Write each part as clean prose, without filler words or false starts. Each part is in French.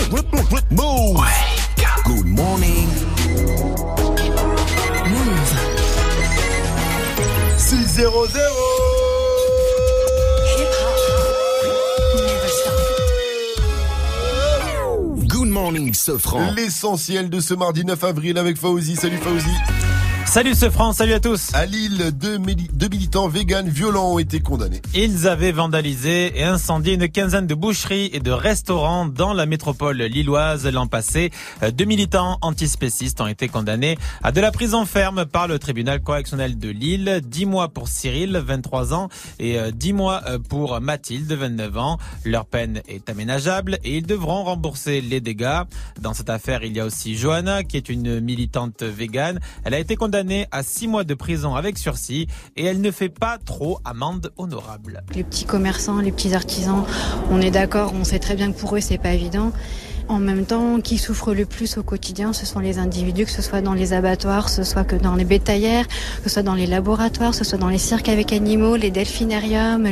Move. Good morning. Move. 6-0-0. Good morning, Sofran. L'essentiel de ce mardi 9 avril avec Fauzi. Salut Fauzi. Salut Sofran, salut à tous. À Lille, deux militants véganes violents ont été condamnés. Ils avaient vandalisé et incendié une quinzaine de boucheries et de restaurants dans la métropole lilloise l'an passé. 2 militants antispécistes ont été condamnés à de la prison ferme par le tribunal correctionnel de Lille. 10 mois pour Cyril, 23 ans, et 10 mois pour Mathilde, 29 ans. Leur peine est aménageable et ils devront rembourser les dégâts. Dans cette affaire, il y a aussi Johanna, qui est une militante végane. Elle a été condamnée à 6 mois de prison avec sursis et elle ne fait pas trop amende honorable. Les petits commerçants, les petits artisans, on est d'accord, on sait très bien que pour eux c'est pas évident. En même temps, qui souffre le plus au quotidien, ce sont les individus, que ce soit dans les abattoirs, que ce soit que dans les bétaillères, que ce soit dans les laboratoires, que ce soit dans les cirques avec animaux, les delphinariums,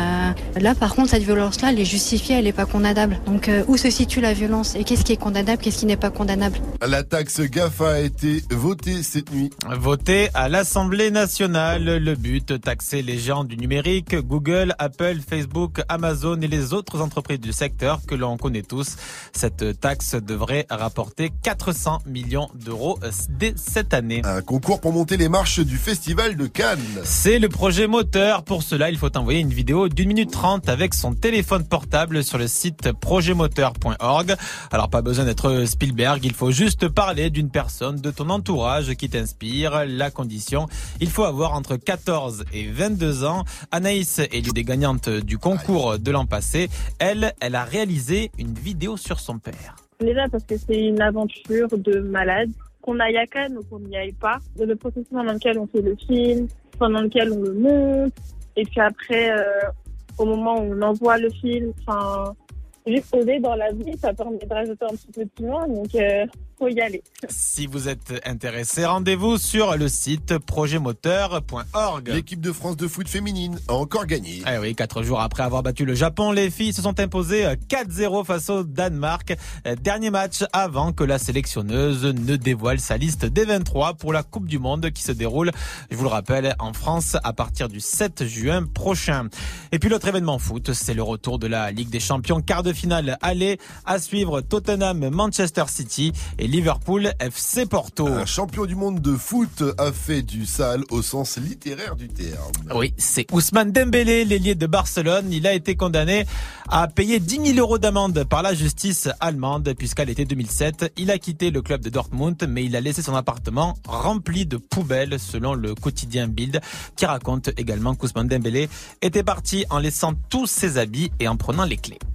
Là, par contre, cette violence-là, elle est justifiée, elle n'est pas condamnable. Donc, où se situe la violence et qu'est-ce qui est condamnable, qu'est-ce qui n'est pas condamnable? La taxe GAFA a été votée cette nuit. Votée à l'Assemblée nationale. Le but, taxer les géants du numérique, Google, Apple, Facebook, Amazon et les autres entreprises du secteur que l'on connaît tous. Cette taxe devrait rapporter 400 millions d'euros dès cette année. Un concours pour monter les marches du Festival de Cannes. C'est le projet moteur. Pour cela, il faut envoyer une vidéo d'1 minute 30 avec son téléphone portable sur le site projetmoteur.org. Alors, pas besoin d'être Spielberg, il faut juste parler d'une personne de ton entourage qui t'inspire. La condition, il faut avoir entre 14 et 22 ans. Anaïs est l'une des gagnantes du concours de l'an passé. Elle a réalisé une vidéo sur son père. Déjà parce que c'est une aventure de malade, qu'on aille à Cannes ou qu'on n'y aille pas. Le processus dans lequel on fait le film, pendant lequel on le monte, et puis après, au moment où on envoie le film, juste oser dans la vie, ça permet de rajouter un petit peu de piment, donc faut y aller. Si vous êtes intéressé, rendez-vous sur le site projetmoteur.org. L'équipe de France de foot féminine a encore gagné. Eh oui, 4 jours après avoir battu le Japon, les filles se sont imposées 4-0 face au Danemark. Dernier match avant que la sélectionneuse ne dévoile sa liste des 23 pour la Coupe du Monde qui se déroule, je vous le rappelle, en France à partir du 7 juin prochain. Et puis l'autre événement foot, c'est le retour de la Ligue des Champions, quart de finale aller à suivre Tottenham, Manchester City et Liverpool FC Porto. Un champion du monde de foot a fait du sale au sens littéraire du terme. Oui, c'est Ousmane Dembélé, l'ailier de Barcelone. Il a été condamné à payer 10 000 euros d'amende par la justice allemande puisqu'à l'été 2007, il a quitté le club de Dortmund, mais il a laissé son appartement rempli de poubelles selon le quotidien Bild, qui raconte également qu'Ousmane Dembélé était parti en laissant tous ses habits et en prenant les clés.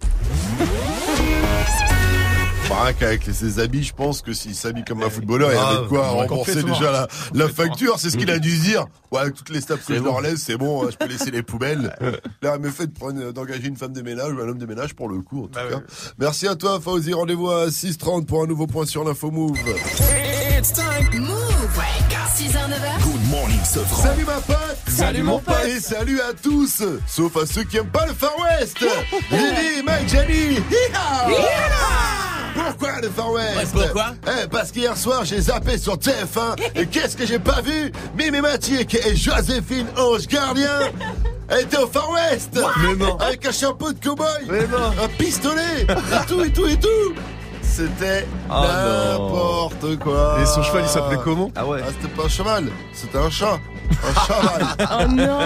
Avec ses habits, je pense que s'il s'habille comme un footballeur, il y avait de quoi rembourser déjà la facture. C'est ce qu'il a dû se dire. Ouais, avec toutes les steps que je leur laisse, c'est bon, je peux laisser les poubelles. Là, il me fait d'engager une femme de ménage ou un homme de ménage pour le coup, en tout cas. Ouais. Merci à toi, Fauzi. Rendez-vous à 6h30 pour un nouveau point sur l'info Move. It's time. Move. 6h-9h. Good morning, Sofran. Salut ma pote. Salut mon pote. Et salut à tous, sauf à ceux qui aiment pas le Far West. Lily, Mike, Jenny. Pourquoi le Far West? Ouais, pourquoi? Parce qu'hier soir j'ai zappé sur TF1 et qu'est-ce que j'ai pas vu? Mimi Matic et Joséphine Ange Gardien étaient au Far West. Mais non. Avec un chapeau de cow-boy, un pistolet et tout. C'était n'importe quoi. Et son cheval il s'appelait comment? Ah ouais. C'était pas un cheval, c'était un chat. Un cheval. Oh non.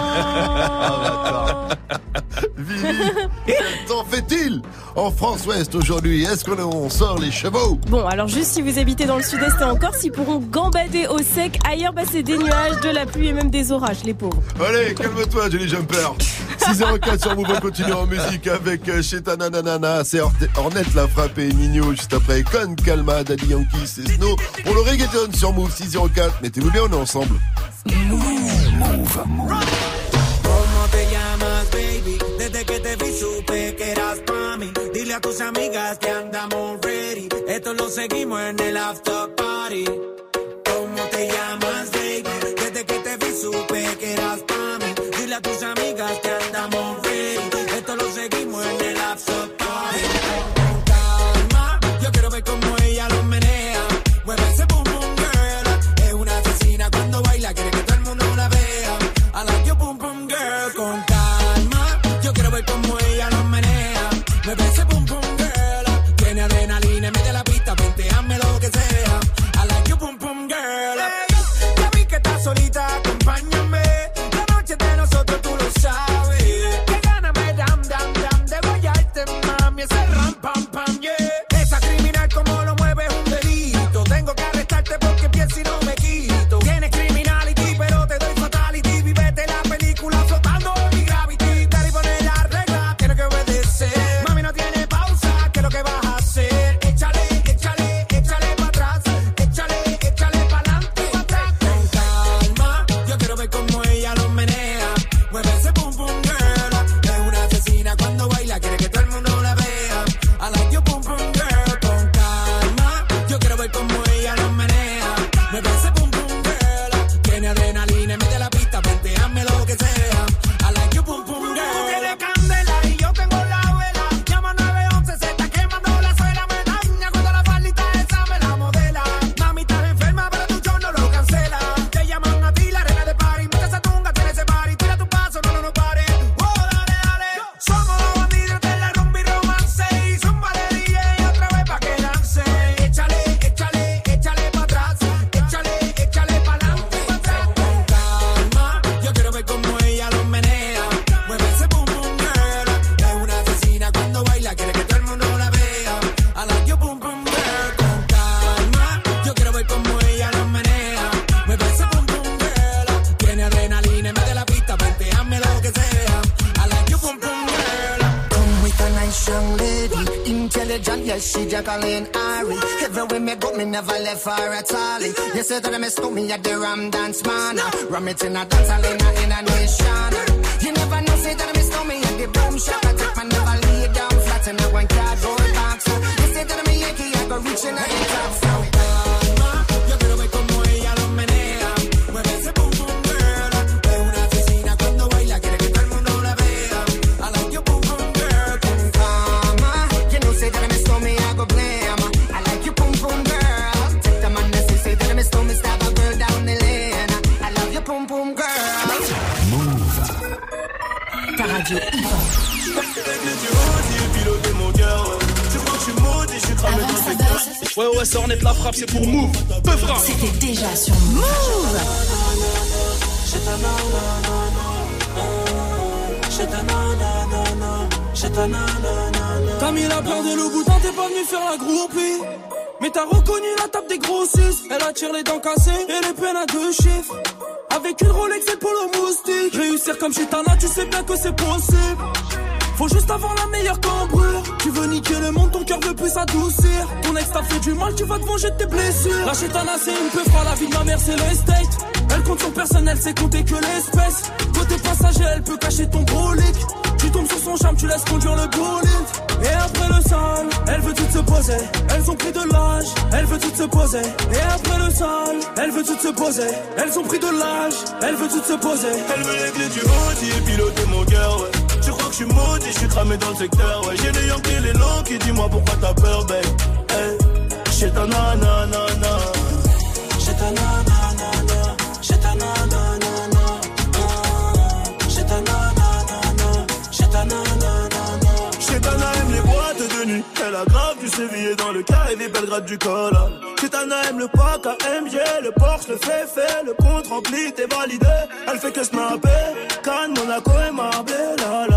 Vivi, quel temps fait-il en France-Ouest aujourd'hui? Est-ce qu'on sort les chevaux? Bon, alors juste si vous habitez dans le sud-est et en Corse, ils pourront gambader au sec. Ailleurs, c'est des nuages, de la pluie et même des orages, les pauvres. Allez, calme-toi, Johnny Jumper. 6h04 sur Move, on continue en musique avec Chetana Nanana. C'est Ornette l'a frappé, Nino, juste après Con Calma, Daddy Yankee, c'est Snow. Pour le reggaeton sur Move, 6h04. Mettez-vous bien, on est ensemble. Move. ¿Cómo te llamas, baby? Desde que te vi supe que eras pa' mí. Dile a tus amigas que andamos ready. Esto lo seguimos en el after party. ¿Cómo te llamas, baby? Desde que te vi supe que eras pa' mí. Dile a tus amigas que andamos ready. Esto lo seguimos en el after party. Con calma, yo ese ram pam pam, yeah. Esa criminal como lo mueve es un delito. Tengo que arrestarte porque pienso y no me quito. Tienes criminality, pero te doy fatality. Vivete la película flotando en mi gravity. Dale y pone la regla, tienes que obedecer. Mami, no tiene pausa, ¿qué es lo que vas a hacer? Échale, échale, échale pa' atrás. Échale, échale pa' adelante y pa' atrás. Con calma, yo quiero ver cómo ella lo menea. Mueve ese pum pum girl. Es una asesina cuando baila, quiere que todo el mundo la vea. I like you pum pum girl. Con calma, yo quiero ver cómo ella lo menea. Mueve ese pum pum girl. Tiene adrenalina, mete la pista, venteame lo que sea. I like you pum pum girl. Tú tienes candela y yo tengo la vela. Llama 911, se está quemando la suela. Me daña cuando la faldita esa me la modela. Mami, estás enferma, pero tu show no lo cancela. Te llaman a ti la reina de party. Muchas satungas tiene ese party. Tira tu paso, no pares. Oh, dale, dale. Somos los bandidos de la rumba y romance. Y zumba de DJ otra vez pa' que lance. Échale, échale, échale pa' atrás. Échale, échale pa' adelante y pa' atrás. Con calma, yo quiero ver cómo ella lo menea. Mueve ese pum pum girl. Es una asesina cuando baila, quiere que todo el mundo la vea. I like you pum pum girl. Con calma, yo quiero ver cómo ella lo menea. Mueve ese pum pum girl. Tiene adrenalina, mete la pista, venteame lo que sea. I like you pum pum girl. Come with a nice young lady, intelligent, yes, she Jacqueline Ari. Everywhere me go, me never left her at all. You say that I miss me at the Ram Dance Man. Ram it in a dance hall in a nation. You never know, say that I miss me at the Boom Shop. I take my never lay down flat in a one cardboard box. You say that I'm a Yankee, I go reaching at the top. So Calma, yo quiero ver cómo ella lo menea. Mueve ese pum pum girl. Es una asesina cuando baila, quiere que todo el mundo la vea. I like you pum pum girl. Con calma, you know, say that I miss me, I go blame. I like you, pum pum girl. Take the man that say that I miss me, stab a girl down the lane. I love you, pum pum girl. Ta radio Ouais, ça ornette la frappe, c'est pour Move. Peu frappe. C'était déjà sur Move. T'as mis la paire de Louboutin, t'es pas venu faire la groupie. Mais t'as reconnu la table des grossistes. Elle attire les dents cassées et les peines à 2 chiffres. Avec une Rolex et polo moustique. Réussir comme Chitana, tu sais bien que c'est possible. Faut juste avoir la meilleure cambrure. Tu veux niquer le monde, ton cœur veut plus s'adoucir. Ton ex t'a fait du mal, tu vas te venger de tes blessures. La Chitana c'est une peu froide, la vie de ma mère c'est l'estate. Elle compte son personnel, c'est compter que l'espèce. Côté passager, elle peut cacher ton brolic. Tu tombes sur son charme, tu laisses conduire le bolide. Et après le sale, elle veut tout se poser. Elles ont pris de l'âge, elle veut tout se poser. Et après le sale, elle veut tout se poser. Elles ont pris de l'âge, elle veut tout se poser. Elle veut les clés du Audi et piloter mon cœur, ouais. Tu crois que je suis maudit, je suis cramé dans le secteur, ouais. J'ai les Yankees, les Lonky, dis-moi pourquoi t'as peur, babe. Hey, j'ai ta nanana. J'ai ta nanana. J'ai ta nanana. J'ai ta nanana. J'ai ta nanana. Chetana aime les boîtes de nuit. Elle a grave du Séville dans le carré des Belgrade du col. Chetana aime le pack AMG, le Porsche, le fait, le compte rempli, t'es validé. Elle fait que snapper, Cannes, Monaco et Marbella.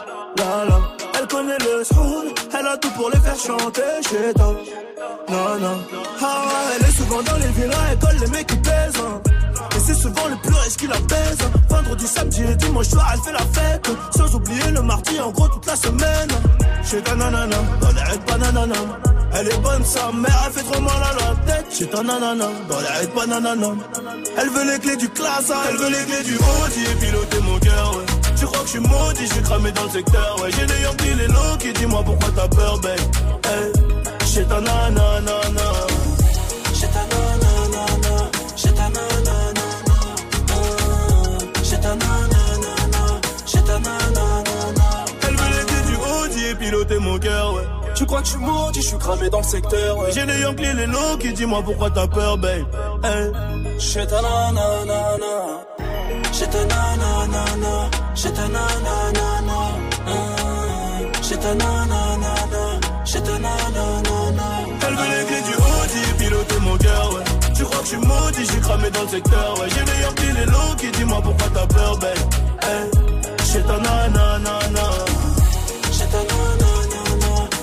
Elle connaît le soul, elle a tout pour les faire chanter. Chetana, non. Ah, elle est souvent dans les villas, elle colle les mecs qui pèsent. Et c'est souvent le plus riche qui la baise. Vendredi, samedi et dimanche soir, elle fait la fête. Sans oublier le mardi, en gros toute la semaine. Chez ta nanana, dans les raids bananana. Elle est bonne sa mère, elle fait trop mal à la tête. Chez ta nanana, dans les raids bananana. Elle veut les clés du classe, elle veut les clés du Audi et piloter mon cœur, ouais. Tu crois que je suis maudit, je suis cramé dans le secteur, ouais. J'ai les Yankees, les Lonky, dis-moi pourquoi t'as peur, babe. Hey, chez ta nanana. Chez ta nanana. Chez ta nanana. Chez ta nanana. Chez ta nanana. Elle veut les clés du Audi et piloter mon cœur, ouais. Tu crois que je suis maudit, je suis cramé dans le secteur, ouais. J'ai les Yankees, les Lonky, dis-moi pourquoi t'as peur, babe. Hey. Chez ta nanana. Chez ta nanana. Chez ta nanana. Chez ta nanana. Chez ta nanana. Elle veut les clés du Audi et piloter mon cœur, ouais. Tu crois que je suis maudit, je suis cramé dans le secteur, ouais. J'ai les Yankees, les Lonky, dis-moi pourquoi t'as peur, babe. Hey. Chez ta nanana. Chez ta nanana.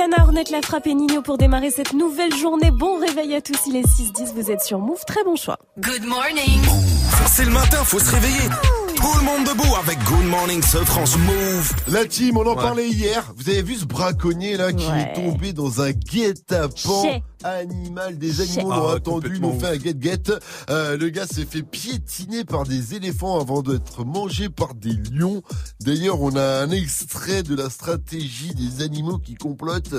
Tana, Ornette, La Frappe et Nino pour démarrer cette nouvelle journée. Bon réveil à tous, il est 6-10, vous êtes sur Move, très bon choix. Good morning. C'est le matin, faut se réveiller. Tout le monde debout avec Good Morning Sofran Move. La team, on en parlait hier. Vous avez vu ce braconnier là qui est tombé dans un guet-apens animal. Des animaux l'ont attendu, l'ont fait un guet-guet. Le gars s'est fait piétiner par des éléphants avant d'être mangé par des lions. D'ailleurs, on a un extrait de la stratégie des animaux qui complotent.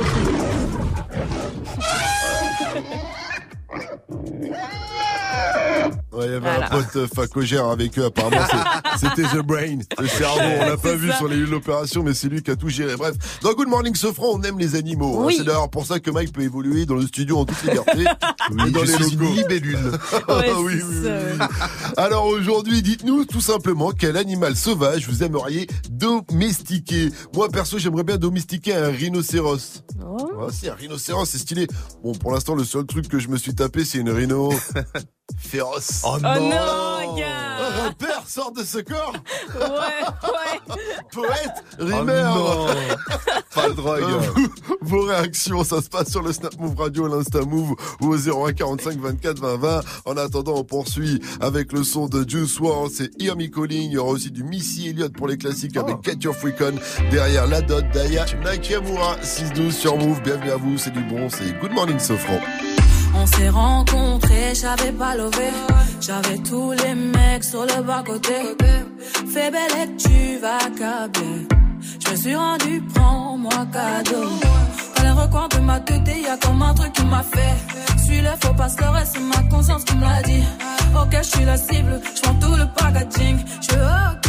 Ouais, il y avait un pote facogère avec eux, apparemment c'était The Brain, le cerveau, on l'a pas vu sur l'opération, mais c'est lui qui a tout géré. Bref, dans Good Morning Sofran, on aime les animaux. Oui. Hein. C'est d'ailleurs pour ça que Mike peut évoluer dans le studio en toute liberté. Oui, dans les locaux. Une libellule. Oui. Alors aujourd'hui, dites-nous tout simplement quel animal sauvage vous aimeriez domestiquer. Moi perso, j'aimerais bien domestiquer un rhinocéros. Si, un rhinocéros, c'est stylé. Bon, pour l'instant, le seul truc que je me suis tapé, c'est une rhino féroce. Oh non, gars. Un rappeur sort de ce corps. Ouais. Poète, rimeur. Oh pas le droit, gars. Vos réactions, ça se passe sur le Snap Move Radio, l'Insta Move ou au 01 45 24 20 20. En attendant, on poursuit avec le son de Juice WRLD, c'est Hear Me Calling. Il y aura aussi du Missy Elliott pour les classiques avec Get Your Freak On. Derrière la dot, Daya Nakamura, 6-12 sur Move. Bienvenue à vous, c'est du bon, c'est Good Morning Sofran. On s'est rencontrés, j'avais pas levé. J'avais tous les mecs sur le bas-côté. Fais belle et tu vas câbler. Je me suis rendu, prends-moi cadeau. Dans les recoins de ma tête, y'a comme un truc qui m'a fait. Suis-le, faut pas se leurrer, c'est ma conscience qui me l'a dit. Ok, je suis la cible, je prends tout le packaging. Je suis ok.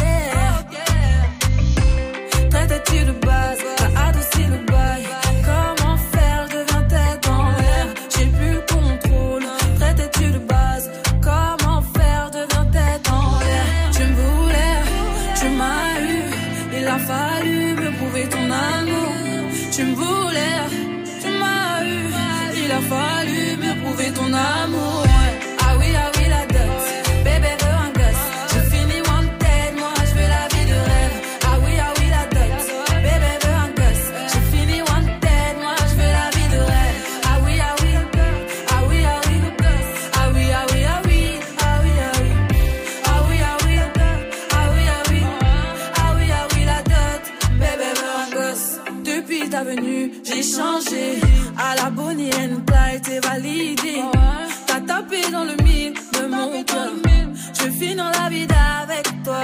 Traite-tu de base, t'as adouci le bail. Comment faire, je deviens tête en l'air. J'ai plus le contrôle, traite-tu de base. Comment faire, je deviens tête en l'air. Tu me voulais, tu m'as eu. Il a fallu me prouver ton amour. Tu me voulais, tu m'as eu. Il a fallu me prouver ton amour. Ah oui, la dot. Bébé veut un gosse. J'ai fini wanted, moi je veux la vie de rêve. Ah oui, la dot. Bébé veut un gosse. J'ai fini wanted, moi je veux la vie de rêve. Ah oui, ah oui. Ah oui, ah oui. Ah oui, ah oui, ah oui. Ah oui, ah oui. Ah oui, ah oui. Ah oui, ah oui. Ah oui, ah oui, la dot. Bébé veut un gosse. Depuis ta venue, j'ai changé. À la Bonnie and Clyde, t'es validé. T'as tapé dans le mille de mon cœur. Je finis dans la vie avec toi.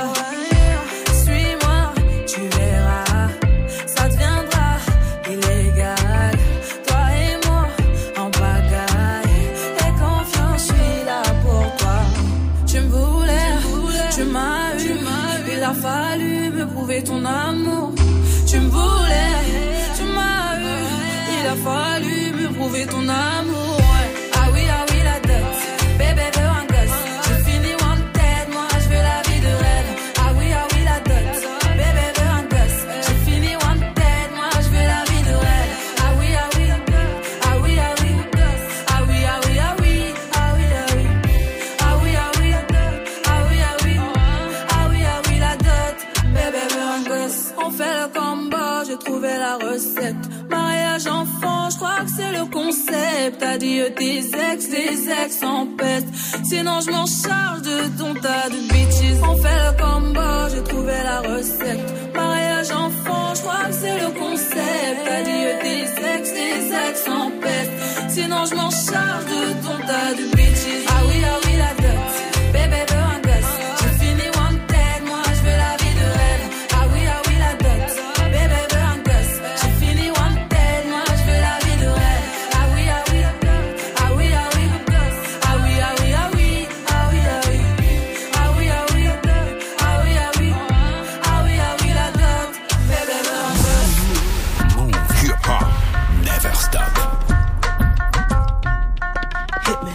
Suis-moi, tu verras. Ça deviendra illégal. Toi et moi, en pagaille. Et confiance, je suis là pour toi. Tu me voulais, tu m'as eu. Il a fallu me prouver ton amour. Tu me voulais, tu m'as eu. Il a fallu me prouver ton amour. Ah oui, la dot. Bébé veut un gosse. J'ai fini wanted, moi je veux la vie de rêve. Ah oui, la dot. Bébé veut un gosse. J'ai fini wanted, moi je veux la vie de rêve. Ah oui, ah oui. Ah oui, ah oui. Ah oui, ah oui, ah oui. Ah oui, ah oui. Ah oui, ah oui. Ah oui, ah oui. Ah oui, ah oui, la dot. Bébé veut un gosse. On fait le combo, j'ai trouvé la recette. Mariage enfant, je crois que c'est le concept. Adieu tes ex en peste. Sinon je m'en charge de ton tas de bitches. On fait le combo, j'ai trouvé la recette. Mariage enfant, je crois que c'est le concept. Adieu tes ex en peste. Sinon je m'en charge de ton tas de bitches. Ah oui, la dot. Bébé veut un gosse. J'ai fini wanted, moi je veux la vie de rêve. Ah oui, la dot. Bébé veut un gosse. J'ai fini wanted, moi je veux la vie de rêve. Ah oui, ah oui. Ah oui, ah oui. Ah oui, ah oui, ah oui. Ah oui, ah oui. Ah oui, ah oui. Ah oui, ah oui. Ah oui, ah oui, la dot. Bébé veut un gosse. Move hip hop, never stop. Hit me.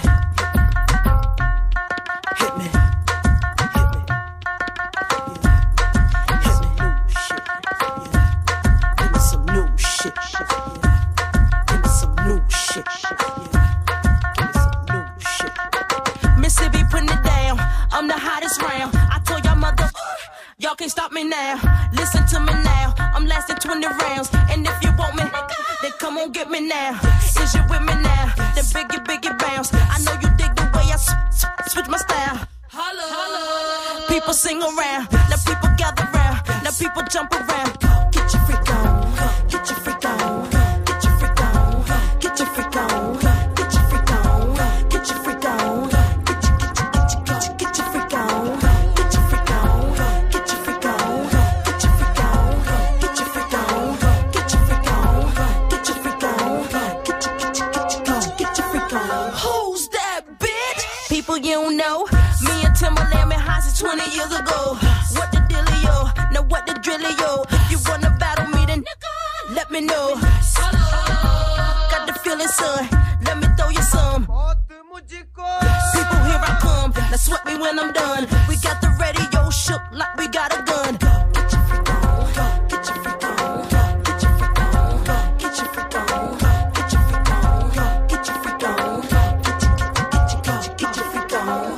Mississippi putting it down. I'm the hottest round. I told y'all mother, y'all can't stop me now. Listen to me now. I'm lasting 20 rounds. And if you want me, then come on, get me now. Is you with me now? Then biggie bounce. I know you dig the way I switch my style. Holla, holla. People sing around, now people gather round, now people jump around. Get your freak on, get your freak on, get your freak on, get your freak on, get your freak on, get your freak on, get your freak on, get your freak on, get your freak on, get your freak on, get your freak on, get your freak on, get your freak on, get your freak on. Who's that bitch? People you don't know. Me and Timberland been high since 20 years ago. What the dealio? Now what the drillio? If you wanna battle me, then let me know. Got the feeling, son. Let me throw you some. People, here I come. Now sweat me when I'm done. We got the radio shook like we got a gun. Get your freak on. Get your freak on. Get your freak on. Get your freak on. Get your freak on. Get your freak on. Get your freak on.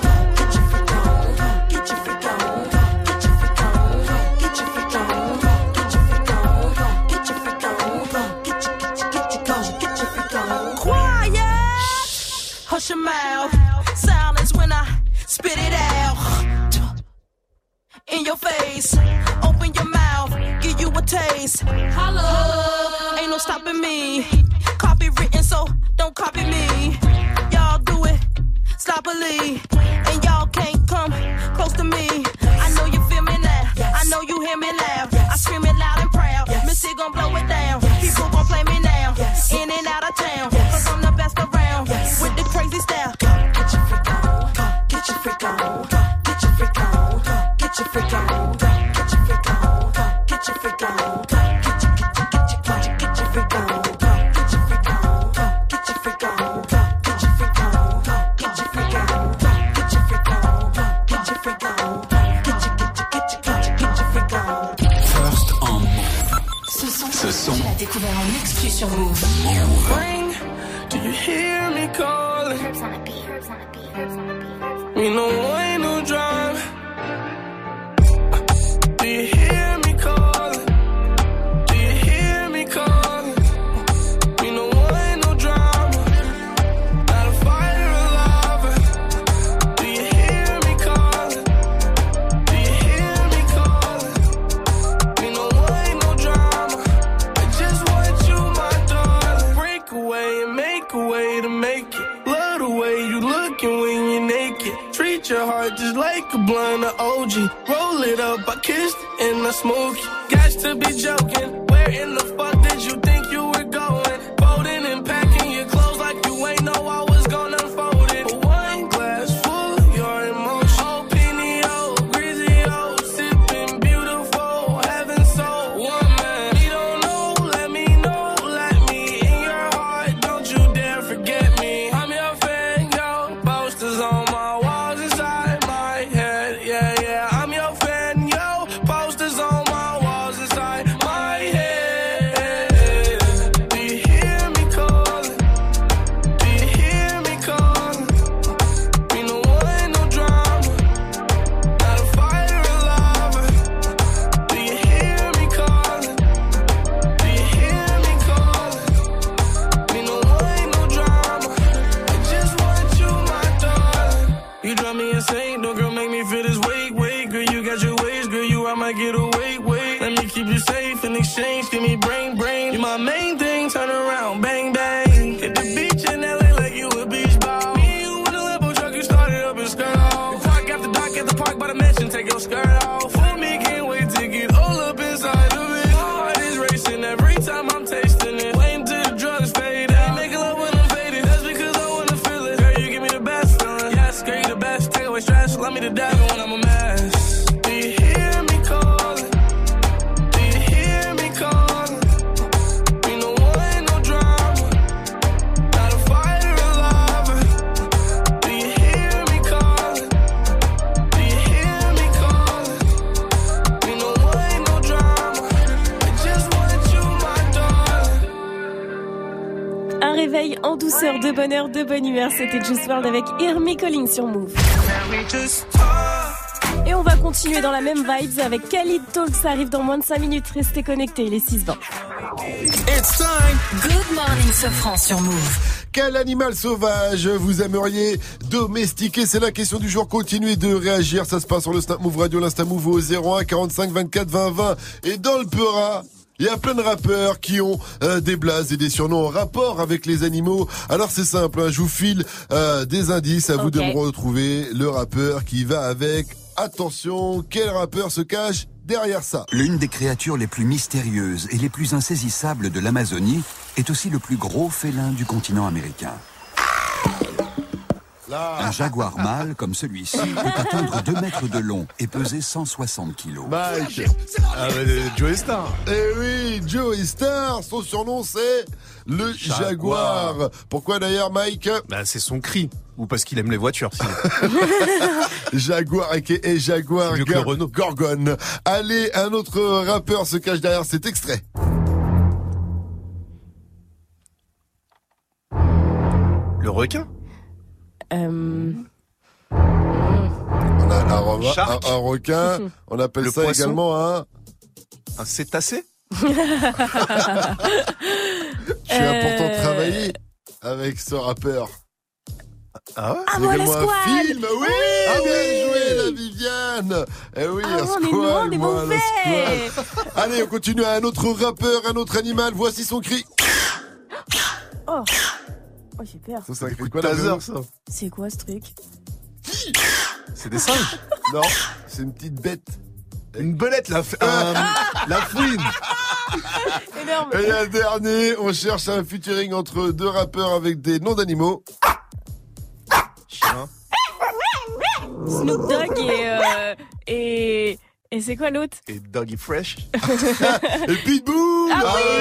Hush your mouth, silence when I spit it out. In your face, open your mouth, give you a taste. Holla, ain't no stopping me. Copywritten, so don't copy me. Y'all do it sloppily, and y'all can't come close to me. I know you feel me now, I know you hear me loud. I scream it loud and proud, Missy gon' blow it down. People gon' play me now, in and out of town, cause I'm the best around, with the crazy style. Get your freak on, get your freak on, get your freak on, get your freak on, get your freak on, get your freak on, get your freak on, get your freak on, get your freak on, get your freak on, get your freak on, get your freak on, get your freak on, get your freak on, get your freak on. First en Move. Ce son, tu l'as découvert en exclu sur Move. Ring, do you hear me calling? We know ain't no drive. Do you hear me calling? Do you hear me calling? We know ain't no drama. Not a fire alive. Do you hear me calling? Do you hear me calling? We know ain't no drama. I just want you, my darling. Break away and make a way to make it. Love the way you looking when you're naked. Treat your heart just like a blunt of OG. Roll it up, I kissed it and I smoke it. Got to be joking. Where in the fuck did you think you were going? Folding and packing your clothes like you ain't know I was gonna unfold it. But one glass full of your emotion. Oh, Pinio, Grizio, sipping beautiful, heaven soul. One man, you don't know, let me know, let me in your heart. Don't you dare forget me. I'm your fan, yo. Posters on my walls inside my head. Yeah, yeah. I'm your fan, yo. Posters on my walls inside my head. Do you hear me calling? Do you hear me calling? We know ain't no drama. Not a fire alive. Do you hear me calling? Do you hear me calling? We know ain't no drama. I just want you, my darling. You drive me insane, no girl make me feel this weight. Girl, you got your ways, girl, you I might get away. Let me keep you safe in exchange, give me brain. You my main thing, turn around, bang, bang. Hit the beach in LA like you a beach ball. Me and you in the Lambo truck, you started up and skirt off. Park after dark at the park by the mansion, take your skirt off. For me, can't wait to get all up inside of it. My heart is racing every time I'm tasting it. Waiting till the drugs fade out. Making love when I'm faded, that's because I wanna feel it. Girl, you give me the best feeling. Yes, girl, you the best. Take away stress, love me to death when I'm a mess. Do you hear me calling? Do you hear me calling? We know ain't no drama. Not a fire alive. Do you hear me calling? Do you hear me calling? We know ain't no drama. I just want you, my darling. Un réveil en douceur, de bonheur, de bonne humeur. C'était Juice WRLD avec Hear Me Calling sur Move. Et on va continuer dans la même vibes avec Khalid Talk. Ça arrive dans moins de 5 minutes. Restez connectés, il est 6h20. It's time. Good morning, Sofran sur Move. Quel animal sauvage vous aimeriez domestiquer? C'est la question du jour. Continuez de réagir. Ça se passe sur le Snap Move Radio, l'Insta Move au 01 45 24 20 20. Et dans le Peura, il y a plein de rappeurs qui ont des blazes et des surnoms en rapport avec les animaux. Alors c'est simple, je vous file des indices. À vous de me retrouver le rappeur qui va avec. Attention, quel rappeur se cache derrière ça? L'une des créatures les plus mystérieuses et les plus insaisissables de l'Amazonie est aussi le plus gros félin du continent américain. Un jaguar mâle comme celui-ci peut atteindre 2 mètres de long et peser 160 kilos. Mike. Joey Star. Eh oui, Joey Star. Son surnom c'est le Jaguar. Pourquoi d'ailleurs, Mike? C'est son cri. Ou parce qu'il aime les voitures. Jaguar et Jaguar Gorgone. Allez, un autre rappeur se cache derrière cet extrait. Le requin. On a un requin. On appelle le ça poisson. également un cétacé. Tu as pourtant travaillé avec ce rappeur. Ah ouais? C'est moi, également la un squale. film. Oui, bien joué, la Viviane. Eh oui, un squale, moi, la squale. Allez, on continue à un autre rappeur, un autre animal. Voici son cri. Oh, j'ai peur. Ça, c'est un cri de Coup de quoi, taser, ça. C'est quoi ce truc? C'est des singes. Non, c'est une petite bête. Une belette, la fouine. Énorme. Et un dernier, on cherche un featuring entre deux rappeurs avec des noms d'animaux. Chien. Snoop Dogg et c'est quoi l'autre? Et Doggy Fresh. Et Pitbull. Ah oui.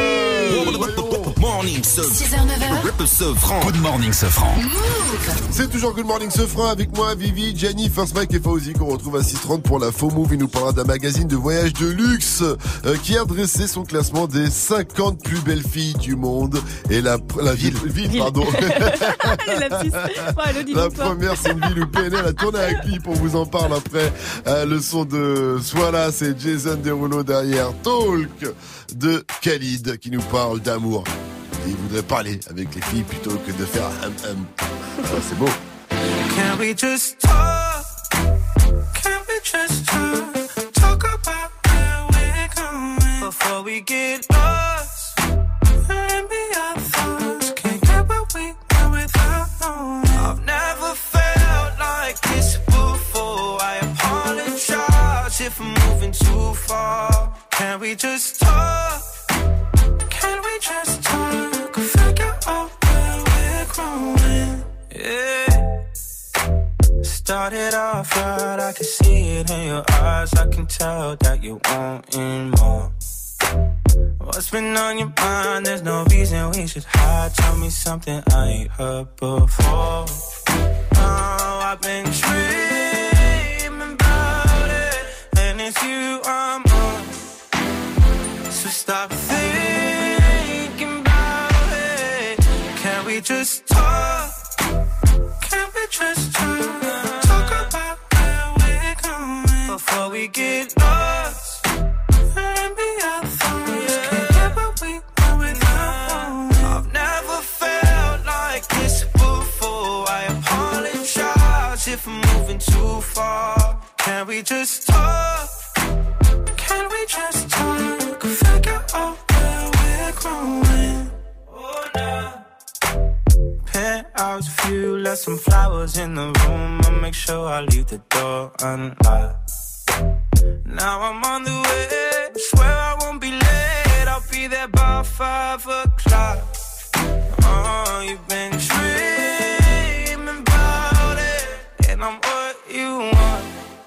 Morning 6h, 9h. Sofran. Good morning Sofran. C'est toujours Good Morning Sofran avec moi, Vivi, Gianni, First Mike et Fauzi qu'on retrouve à 6h30 pour la Faux Move. Il nous parlera d'un magazine de voyage de luxe qui a dressé son classement des 50 plus belles filles du monde. Et la ville, pardon. La première, c'est une ville où PNL a tourné un clip. On vous en parle après le son de Swala. C'est Jason Derulo derrière Talk de Khalid qui nous parle d'amour. Et il voudrait parler avec les filles plutôt que de faire Alors, c'est beau. Can we just talk? Can we just talk about where we're going before we get lost? Maybe our thoughts can't get what we want without knowing. I've never felt like this before. I apologize if I'm moving too far. Can we just talk? Can we just talk? Figure out where we're growing. Yeah. Started off right, I can see it in your eyes. I can tell that you wanting more. What's been on your mind? There's no reason we should hide. Tell me something I ain't heard before. Oh, I've been dreaming about it, and it's you I'm on. So stop thinking about it. Can we just talk? Can we just talk about where we're going before we get lost? Maybe our thoughts can't get what we want without knowing. I've never felt like this before. I apologize if I'm moving too far. Can we just talk? Can we just talk? Figure out where we're growing. Oh, no. Penthouse view, left some flowers in the room. I'll make sure I leave the door unlocked. Now I'm on the way, swear I won't be late. I'll be there by 5 o'clock. Oh, you've been dreaming about it, and I'm what you want.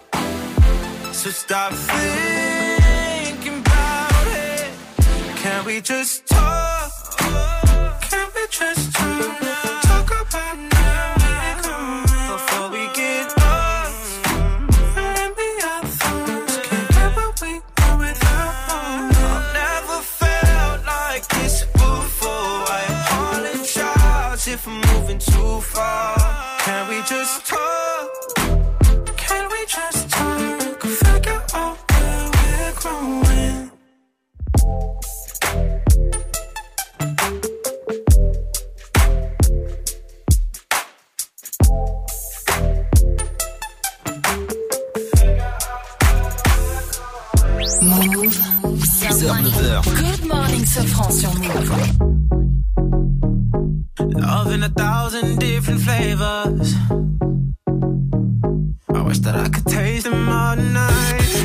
So stop thinking about it. Can we just talk? Can we just talk? Talk about where we're going before we get lost. Maybe our thoughts can't get what we want without knowing. I've never felt like this before. I apologize if I'm moving too far. Can we just talk? Can we just talk? Figure out where we're growing. 9h. Good morning, Sofran sur Move. Love in 1,000 different flavors. I wish that I could taste them all night.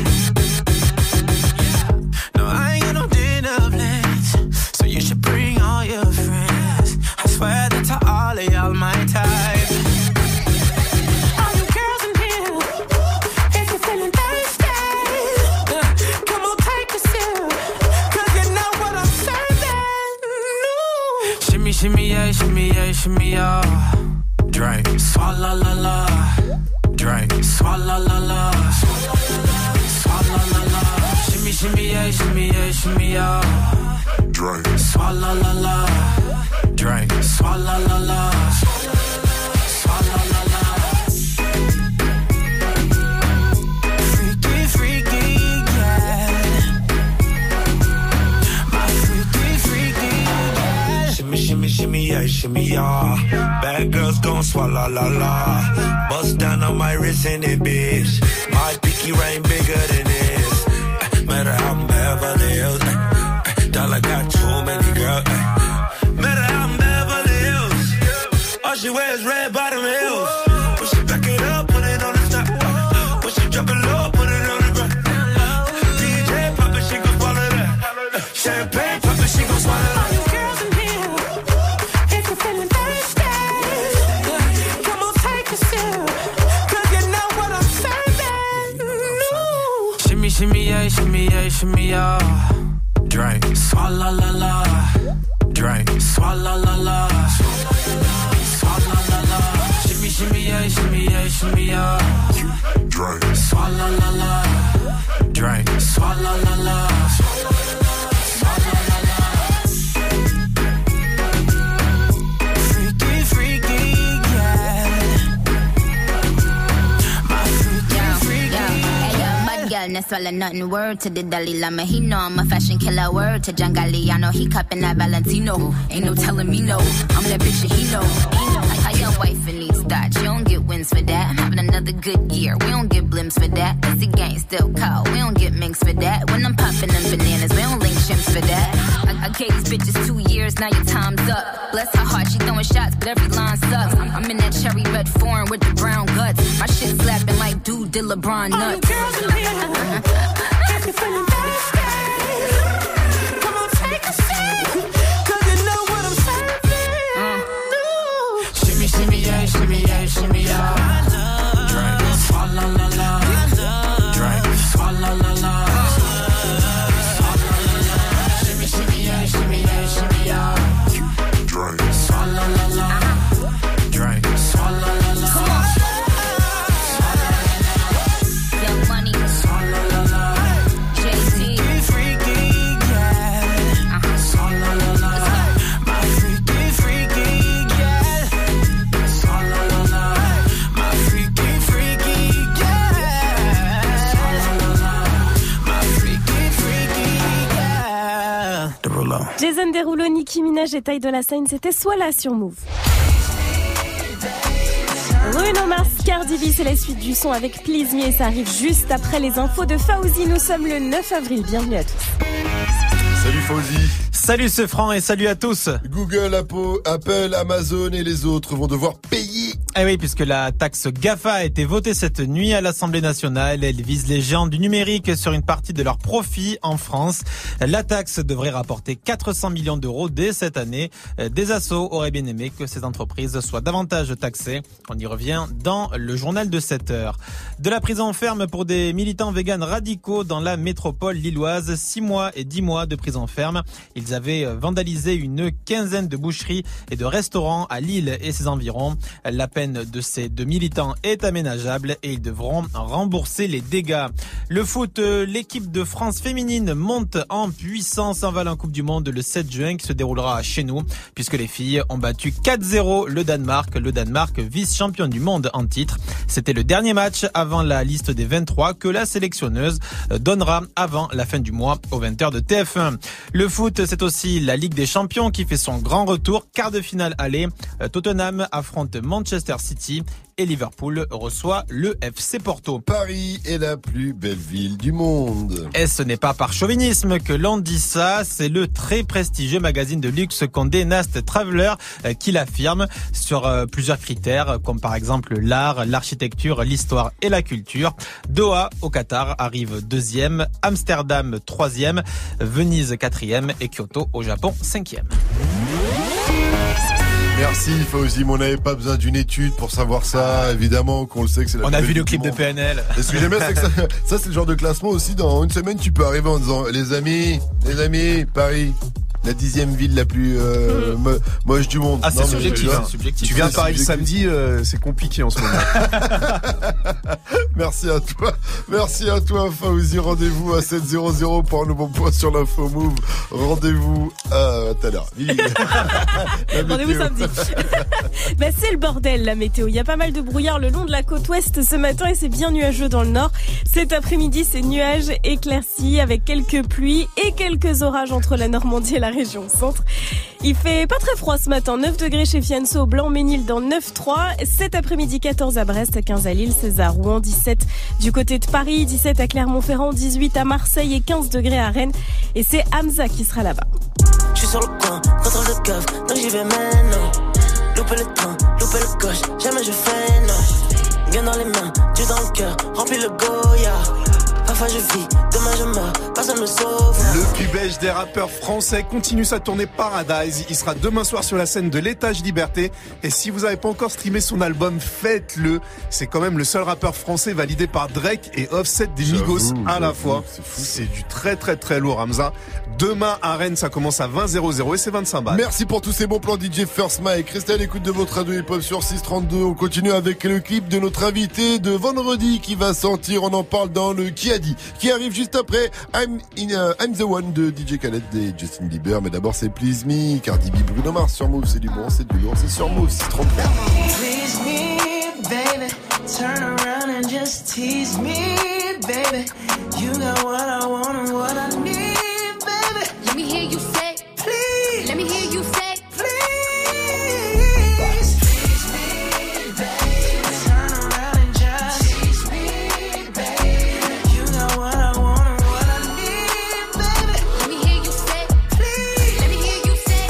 No, I ain't got no dinner plans, so you should bring all your friends. I swear that to all of y'all my type. All you girls in here, if you're feeling thirsty, come on, take a sip, 'cause you know what I'm serving. No. Shimmy, shimmy, yeah, shimmy, yeah, shimmy, yeah. Drink, swalla la la. Drink, swalla la la. Swalla la la. Shimmy, shimmy, yeah, shimmy, yeah, shimmy, yeah. Drink, swalla la la. Drink, swalla la la. Swalla la la. Freaky, freaky, yeah. My freaky, freaky, yeah. Shimmy, shimmy, shimmy, yeah, shimmy, yeah. Bad girls gon' swallow la la. Bust down on my wrist and it, bitch. My pinky ring bigger than this. Matter how I'm Beverly Hills. Dollar got too many girls. Matter how I'm Beverly Hills. All she wears red bottom heels. When she back it up, put it on the top. When she drop it low, put it on the ground. DJ pop it, she gon' swallow that. Champagne pop it, she gon' swallow that. Shimmy, yeah, shimmy, yeah, shimmy, yeah. Drink, swalla la la. Drink, swalla la la. Swalla la la. Shimmy, shimmy, yeah, shimmy, yeah, shimmy, yeah. Drink, swalla la la. Drink, swalla la la. Swalla la la. Freaky, freaky, yeah. My freaky, freaky. Girl, no swallow nothing. Word to the Dalai Lama. He know I'm a fashion killer. Word to John Galliano. He cupping that Valentino. Ain't no telling me no. I'm that bitch that he know. Like how your wife in these thoughts. You don't get wins for that. I'm having another good year. We don't get blimps for that. That's the gang still call. We don't get minks for that. When I'm popping them bananas, we don't link chimps for that. I gave these bitches 2 years. Now your time's up. Bless her heart. She throwing shots, but every line sucks. I'm in that cherry red foreign with the brown guts. My shit slapping like dude did LeBron nuts. If you're feeling thirsty, come on, take a sip, 'cause you know what I'm serving. Shimmy, shimmy, yeah, shimmy, yeah, shimmy, yeah. Drink, swalla la la. Drink, swalla la la. Shimmy, shimmy, yeah, shimmy, yeah, shimmy, yeah. Drink, swalla la la. Drink, swalla la la. Jason Derulo, Nicki Minaj et Ty Dolla $ign, c'était Swalla sur Move. Bruno Mars, Cardi B, c'est la suite du son avec Please Me et ça arrive juste après les infos de Fauzi. Nous sommes le 9 avril, bienvenue à tous. Salut Fauzi. Salut ce Franc et salut à tous. Google, Apple, Amazon et les autres vont devoir payer. Eh oui, puisque la taxe GAFA a été votée cette nuit à l'Assemblée nationale. Elle vise les géants du numérique sur une partie de leurs profits en France. La taxe devrait rapporter 400 millions d'euros dès cette année. Des assos auraient bien aimé que ces entreprises soient davantage taxées. On y revient dans le journal de 7 heures. De la prison ferme pour des militants véganes radicaux dans la métropole lilloise. 6 mois et 10 mois de prison ferme. Ils avaient vandalisé une quinzaine de boucheries et de restaurants à Lille et ses environs. La peine de ces deux militants est aménageable et ils devront rembourser les dégâts. Le foot, l'équipe de France féminine monte en puissance en valant Coupe du Monde le 7 juin qui se déroulera chez nous puisque les filles ont battu 4-0 le Danemark vice-champion du monde en titre. C'était le dernier match avant la liste des 23 que la sélectionneuse donnera avant la fin du mois aux 20h de TF1. Le foot, c'est aussi la Ligue des Champions qui fait son grand retour. Quart de finale aller. Tottenham affronte Manchester City et Liverpool reçoit le FC Porto. Paris est la plus belle ville du monde. Et ce n'est pas par chauvinisme que l'on dit ça, c'est le très prestigieux magazine de luxe Condé Nast Traveler qui l'affirme sur plusieurs critères, comme par exemple l'art, l'architecture, l'histoire et la culture. Doha au Qatar arrive 2e, Amsterdam 3e, Venise 4e et Kyoto au Japon 5e. Merci Fauzi, mais on n'avait pas besoin d'une étude pour savoir ça, évidemment qu'on le sait que c'est la On a vu le du clip de monde. PNL. Et ce que j'aime bien, c'est que ça c'est le genre de classement aussi, dans une semaine tu peux arriver en disant les amis, Paris, la 10e ville la plus moche du monde. Ah, c'est subjectif, c'est subjectif. Tu viens à Paris le samedi, c'est compliqué en ce moment. Merci à toi Fauzi, rendez-vous à 7:00 pour un nouveau point sur l'info Move. Rendez-vous à tout à l'heure. Rendez-vous samedi. C'est le bordel la météo. Il y a pas mal de brouillard le long de la côte ouest ce matin et c'est bien nuageux dans le nord. Cet après-midi, c'est nuages éclaircis avec quelques pluies et quelques orages entre la Normandie et la région centre. Il fait pas très froid ce matin, 9 degrés chez Fianso, Blanc-Ménil dans 9,3. Cet après-midi, 14 à Brest, 15 à Lille, 16 à Rouen, 17 du côté de Paris, 17 à Clermont-Ferrand, 18 à Marseille et 15 degrés à Rennes. Et c'est Hamza qui sera là-bas. Je suis sur le coin, contrôle de keuf, donc j'y vais maintenant. Louper le train, louper le coche, jamais je fais non. Bien dans les mains, Dieu dans le cœur, remplis le Goya. Parfois je vis, demain je meurs, personne me sauve. Le plus belge des rappeurs français continue sa tournée Paradise. Il sera demain soir sur la scène de l'Étage Liberté. Et si vous n'avez pas encore streamé son album, faites-le. C'est quand même le seul rappeur français validé par Drake et Offset des Migos à la fois. C'est du très très très lourd, Hamza. Demain à Rennes, ça commence à 20:00 et c'est 25 balles. Merci pour tous ces bons plans DJ First Mike. Restez à l'écoute de votre radio hip-hop sur 632. On continue avec le clip de notre invité de vendredi qui va sortir. On en parle dans le Qui a dit, qui arrive juste après I'm the One de DJ Khaled et Justin Bieber. Mais d'abord c'est Please Me, Cardi B, Bruno Mars sur Move. C'est du bon, c'est du lourd, c'est sur Move 633. Please me, baby, turn around and just tease me, baby. You got what I want and what I need. Let me hear you say, please. Let me hear you say, please. Please me, baby. Turn around and just tease me, baby. You got what I want and what I need, baby. Let me hear you say, please. Let me hear you say,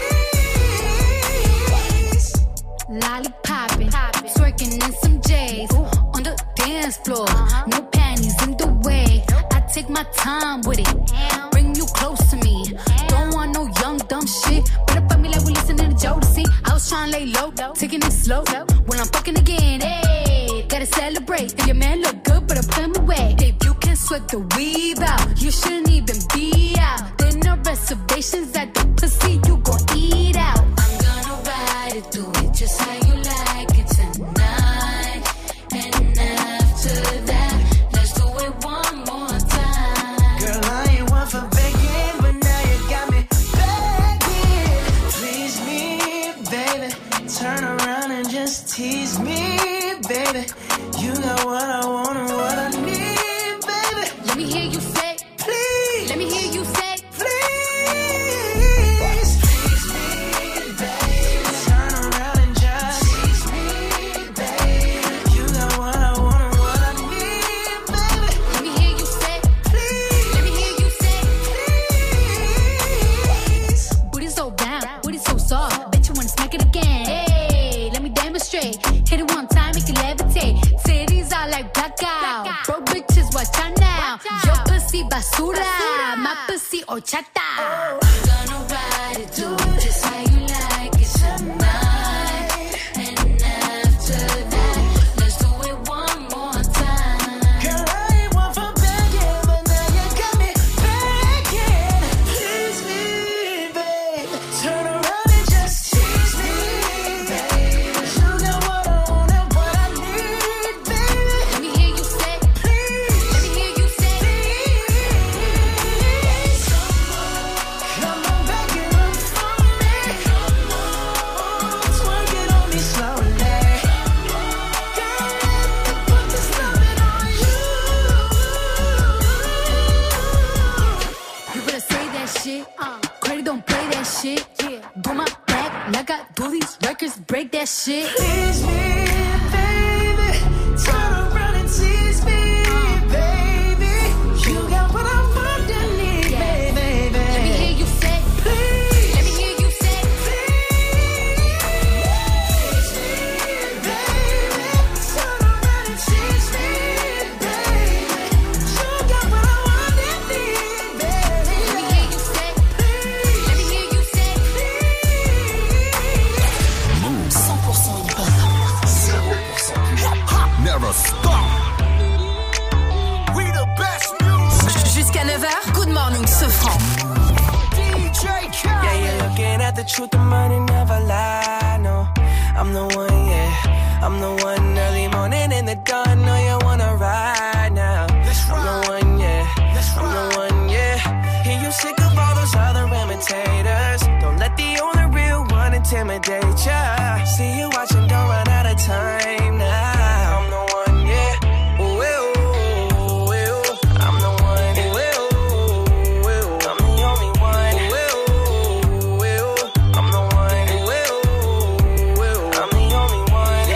please. Lollipopping, twerking in some J's on the dance floor. No panties in the way. I take my time with it. Bring you close to me. Don't want no young dumb shit. But fuck me like we listening to Jodeci. I was trying to lay low, taking it slow. When I'm fucking again, hey, gotta celebrate. If your man look good, but I put him away. If you can sweat the weave out, you shouldn't even be out. There no reservations at the pussy, you gon' eat out. I'm gonna ride it, do it just how you like it tonight. And after that, let's do it one more time. Girl, I ain't one for begging, but now you got me begging. Please me, baby. Turn around and just tease me, baby. You got what I want and what I need, baby. Let me hear you say, please. Let me hear you say, please. Please me, baby. Turn around and just tease me, baby. You got what I want and what I need, baby. Let me hear you say, please. Let me hear you say, please. Booty so round, booty so soft. Bet you wanna smack it again. Hey, let me demonstrate. Hit it one time, make it levitate. Titties are like blackout. Bro, bitches, watch out now. Your pussy basura, my pussy horchata. I'm gonna ride it, do it just how you like it tonight. And after that, let's do it one more time. Girl, I ain't one for begging, but now you got me begging. Please me, babe. Turn around and just tease me, babe. You got what I want and what I need, baby. Let me hear you say, please. Let me hear you say, please. Come on, begging them for me. Twerk it on me slowly. Girl, let me put this loving on you. you better say that shit. Credit don't play that shit. Do my back like I do these records, break that shit. Please me, baby. stop. We the best music. Jusqu'à 9h, Good Morning Sofran. Yeah, you're looking at the truth, the money never lie, no. I'm the one, yeah. I'm the one early morning in the dawn, know you wanna ride now. I'm the one, yeah. I'm the one, yeah. Hear you sick of all those other imitators. Don't let the only real one intimidate ya. See you watching, don't run out of time now. I'm the one, yeah. Ooh, ooh, ooh, ooh. I'm the one, ooh, ooh, ooh. I'm the only one, ooh, ooh, ooh. I'm the one, ooh, ooh, ooh. I'm the only one.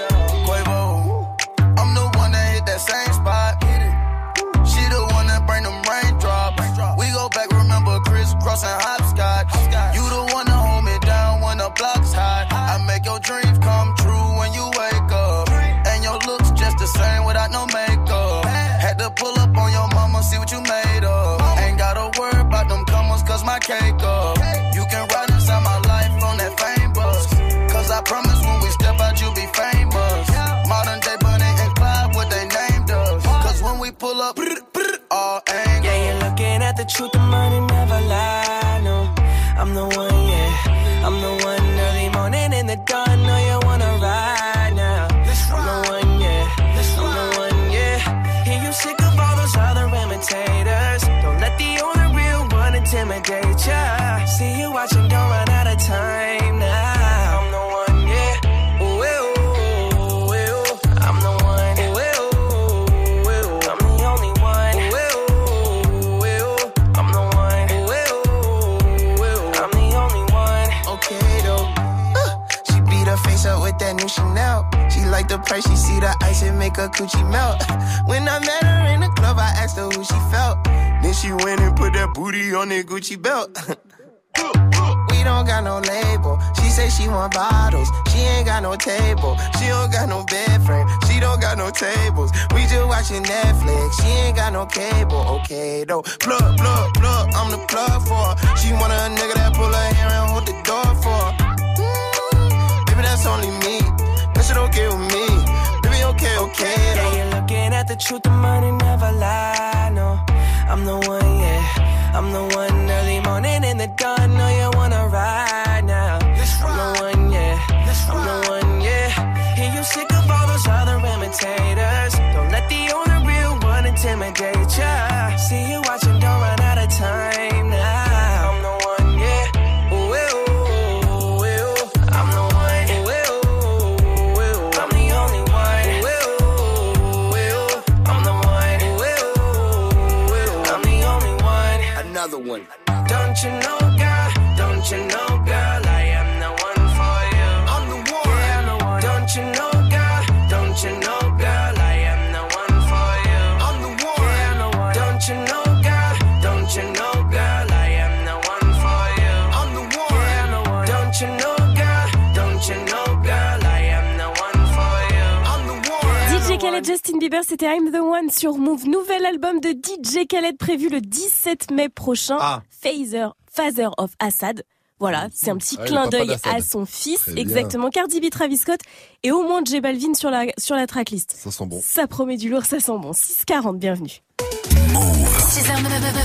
Quavo, I'm the one that hit that same spot. She the one that bring them raindrops. We go back, remember crisscrossing hopscotch. You the one to hold me down when the block's hot. I make your dreams come true when you wake up. And your looks just the same without no makeup. Had to pull up on your mama, see what you made of. Ain't gotta worry about them comers, cause my cake up. You can ride inside my life on that fame bus. Cause I promise when we step out, you'll be famous. Modern day Bunny and Clyde, what they named us. Cause when we pull up, all angles. Yeah, you're looking at the truth, the money never lie, no. I'm the one, yeah. I'm the one early morning in the dawn, know you wanna ride now. I'm the one, yeah. I'm the one, yeah. Hear you sick of all those other imitators. Don't let the only real one intimidate ya. See you watching, don't run out of time now. I'm the one, yeah. Ooh, ooh, ooh, ooh. I'm the one, ooh, ooh, ooh. I'm the only one. Ooh, ooh, ooh. I'm the one. Ooh, ooh, ooh. I'm the only one. Okay though. She beat her face up with that new Chanel. She like the price, she see the ice and make her coochie melt. When I met her in the club, I asked her who she felt. Then she went and put that booty on that Gucci belt. We don't got no label. She say she want bottles. She ain't got no table. She don't got no bed frame. She don't got no tables. We just watching Netflix. She ain't got no cable. Okay though. Plug, plug, plug. I'm the plug for her. She want a nigga that pull her hair and hold the door for her. Baby, that's only me. That shit okay with me. Baby, okay, okay though. Yeah, you're looking at the truth, the money never lie, no. I'm the one, yeah. I'm the one early morning in the dawn, know you wanna ride now. I'm the one, yeah. I'm the one, yeah. Hear you sick of all those other imitators. Don't let the only real one intimidate ya. See you watching, don't run out of time now. I'm the one, yeah. Ooh, ooh, ooh, ooh. I'm the one. Ooh, ooh, ooh. I'm the only one. Ooh, ooh, ooh. I'm the one. Ooh, ooh, ooh. I'm the only one. Another one. Don't you know, girl? Don't you know, girl? I am the one for you. I'm the one. Yeah, I'm the one. Don't you know, girl? Don't you know, girl? I am the one for you. I'm the one. Yeah, I'm the one. Don't you know, girl? Don't you know, girl? I am the one for you. I'm the one. Yeah, I'm the one. Don't you know, girl? Don't you know, girl? I am the one for you. I'm the one. DJ Khaled, Justin Bieber, c'était I'm the One sur Move. Nouvel album de DJ Khaled prévu le 17 mai prochain. Father of Assad. Voilà, c'est un petit clin d'œil à son fils. Très exactement. bien. Cardi B, Travis Scott et au moins J Balvin sur la tracklist. Ça sent bon. Ça promet du lourd, ça sent bon. 6h40, bienvenue. 6h,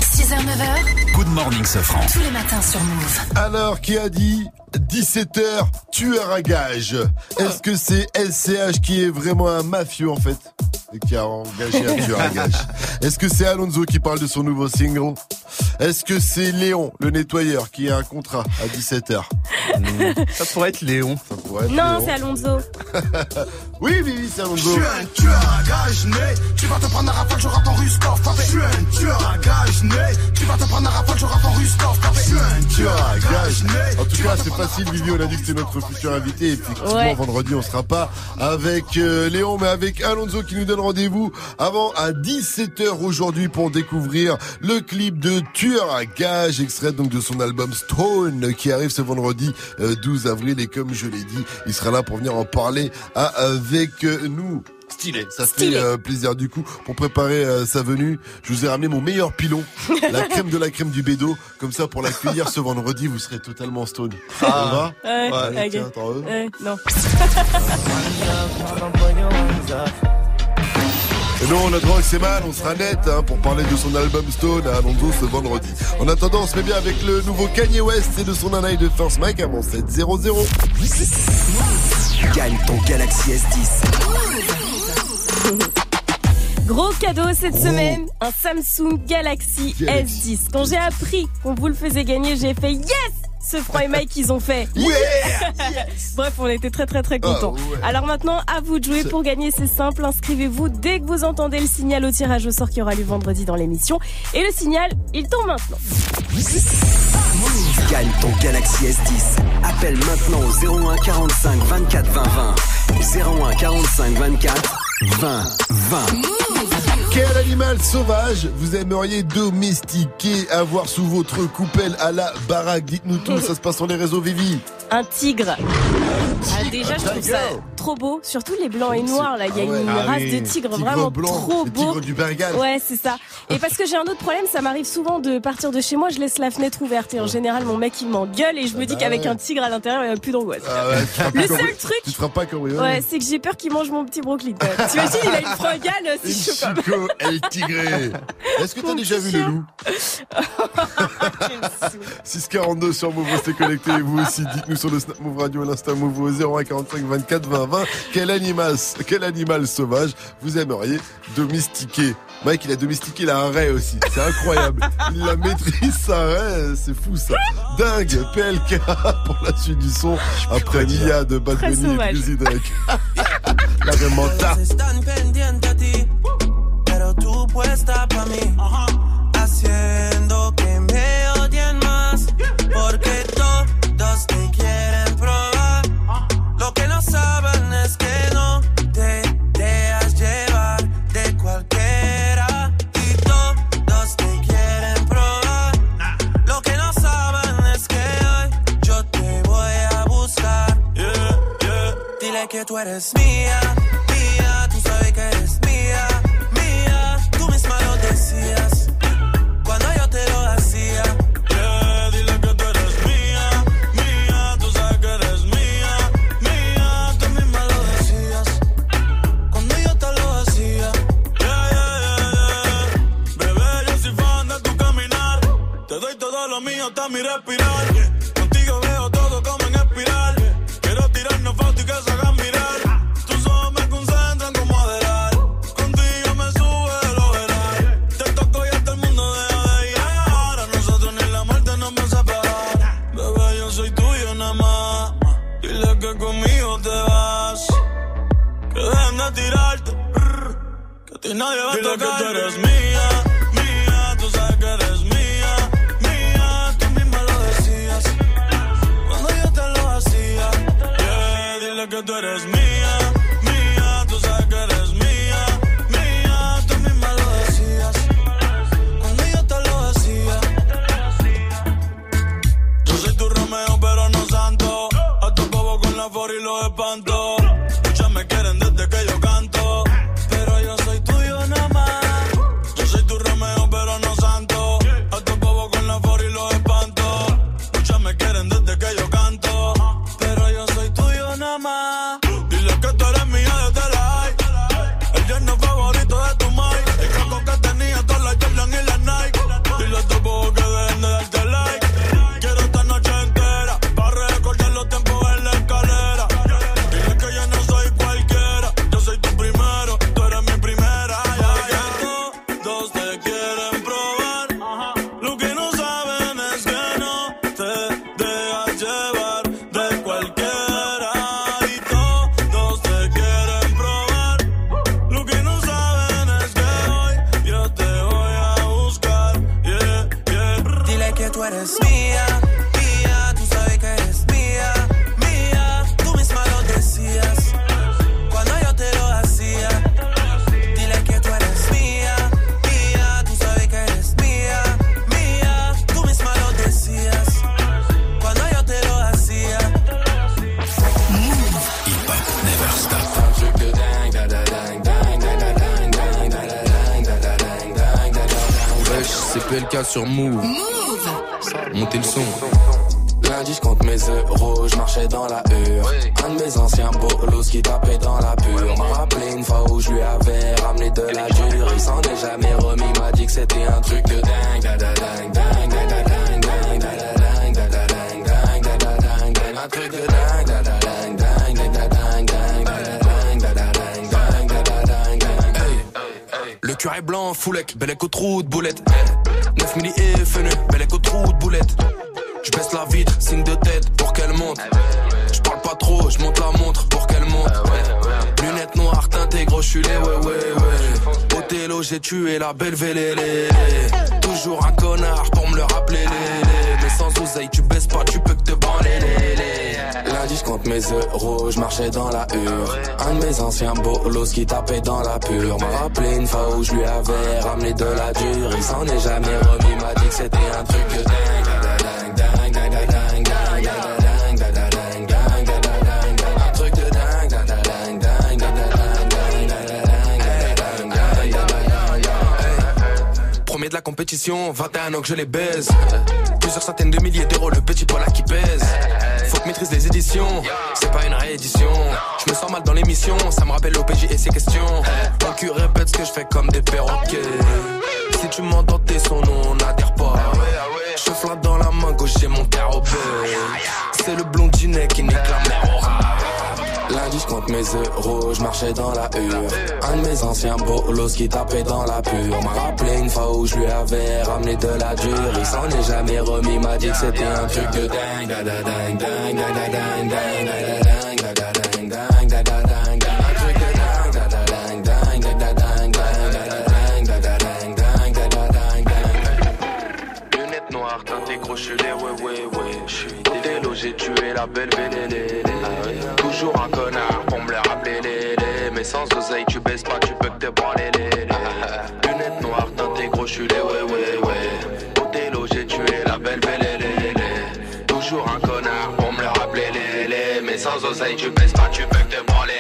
9h. Good morning, Sofran. Tous les matins sur Move. Alors, qui a dit 17h, tueur à gage? Est-ce que c'est LCH qui est vraiment un mafieux en fait et qui a engagé un tueur à gage? Est-ce que c'est Alonso qui parle de son nouveau single? Est-ce que c'est Léon, le nettoyeur, qui a un contrat à 17h? Ça pourrait être Léon. Ça pourrait être Non, Léon. c'est Alonso. Oui, c'est Alonso. Je suis un tueur à gage né. Tu vas te prendre un rafale, j'aurai ton Ruskov. Je suis un tueur à gage né. Tu vas te prendre un rafale, j'aurai ton Ruskov. Je suis un tueur à gage. En tout cas, c'est facile, Vivi. On a dit que c'était notre futur invité. Et effectivement, Ouais. vendredi, on sera pas avec Léon, mais avec Alonso qui nous donne rendez-vous avant à 17h aujourd'hui pour découvrir le clip de Tueur à gage, extrait donc de son album Stone qui arrive ce vendredi 12 avril. Et comme je l'ai dit, il sera là pour venir en parler avec nous. Stylé, ça Stylé. fait plaisir du coup. Pour préparer sa venue, je vous ai ramené mon meilleur pilon, la crème de la crème du bédo. Comme ça, pour l'accueillir ce vendredi, vous serez totalement stone. Ça va? Ouais, Allez, ok. tiens, t'en veux? Non. Non, la drogue c'est mal, on sera net pour parler de son album Stone à Alonso ce vendredi. En attendant, on se met bien avec le nouveau Kanye West et de son anaï de First Mike avant 7-0-0. Gagne ton Galaxy S10. Gros cadeau cette semaine, un Samsung Galaxy S10. Quand j'ai appris qu'on vous le faisait gagner, j'ai fait yes! Ce Franck et Mike, ils ont fait yeah. Bref, on était très contents. Ouais. Alors maintenant, à vous de jouer. Pour gagner, c'est simple. Inscrivez-vous dès que vous entendez le signal au tirage au sort qui aura lieu vendredi dans l'émission. Et le signal, il tombe maintenant. Gagne ton Galaxy S10. Appelle maintenant au 01 45 24 20 20. 01 45 24 20 20. Quel animal sauvage vous aimeriez domestiquer, avoir sous votre coupelle à la baraque? Dites-nous tout, ça se passe sur les réseaux, Vivi. Un tigre. Déjà, je trouve ça trop beau. Surtout les blancs et noirs, là. Il y a une race de tigres vraiment blanc, trop beau. Tigre du Bengale. Ouais, c'est ça. Et parce que j'ai un autre problème, ça m'arrive souvent de partir de chez moi, je laisse la fenêtre ouverte. Et en général, mon mec, il m'engueule et je me dis qu'avec un tigre à l'intérieur, il n'y a plus d'angoisse. Le seul truc. Tu te feras pas comme Ouais, c'est que j'ai peur qu'il mange mon petit brocoli. T'imagines, il a une fringale, c'est chaud. Chico, El Tigré. Est-ce que t'as déjà vu le loup? 642 sur Move, restez connectés. Et vous aussi, dites-nous sur le Snap Move Radio et l'Insta Move au 0145 24 20 20. Quel animal sauvage vous aimeriez domestiquer? Mike, il a domestiqué la raie aussi. C'est incroyable. Il la maîtrise, sa raie. C'est fou, ça. Dingue. PLK pour la suite du son. Après Nia de Bad Bunny et Crazy Drake. La remonta. Pero tú puesta pa' mí, haciendo que me odien más, porque todos te quieren probar. Lo que no saben es que no te dejas llevar de cualquiera, y todos te quieren probar. Lo que no saben es que hoy yo te voy a buscar. Dile que tú eres mía, mía, tú sabes que eres mía. Decías cuando yo te lo hacía. Dile que tú eres mía, mía, tú sabes que eres mía, mía, tú misma lo decías cuando yo te lo hacía. Bebé, yo soy fan de tu caminar, te doy todo lo mío hasta mi respirar. Contigo veo todo como en espiral. Quiero tirarnos fotos y que se hagan mirar. Tus ojos me concentran como Adderall. Contigo me sube de lo veral. Te toco y hasta el mundo deja de llegar. A nosotros ni la muerte nos va a separar. Bebé, yo soy tuyo nada más. Dile que conmigo te vas. Que dejen de tirarte. Que a ti nadie va a tocar. Dile que tú eres mía, mía. Tú sabes que eres mía, mía. Tú misma lo decías cuando yo te lo hacía. Dile que tú eres mía, mía. Tú sabes que eres mía, mía. Tú misma lo decías cuando yo te lo hacía. Yo soy tu Romeo pero no santo. A tu bobo con la for y los espanto. Muchas me quieren desde que yo canto, pero yo soy tuyo nada más. Yo soy tu Romeo pero no santo. A tu bobo con la for y los espanto. Muchas me quieren desde que yo canto, pero yo soy tuyo nada más. Dile que tú eres mía desde la high. El yerno favorito de tu mai. El caco que tenía todas las Jordan y las Nike. Dile a tu bobo que dejen de darte like. Quiero esta noche entera para recordar los tiempos en la escalera. Dile que yo no soy cualquiera. Yo soy tu primero, tú eres mi primera. Todos te quieren probar. Lo que no saben es que no te dejas llevar de cualquiera. Y todos te quieren probar. Lo que no saben es que hoy yo te voy a buscar. Dile que tú eres mía, mía. Tú sabes que eres mía, mía. Tú misma lo decías cuando yo te lo hacía. Dile que tú eres mía, mía. Tú sabes que eres mía, mía. Tú misma lo decías cuando yo te lo hacía. Hip Hop Never Stop. Wesh, c'est PLK sur Move. Montez le son. Lundi je compte mes euros, je marchais dans la hure. Un de mes anciens bolos qui tapait dans la pure m'a rappelé une fois où je lui avais ramené de la dure. c'était un truc de dingue. Da da dingue, dingue, da da dingue, dingue, da da dingue, da da dingue, dingue, da da dingue, dingue, un truc de dingue, da da dingue, dingue, da da dingue, dingue, da da dingue, da da dingue, dingue, da da dingue, dingue. Le cœur est blanc, foulec, bellec au trou de boulette. 9 milli et fenu, bellec au trou de boulette. Je baisse la vitre, signe de tête pour qu'elle monte. Je parle pas trop, je monte la montre pour qu'elle monte. Lunettes noires, teintées, gros, je suis les ouais. Othello, j'ai tué la belle vélélé. Toujours un connard pour me le rappeler. Mais sans oseille, tu baisses pas, tu peux que te branler. Lundi, je compte mes euros, je marchais dans la hure. Un de mes anciens bolos qui tapait dans la pure m'a rappelé une fois où je lui avais ramené de la dure. Il s'en est jamais remis, m'a dit que c'était un truc de dingue. De la compétition, 21 ans que je les baise. Plusieurs centaines de milliers d'euros, le petit Paula qui pèse. Faut que maîtrise les éditions, c'est pas une réédition. Je me sens mal dans l'émission, ça me rappelle l'OPJ et ses questions. Mon cul répète ce que je fais comme des perroquets. Si tu m'entends tes sons, non, on n'adhère pas. Je flatte dans la main gauche, j'ai mon carreau. C'est le blondinet qui nique la mer au rat. Lundi, je compte mes euros, je marchais dans la hure. Un de mes anciens bolos qui tapait dans la pure m'a rappelé une fois où je lui avais ramené de la dure. Il s'en est jamais remis, m'a dit que c'était un truc de dingue. Da da dingue, dingue, da da dingue, dingue, da da dingue, da da dingue, un truc de dingue. Da da dingue, dingue, da da dingue, da da dingue, da da dingue. Lunettes noires, teintées, gros, je suis les ouais. Je suis délo, j'ai tué la belle vélélé. Toujours un connard pour me le rappeler, mais sans oseille tu baisses pas, tu peux que te branler, lunettes noires, teintées, gros, je suis les ouais. Othello, j'ai tué la belle vélélé. Toujours un connard pour me le rappeler, mais sans oseille tu baisses pas, tu peux que te branler.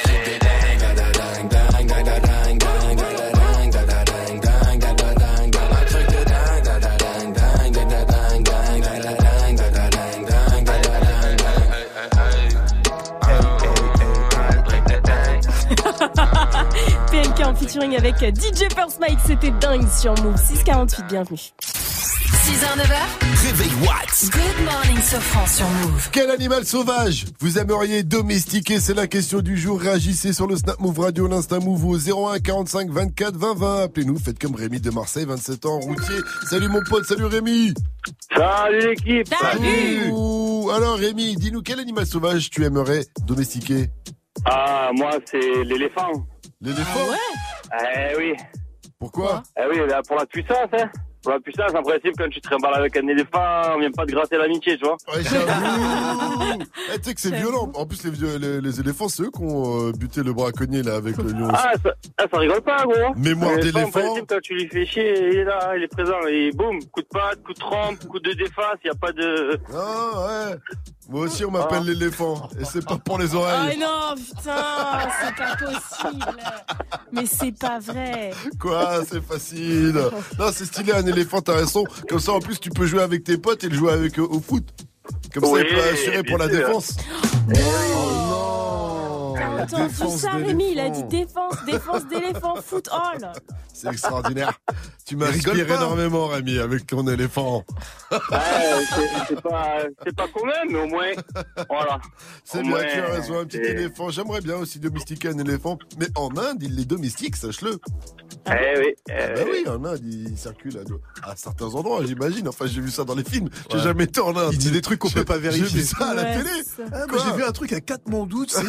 PLK en featuring avec DJ First Mike, c'était dingue sur Move. 648, bienvenue. 6h, 9h. Réveil What? Good morning, Sofran sur Move. Quel animal sauvage vous aimeriez domestiquer? C'est la question du jour. Réagissez sur le Snap Move Radio, l'Insta Move au 01 45 24 20 20. Appelez-nous, faites comme Rémi de Marseille, 27 ans, routier. Salut mon pote, salut Rémi. Salut l'équipe. Salut. Alors Rémi, dis-nous quel animal sauvage tu aimerais domestiquer? Ah, moi c'est l'éléphant. L'éléphant? Eh oui. Pourquoi? Eh oui, là, pour la puissance, hein. Pour la puissance, en principe, quand tu te trimbales avec un éléphant, on vient pas te gratter l'amitié, tu vois. Ouais, j'avoue. Tu sais que c'est violent. En plus, les éléphants, c'est eux qui ont buté le braconnier, là, avec le lion. Ah, ça rigole pas, gros. Mémoire d'éléphant. En principe, quand tu lui fais chier, il est là, il est présent. Et boum, coup de patte, coup de trompe, coup de déface, y a pas de... Ah, ouais. Moi aussi, on m'appelle l'éléphant. Et c'est pas pour les oreilles. Oh non, putain, c'est pas possible. Mais c'est pas vrai. Quoi? C'est facile. Non, c'est stylé, un éléphant, t'as raison. Comme ça, en plus, tu peux jouer avec tes potes et le jouer avec eux au foot. Comme ça, il peut assurer pour la défense. Oh non. Attends, tout ça, Rémi, il a dit défense d'éléphant, foot all. C'est extraordinaire. Tu m'inspires énormément, Rémi, avec ton éléphant. C'est pas commun, mais au moins, voilà. C'est bien, tu as raison, un petit éléphant. J'aimerais bien aussi domestiquer un éléphant, mais en Inde, ils les domestiquent, sache-le. Oui. Bah oui, en Inde, ils circulent à certains endroits, j'imagine. Enfin, j'ai vu ça dans les films. J'ai jamais été en Inde. Il dit des trucs qu'on peut pas vérifier. J'ai vu ça à la télé. J'ai vu un truc à Katmandou, tu sais.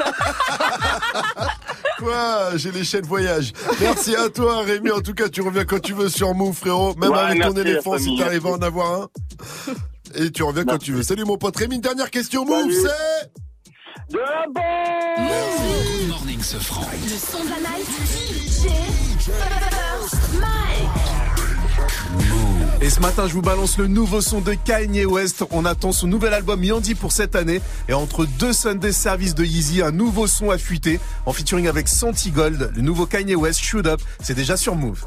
Quoi? J'ai les chaînes voyage. Merci à toi, Rémi. En tout cas, tu reviens quand tu veux sur Move, frérot. Même avec ton éléphant, si t'arrives à en avoir un. Et tu reviens quand tu veux. Salut, mon pote Rémi. Une dernière question, Move, c'est... De la bombe. Good morning, Sofran. Le son de la night. DJ First Mike. Et ce matin, je vous balance le nouveau son de Kanye West. On attend son nouvel album Yandy pour cette année. Et entre deux Sunday Service de Yeezy, un nouveau son a fuité en featuring avec Santi Gold. Le nouveau Kanye West, Shoot Up, c'est déjà sur Move.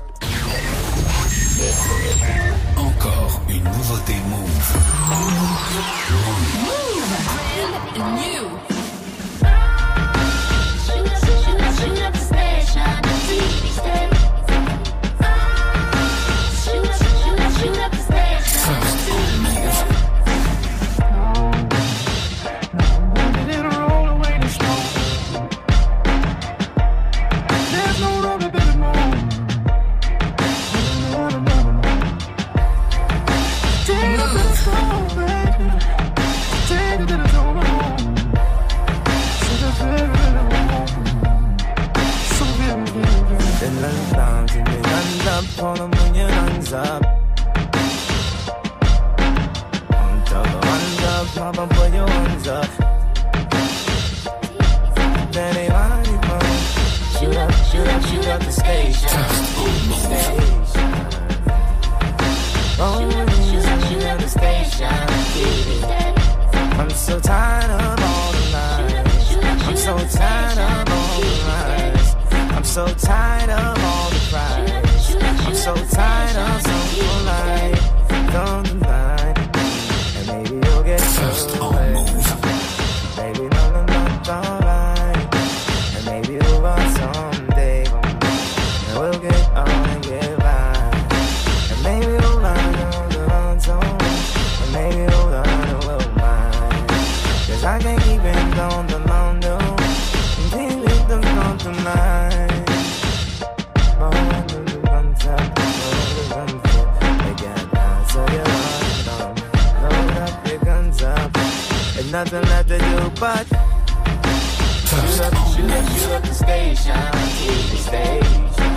Encore une nouveauté Move. Brand new. up, hold 'em when your guns up. Hands up, pop up, put your hands up. Then anybody come. Shoot up, shoot up, shoot up the station. Oh, shoot up the station. I'm so tired of all the lies. I'm so tired of all the lies. I'm so tired of all the cries. I'm so tired of some people lie. Don't lie. And maybe you'll get first on move. Maybe nothing's alright. And maybe you'll run someday. And we'll get on and get by. And maybe you'll learn to run so. And maybe you'll learn to will mind. Cause I can't keep it on the long no. And keep it on tonight. Nothing left to do but shoot up, shoot up, shoot up the station, TV station.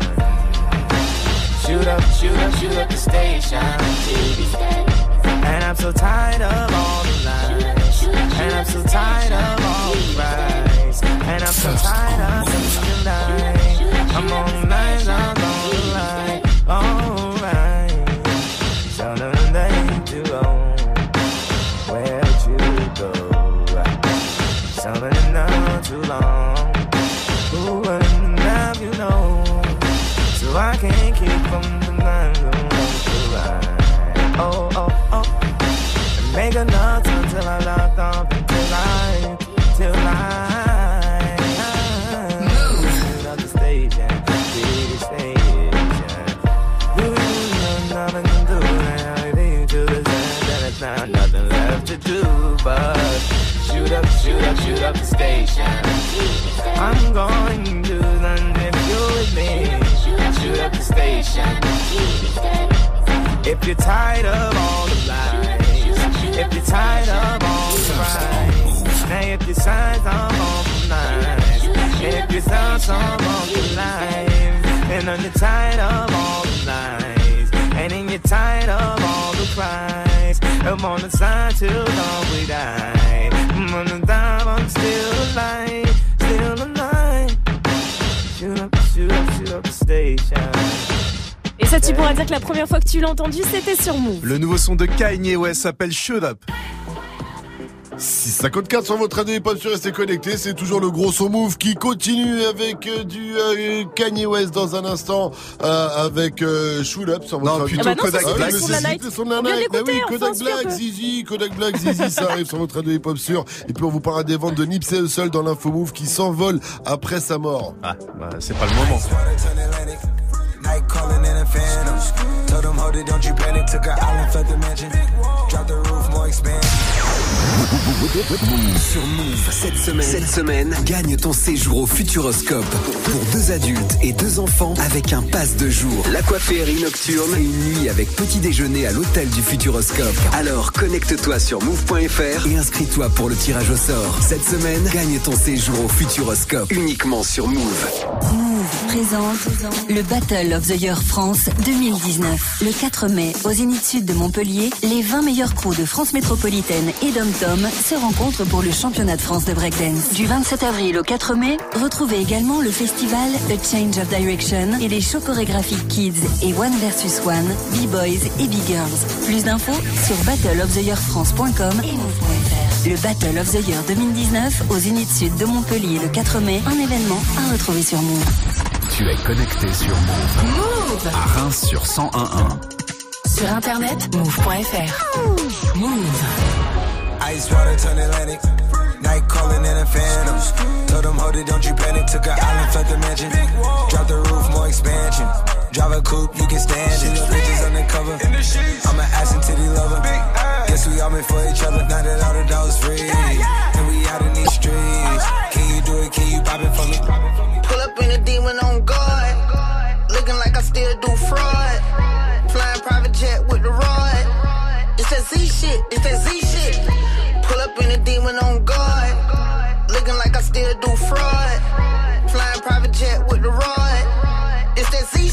Shoot up, shoot up, shoot up the station, TV station. And I'm so tired of all the lies. And I'm so tired of all the lies. And I'm so tired of the lies. I'm on the line, I'm on the line. Alright. So nothing ain't too long. Something not too long. Ooh, and now you know. So I can't keep from the mind to ride. Oh, oh, oh. And make enough until I locked off until I move up the station, the station. You nothing to do, and I leave to the sand, and it's not nothing left to do but shoot up, shoot up, shoot up the station. I'm going to London if you're with me. Shoot up the station. If you're tired of all the lies, if you're tired of all the cries, now if you're tired of all the lies, and if you're tired of all the lies, and then you're tired of all the lies, and then you're tired of all the cries, I'm on the side till dawn we die. I'm on the dive, I'm still alive, still alive. Shoot up, shoot up, shoot up the station. Et ça, tu pourras dire que la première fois que tu l'as entendu, c'était sur Move. Le nouveau son de Kanye West s'appelle Shut Up. 654 sur votre radio, pas sûr, restez connectés. C'est toujours le gros son Move qui continue avec du Kanye West dans un instant, avec Shoot Up sur votre radio. Plutôt Kodak Black. C'est son de la night. Bah oui, Kodak Black, Zizi, Kodak Black, Zizi, ça arrive sur votre radio hip-hop sûr. Et puis on vous parlera des ventes de Nipsey Hussle dans l'info Move qui s'envole après sa mort. Ah, bah c'est pas le moment. Night calling in a phantom. Told them, hold it, don't you panic. Took an island, felt the mansion. Drop the roof, more expansion. Sur Move, cette semaine, gagne ton séjour au Futuroscope. Pour 2 adultes et 2 enfants avec un pass de jour. L'aquaférie nocturne et une nuit avec petit déjeuner à l'hôtel du Futuroscope. Alors connecte-toi sur move.fr et inscris-toi pour le tirage au sort. Cette semaine, gagne ton séjour au Futuroscope. Uniquement sur Move. Move présente le Battle of the Year France 2019. Le 4 mai, au Zénith Sud de Montpellier, les 20 meilleurs crews de France métropolitaine et Dom-Tom se rencontrent pour le championnat de France de breakdance. Du 27 avril au 4 mai, retrouvez également le festival A Change of Direction et les shows chorégraphiques Kids et One vs One, B-Boys et B-Girls. Plus d'infos sur battleoftheyearfrance.com et move.fr. Le Battle of the Year 2019 au Zénith Sud de Montpellier le 4 mai, un événement à retrouver sur Move. Tu es connecté sur Move. Move à Reims sur 101.1. Sur internet, move.fr. Move. Ice water turn Atlantic. Night calling in a phantom. Told them, hold it, don't you panic. Took an island, felt the mansion. Drop the roof, more expansion. Drive a coupe, you can stand it. Bridges undercover. I'm an ass and titty lover. Guess we all meant for each other. Now that all the dogs free. And we out in these streets. Can you do it? Can you pop it for me? Pull up in a demon on guard. Looking like I still do fraud. Flying private jet with the rod. It's that Z shit, it's that Z shit. Pull up in a demon on guard. Looking like I still do fraud. Flying private jet with the rod. It's that Z shit.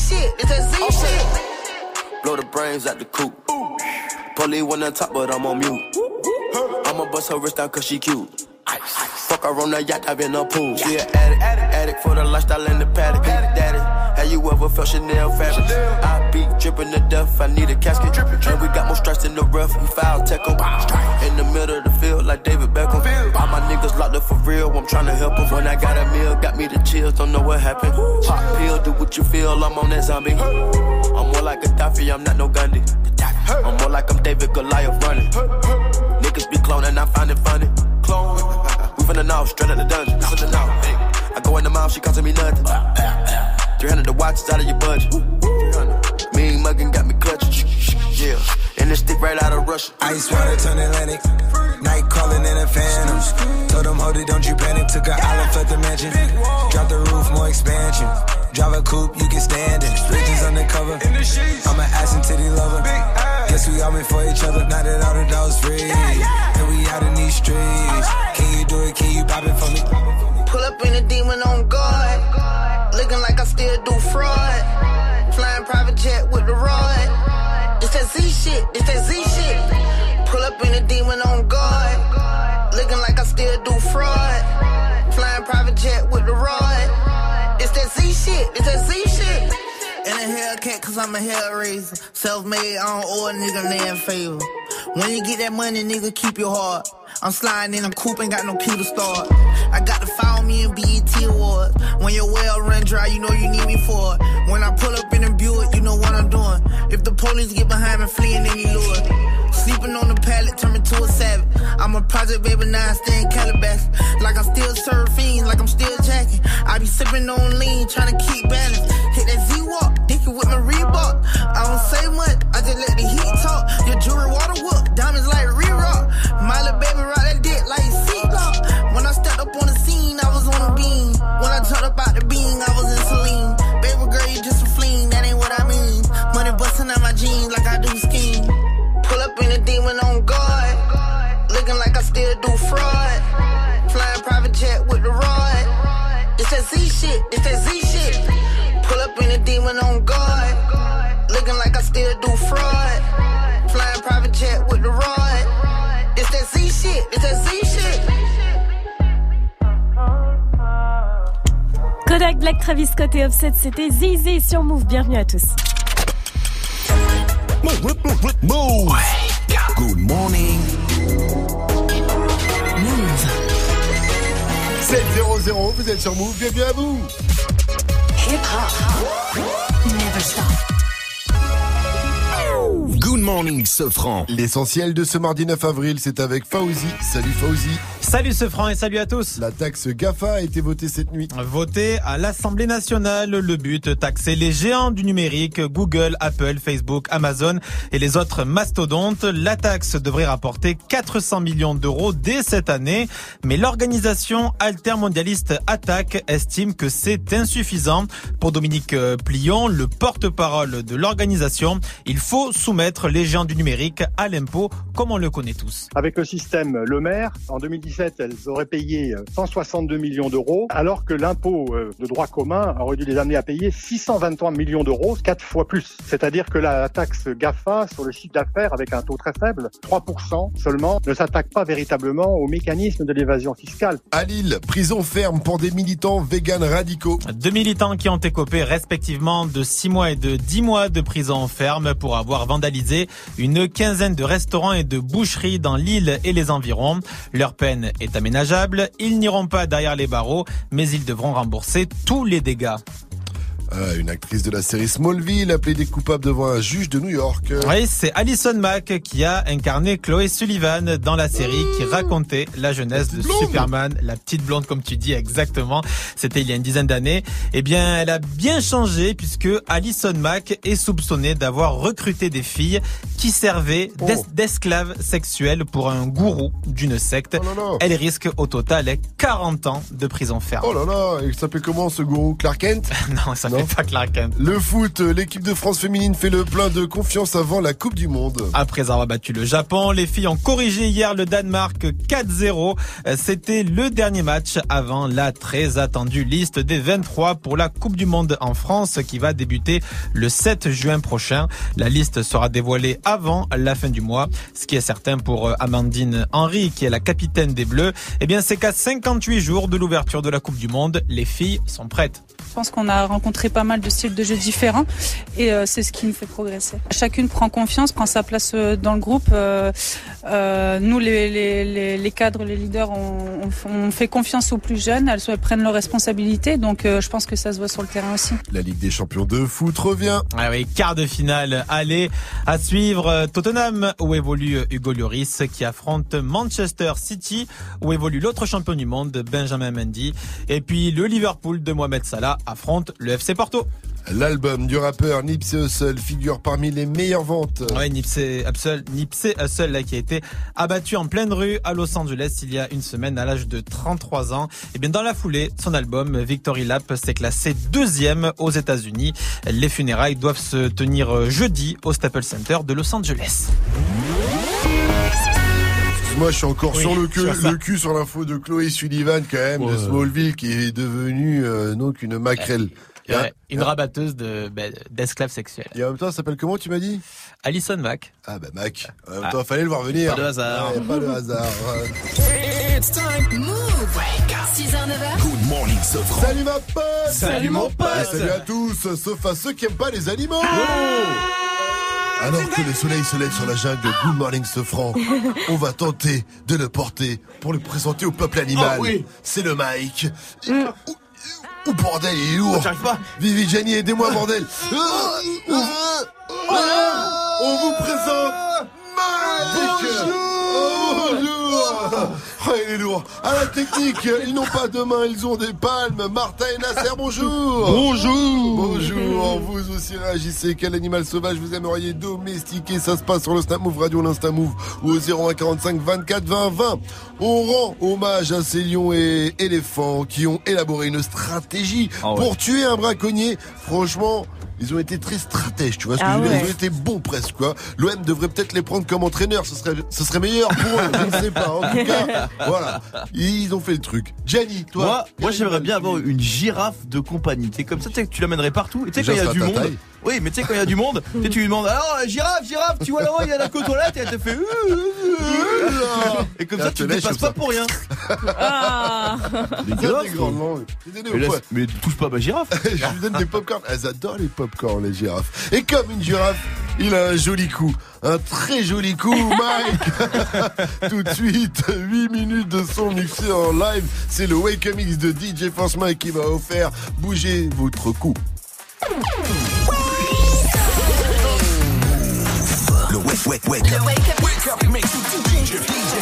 shit. It's that Z shit. Blow the brains out the coop. Polly one on top, but I'm on mute. I'ma bust her wrist down cause she cute. Fuck her on the yacht, I've been a pool. She an addict for the lifestyle and the paddock. Daddy, have you ever felt Chanel fabric? I be dripping to death, I need a casket. And we got more strikes in the rough, we foul tech em. In the middle of the field like David Beckham. All my niggas locked up for real, I'm tryna help them. When I got a meal, got me the chills, don't know what happened. Pop pill, do what you feel, I'm on that zombie. I'm more like Gaddafi, I'm not no Gandhi. I'm more like I'm David Goliath running. Niggas be cloning, I find it funny. Clone. We finna know, straight out the dungeon. Finna know. I go in the mouth, she costing me nothing. 300 the watches out of your budget. Mean muggin' got me clutching. Yeah, and this stick right out of Russia. Ice water turn Atlantic. Night calling in a phantom. Told them, hold it, don't you panic. Took an island, fled the mansion. Drop the roof, more expansion. Drive a coupe, you can stand it. Bridges undercover. I'm an ass and titty lover. Guess we all meant for each other. Now that all the dogs free. And we out in these streets. Can you do it? Can you pop it for me? Pull up in a demon on guard. Looking like I still do fraud. Flying private jet with the rod. It's that Z shit. It's that Z shit. Pull up in a demon on guard. Looking like I still do fraud. Flying private jet with the rod. It's that Z shit. It's that Z shit. In a Hellcat, cause I'm a hellraiser. Self-made, I don't owe a nigga land favor. When you get that money, nigga, keep your heart. I'm sliding in a coupe, ain't got no key to start. I got to follow me in BET Awards. When your well run dry, you know you need me for it. When I pull up in a Buick, you know what I'm doing. If the police get behind me, fleeing any lure. Sleeping on the pallet, turn me to a savage. I'm a project baby, now I stay in Calabasas. Like I'm still surfing, like I'm still jacking. I be sipping on lean, trying to keep balance. Hit that Z-Walk, dicky with my Reebok. I don't say much, I just let the heat talk. Your jewelry water whoop, diamonds like re-rock. My little baby rock that dick like seatlock. When I stepped up on the scene, I was on a beam. When I turned up out the beam, I was in Celine. Baby girl, you just a fleen, that ain't what I mean. Money busting out my jeans like I do scheme. Pull up in a demon on guard. Looking like I still do fraud. Flying private jet with the rod. It's that Z shit, it's that Z shit. Pull up in a demon on guard. Looking like I still do fraud. Flying private jet with the rod. It's that Z shit, it's that Z shit. Kodak Black, Travis Scott et Offset, c'était Zizé sur Move. Bienvenue à tous. Move. Good morning. Move. 7-0-0, vous êtes sur Move, bienvenue à vous. Hip hop. Never stop. Good morning, Sofran. L'essentiel de ce mardi 9 avril, c'est avec Fauzi. Salut Fauzi. Salut Sofran et salut à tous. La taxe GAFA a été votée cette nuit. Votée à l'Assemblée nationale, le but, taxer les géants du numérique, Google, Apple, Facebook, Amazon et les autres mastodontes. La taxe devrait rapporter 400 millions d'euros dès cette année, mais l'organisation altermondialiste ATTAC estime que c'est insuffisant. Pour Dominique Plion, le porte-parole de l'organisation, il faut soumettre les géants du numérique à l'impôt comme on le connaît tous. Avec le système Le Maire, en 2017, elles auraient payé 162 millions d'euros, alors que l'impôt de droit commun aurait dû les amener à payer 623 millions d'euros, 4 fois plus. C'est-à-dire que la taxe GAFA sur le chiffre d'affaires, avec un taux très faible, 3% seulement, ne s'attaque pas véritablement au mécanisme de l'évasion fiscale. À Lille, prison ferme pour des militants véganes radicaux. 2 militants qui ont écopé respectivement de 6 mois et de 10 mois de prison ferme pour avoir vandalisé une quinzaine de restaurants et de boucheries dans Lille et les environs. Leur peine est aménageable. Ils n'iront pas derrière les barreaux, mais ils devront rembourser tous les dégâts. Une actrice de la série Smallville a plaidé coupable devant un juge de New York. Oui, c'est Alison Mack qui a incarné Chloé Sullivan dans la série qui racontait la jeunesse de Superman, la petite blonde comme tu dis exactement. C'était il y a une dizaine d'années. Eh bien, elle a bien changé puisque Alison Mack est soupçonnée d'avoir recruté des filles qui servaient d'esclaves sexuels pour un gourou d'une secte. Elle risque au total 40 ans de prison ferme. Oh là là, il s'appelle comment ce gourou, Clark Kent? Non, ça fait C'est pas Clark Kent. Le foot, l'équipe de France féminine fait le plein de confiance avant la Coupe du Monde. Après avoir battu le Japon, les filles ont corrigé hier le Danemark 4-0. C'était le dernier match avant la très attendue liste des 23 pour la Coupe du Monde en France qui va débuter le 7 juin prochain. La liste sera dévoilée avant la fin du mois. Ce qui est certain pour Amandine Henry, qui est la capitaine des Bleus, eh bien, c'est qu'à 58 jours de l'ouverture de la Coupe du Monde, les filles sont prêtes. Je pense qu'on a rencontré pas mal de styles de jeu différents et c'est ce qui nous fait progresser. Chacune prend confiance, prend sa place dans le groupe. Nous, les cadres, les leaders, on fait confiance aux plus jeunes. Elles prennent leurs responsabilités, donc je pense que ça se voit sur le terrain aussi. La Ligue des champions de foot revient. Ah oui, quart de finale. Allez, à suivre Tottenham, où évolue Hugo Lloris, qui affronte Manchester City, où évolue l'autre champion du monde, Benjamin Mendy. Et puis le Liverpool de Mohamed Salah affronte le FC Porto. L'album du rappeur Nipsey Hussle figure parmi les meilleures ventes. Ouais, Nipsey Hussle là, qui a été abattu en pleine rue à Los Angeles il y a une semaine à l'âge de 33 ans. Et bien dans la foulée, son album Victory Lap s'est classé 2e aux États-Unis. Les funérailles doivent se tenir jeudi au Staples Center de Los Angeles. Moi, je suis encore sur le cul sur l'info de Chloé Sullivan, quand même, de Smallville, qui est devenue donc une maquerelle. Une rabatteuse d'esclaves sexuels. Et en même temps, ça s'appelle comment, tu m'as dit? Alison Mack. Ah bah Mack. En même temps, fallait le voir venir. Pas de hasard. Pas de hasard. It's time. Move. 6h, 9h. Good morning, Sofran. Salut ma pote. Salut mon pote. Et salut à tous, sauf à ceux qui aiment pas les animaux. Alors que le soleil se lève sur la jungle de Good Morning Sofran, on va tenter de le porter pour le présenter au peuple animal. Oh oui. C'est le Mike. Oh bordel, il est lourd. J'arrive pas. Vivi, Jenny, aidez-moi, bordel. On vous présente Mike. Bonjour. Oh, il est lourd. À la technique, ils n'ont pas de mains, ils ont des palmes. Martin et Nasser, bonjour. Bonjour. Bonjour. Vous aussi réagissez. Quel animal sauvage vous aimeriez domestiquer? Ça se passe sur le Snap Move Radio, l'Insta Move ou au 01 45 24 20 20. On rend hommage à ces lions et éléphants qui ont élaboré une stratégie pour tuer un braconnier. Franchement, ils ont été très stratèges, tu vois ce que je veux dire. Ils ont été bons presque, quoi. L'OM devrait peut-être les prendre comme entraîneurs, ce serait meilleur pour eux, je ne sais pas. En tout cas, voilà. Ils ont fait le truc. Gianni, toi. Moi j'aimerais bien avoir une girafe de compagnie. C'est comme ça, tu sais que tu l'amènerais partout. Et tu sais quand il y a du monde. taille. Oui, mais tu sais quand il y a du monde, tu lui demandes alors girafe, tu vois là-haut, il y a la côte aux lettres et elle te fait et comme ça tu ne dépasses pas pour rien. Mais touche pas à ma girafe. Je lui donne des popcorn. Elles adorent les popcorn, les girafes. Et comme une girafe, il a un joli coup. Un très joli coup, Mike. Tout de suite, 8 minutes de son mixé en live. C'est le Wake Up Mix de DJ Force Mike qui va offrir. Bougez votre cou. Le wake up mix DJ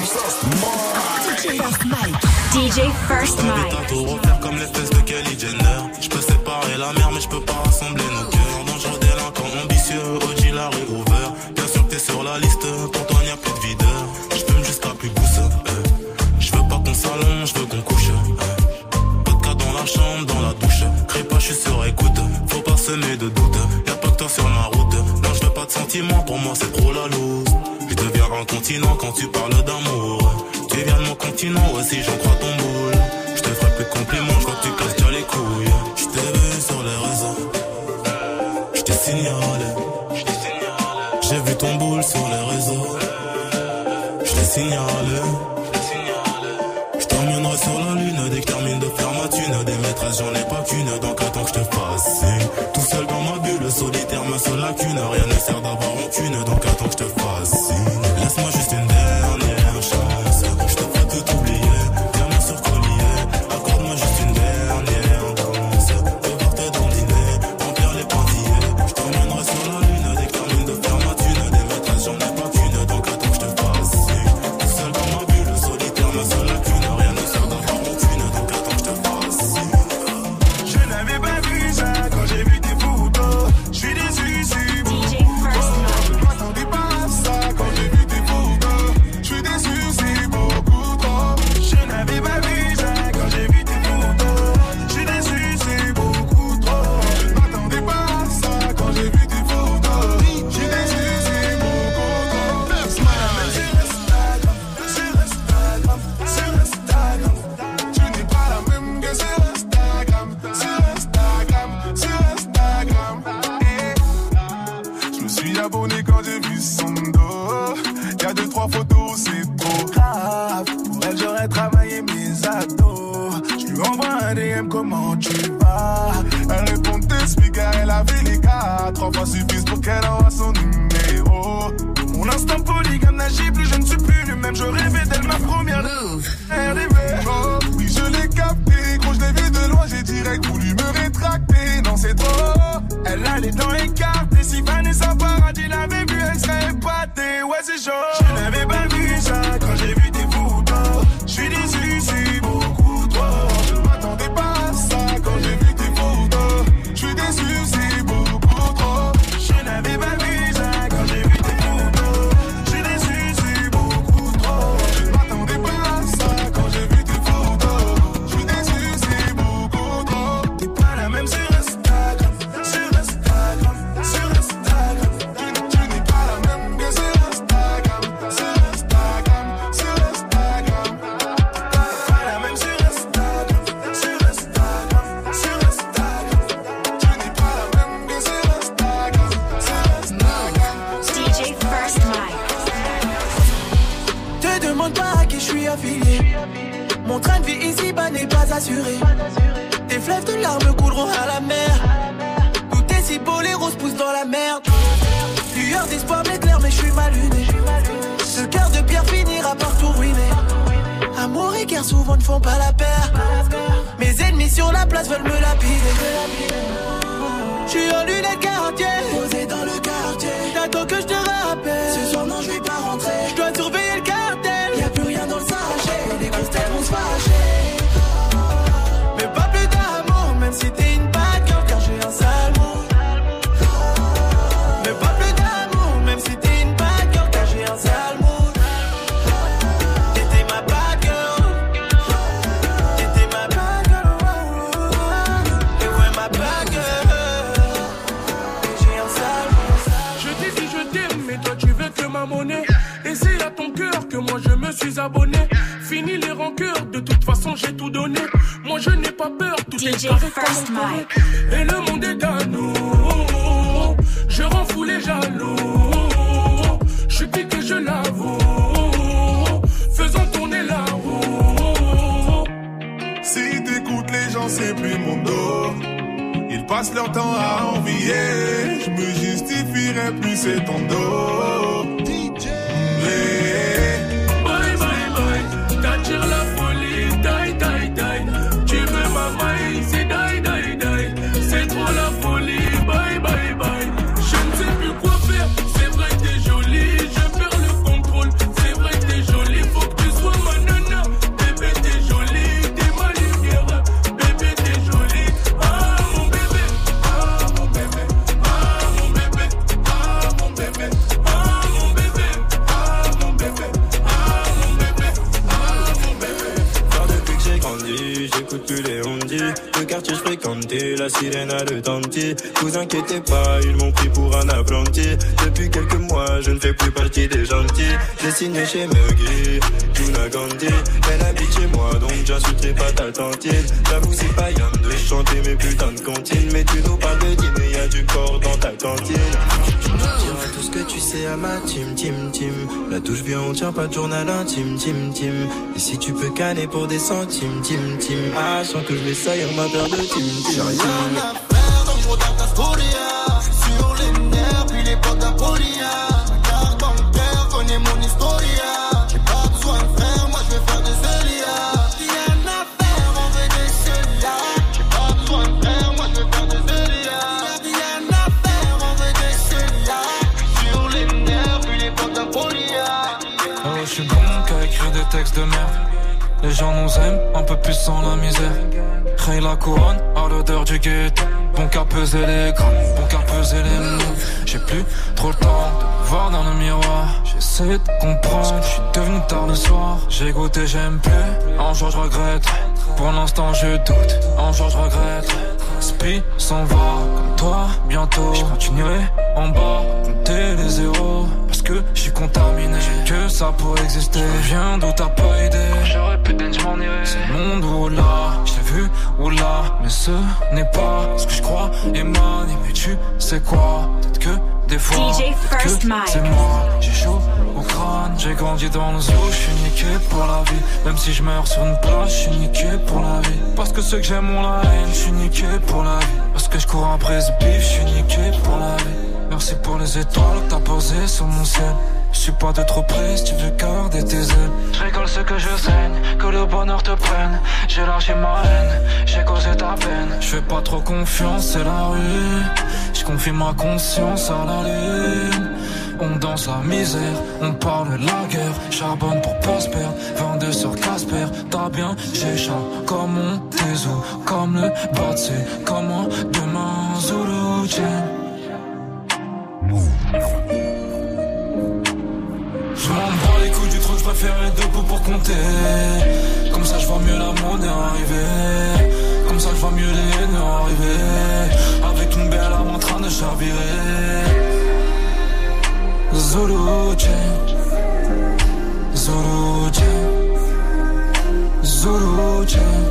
First Mike. DJ First Mike. J'invite à tout refaire comme l'espèce de Kelly Jenner. Je peux séparer la mer mais je peux pas rassembler nos cœurs. Dangereux délinquant ambitieux, OG la réouvert. Bien sûr que t'es sur la liste, pour toi n'y a plus de videur. Je fume jusqu'à plus pousse. Je veux pas qu'on s'allonge, je veux qu'on couche. Pas de cas dans la chambre, dans la douche. Crie pas, je suis sur écoute. Faut pas semer de doute. Y'a pas que toi sur ma route. Non, je veux pas de sentiments, pour moi c'est trop la loose. Je deviens incontinent quand tu parles d'amour. Tu viens de mon continent, ouais si j'en crois ton boule. Je te ferai plus de compliments, je crois que tu casses déjà les couilles. Je t'ai vu sur les réseaux, je t'ai signalé. J'ai vu ton boule sur les réseaux, je t'ai signalé. Je t'emmènerai sur la lune dès que je termine de faire ma thune. Des maîtresses j'en ai pas qu'une, donc attends que je te fasse signe. Tout seul dans ma bulle, solitaire ma seule lacune. Rien ne sert d'avoir rancune, donc attends que je te fasse signe. Laisse-moi juste une dernière chance, je te ferai tout oublier. Viens-moi sur collier, accorde-moi juste une dernière abonné quand j'ai vu son dos. Y'a 2-3 photos, c'est trop grave. Pour elle, j'aurais travaillé mes ados. J'lui envoie un DM, comment tu vas? Elle répond, t'explique, car elle avait les cas. 3 fois suffisent pour qu'elle envoie son numéro. Mon instinct polygame n'agit plus, je ne suis plus le même. Je rêvais d'elle, ma première RDV. Oh, oui, je l'ai capté. Quand je l'ai vu de loin, j'ai direct voulu me rétracter. Non, c'est trop. Elle a les dents écartées. Si Vanessa Paradis l'avait vu, elle serait épatée. Ouais, c'est chaud. Je n'avais pas vu ça quand j'ai vu tes photos. Je suis déçu, c'est beaucoup trop. Je ne m'attendais pas à ça quand j'ai vu tes photos. Je suis déçu, c'est beaucoup trop. Je n'avais pas vu ça quand j'ai vu tes photos. Je suis déçu, c'est beaucoup trop. Je ne m'attendais pas à ça quand j'ai vu tes photos. Je suis déçu, c'est beaucoup trop. T'es pas la même sur Instagram, sur Instagram, sur Instagram. Tu n'es pas la même que sur Instagram, sur Instagram, sur Instagram. Pas la même sur Instagram, sur Instagram, sur Instagram. Tu n'es pas la même que sur Instagram, sur Instagram. DJ First Mike. Te demande pas à qui je suis affilié. Mon train de vie ici-bas n'est pas assuré. Tes fleuves de larmes couleront à la mer. Tout est si beau, les roses poussent dans la merde. Lueur d'espoir m'éclaire, mais je suis mal luné. Ce cœur de pierre finira par tout ruiner. Amour et guerre souvent ne font pas la paire. Mes ennemis sur la place veulent me lapider. Je suis en lunettes quartier, posé dans le quartier. J'attends que je te rappelle. Ce soir non je vais pas rentrer. Je dois surveiller le cartel. Y'a plus rien dans le sachet. Les grosses têtes vont se fâcher. Mais pas plus d'amour, même si t'es une bad girl, car j'ai un sale mot. Mais pas plus d'amour, même si t'es une bad girl, car j'ai un sale mot. T'étais ma bad girl. T'étais ma bad girl. Et ouais ma bad girl. Et j'ai un sale mot. Je t'ai dit je t'aime, mais toi tu veux que ma monnaie. Et c'est à ton cœur que moi je me suis abonné. Fini les rancœurs, de toute façon j'ai tout donné. Moi je n'ai pas peur, tout est carré comme on connaît. Et le monde est à nous. Je rends fou les jaloux. Je suis piqué, je l'avoue. Faisons tourner la roue. Si t'écoutes les gens, c'est plus mon dos. Ils passent leur temps à envier. Je me justifierai plus, c'est ton dos. Bye bye bye, t'attires la folie, die die die. Tu veux ma maille, c'est die die die. C'est trop la folie, bye bye bye. Je ne sais plus quoi faire, c'est vrai que t'es jolie. Je perds le contrôle, c'est vrai que t'es jolie. Faut que tu sois ma nana, bébé t'es jolie. T'es ma lumière, bébé t'es jolie. Ah mon bébé, ah mon bébé, ah mon bébé, ah mon bébé, ah mon bébé. J'écoute plus les ondis. Le quartier je fréquentais, la sirène a le tanti. Vous inquiétez pas, ils m'ont pris pour un apprenti. Depuis quelques mois, je ne fais plus partie des gentils. J'ai signé chez Muggy, Juna Gandhi. Elle habite chez moi, donc j'insulterai pas ta tantine. J'avoue c'est pas yann de chanter mes putains de comptines. Mais tu nous parles de dîner, y'a du corps dans ta cantine. Tu diras tout ce que tu sais à ma team. La touche vient, on tient pas de journal intime, team. Et si tu peux canner pour des centimes, team. Ah, je sens que je vais saillir ma paire de team. J'ai rien à faire, donc je regarde ta story. Je suis sur les nerfs, puis les potes d'Apolia. Ma carte bancaire, connais mon historia. J'ai pas besoin de faire, moi je vais faire des Célia. Rien à faire, on veut des Célia. J'ai pas besoin de faire, moi je vais faire des Célia. Rien à faire, on veut des Célia. Sur les nerfs, puis les potes d'Apolia. Oh, je suis bon qu'à écrire des textes de merde. Les gens nous aiment, un peu plus sans la misère. Ray la couronne, à l'odeur du ghetto. Bon qu'à peser les grammes, bon qu'à peser les mots. J'ai plus trop le temps de me voir dans le miroir. J'essaie de comprendre, je suis devenu tard le soir. J'ai goûté, j'aime plus, un jour je regrette. Pour l'instant je doute, un jour je regrette. Spi s'en va, comme toi, bientôt. Je continuerai en bas, compter les zéros. Parce que je suis contaminé, que ça pourrait exister. Viens d'où t'as pas idée. J'aurais pu je m'en irai. C'est le monde ou là, je l'ai vu ou là. Mais ce n'est pas ce que je crois émaner. Mais tu sais quoi, peut-être que des fois. DJ First Mike. C'est moi, j'ai chaud au crâne. J'ai grandi dans le zoo, je suis niqué pour la vie. Même si je meurs sur une plage, je suis niqué pour la vie. Parce que ceux que j'aime ont la haine, je suis niqué pour la vie. Parce que je cours après ce bif, je suis niqué pour la vie. Merci pour les étoiles que t'as posées sur mon ciel. Je suis pas de trop près si tu veux garder tes ailes. Je rigole ce que je saigne, que le bonheur te prenne. J'ai lâché ma haine, j'ai causé ta peine. Je fais pas trop confiance, c'est la rue. Je confie ma conscience à la lune. On danse la misère, on parle la guerre. Charbonne pour pas se perdre, 22 sur Casper. T'as bien, j'échappe comme on déso. Comme le batsé, comment demain Zulu Chen. Je m'en bats les couilles du trône, je préfère être debout pour compter. Comme ça je vois mieux la monnaie arriver. Comme ça je vois mieux les haines arriver. Avec une belle âme en train de chavirer. Zulu Chen, Zulu Chen, Zulu Chen.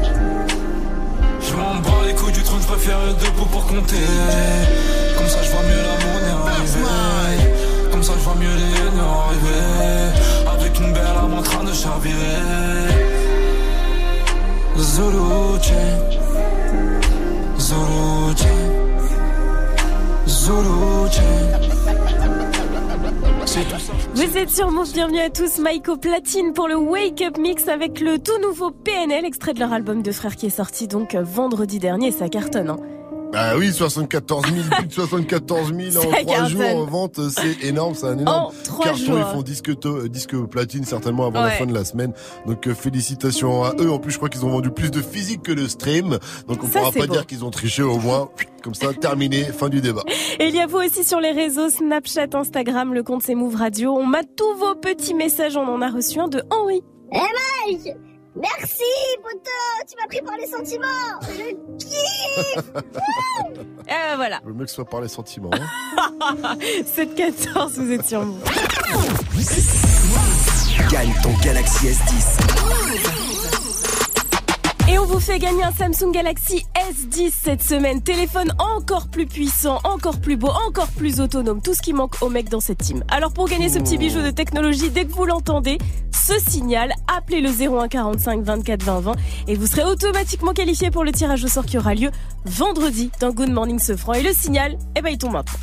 Je m'en bats les couilles du trône, je préfère être debout pour compter. Comme ça je vois mieux la monnaie arriver. Comme ça je vois mieux les haines arriver. Avec une belle âme en train de chavirer. Zulu Chen, Zulu Chen, Zulu Chen. Vous êtes sur Move, bienvenue à tous. Mike au platine pour le Wake Up Mix avec le tout nouveau PNL, extrait de leur album de frères qui est sorti donc vendredi dernier. Ça cartonne, hein. Bah oui, 74 000, plus de 74 000 en 3 jours en vente, c'est énorme, c'est un énorme carton. Jours. Ils font disque platine certainement avant la fin de la semaine. Donc félicitations à eux. En plus, je crois qu'ils ont vendu plus de physique que de stream. Donc on pourra pas dire qu'ils ont triché, au moins. Comme ça, terminé, fin du débat. Et il y a vous aussi sur les réseaux, Snapchat, Instagram, le compte c'est Move Radio. On m'a tous vos petits messages, on en a reçu un de Henri. Eh Mike, merci, poteau, tu m'as pris par les sentiments. Je kiffe. Voilà. Le mec soit par les sentiments. 7-14, vous êtes sur Move. Gagne ton Galaxy S10. Et on vous fait gagner un Samsung Galaxy S10 cette semaine. Téléphone encore plus puissant, encore plus beau, encore plus autonome. Tout ce qui manque aux mecs dans cette team. Alors pour gagner ce petit bijou de technologie, dès que vous l'entendez, ce signal, appelez le 01 45 24 20 20 et vous serez automatiquement qualifié pour le tirage au sort qui aura lieu vendredi dans Good Morning Sofran. Et le signal, il tombe maintenant.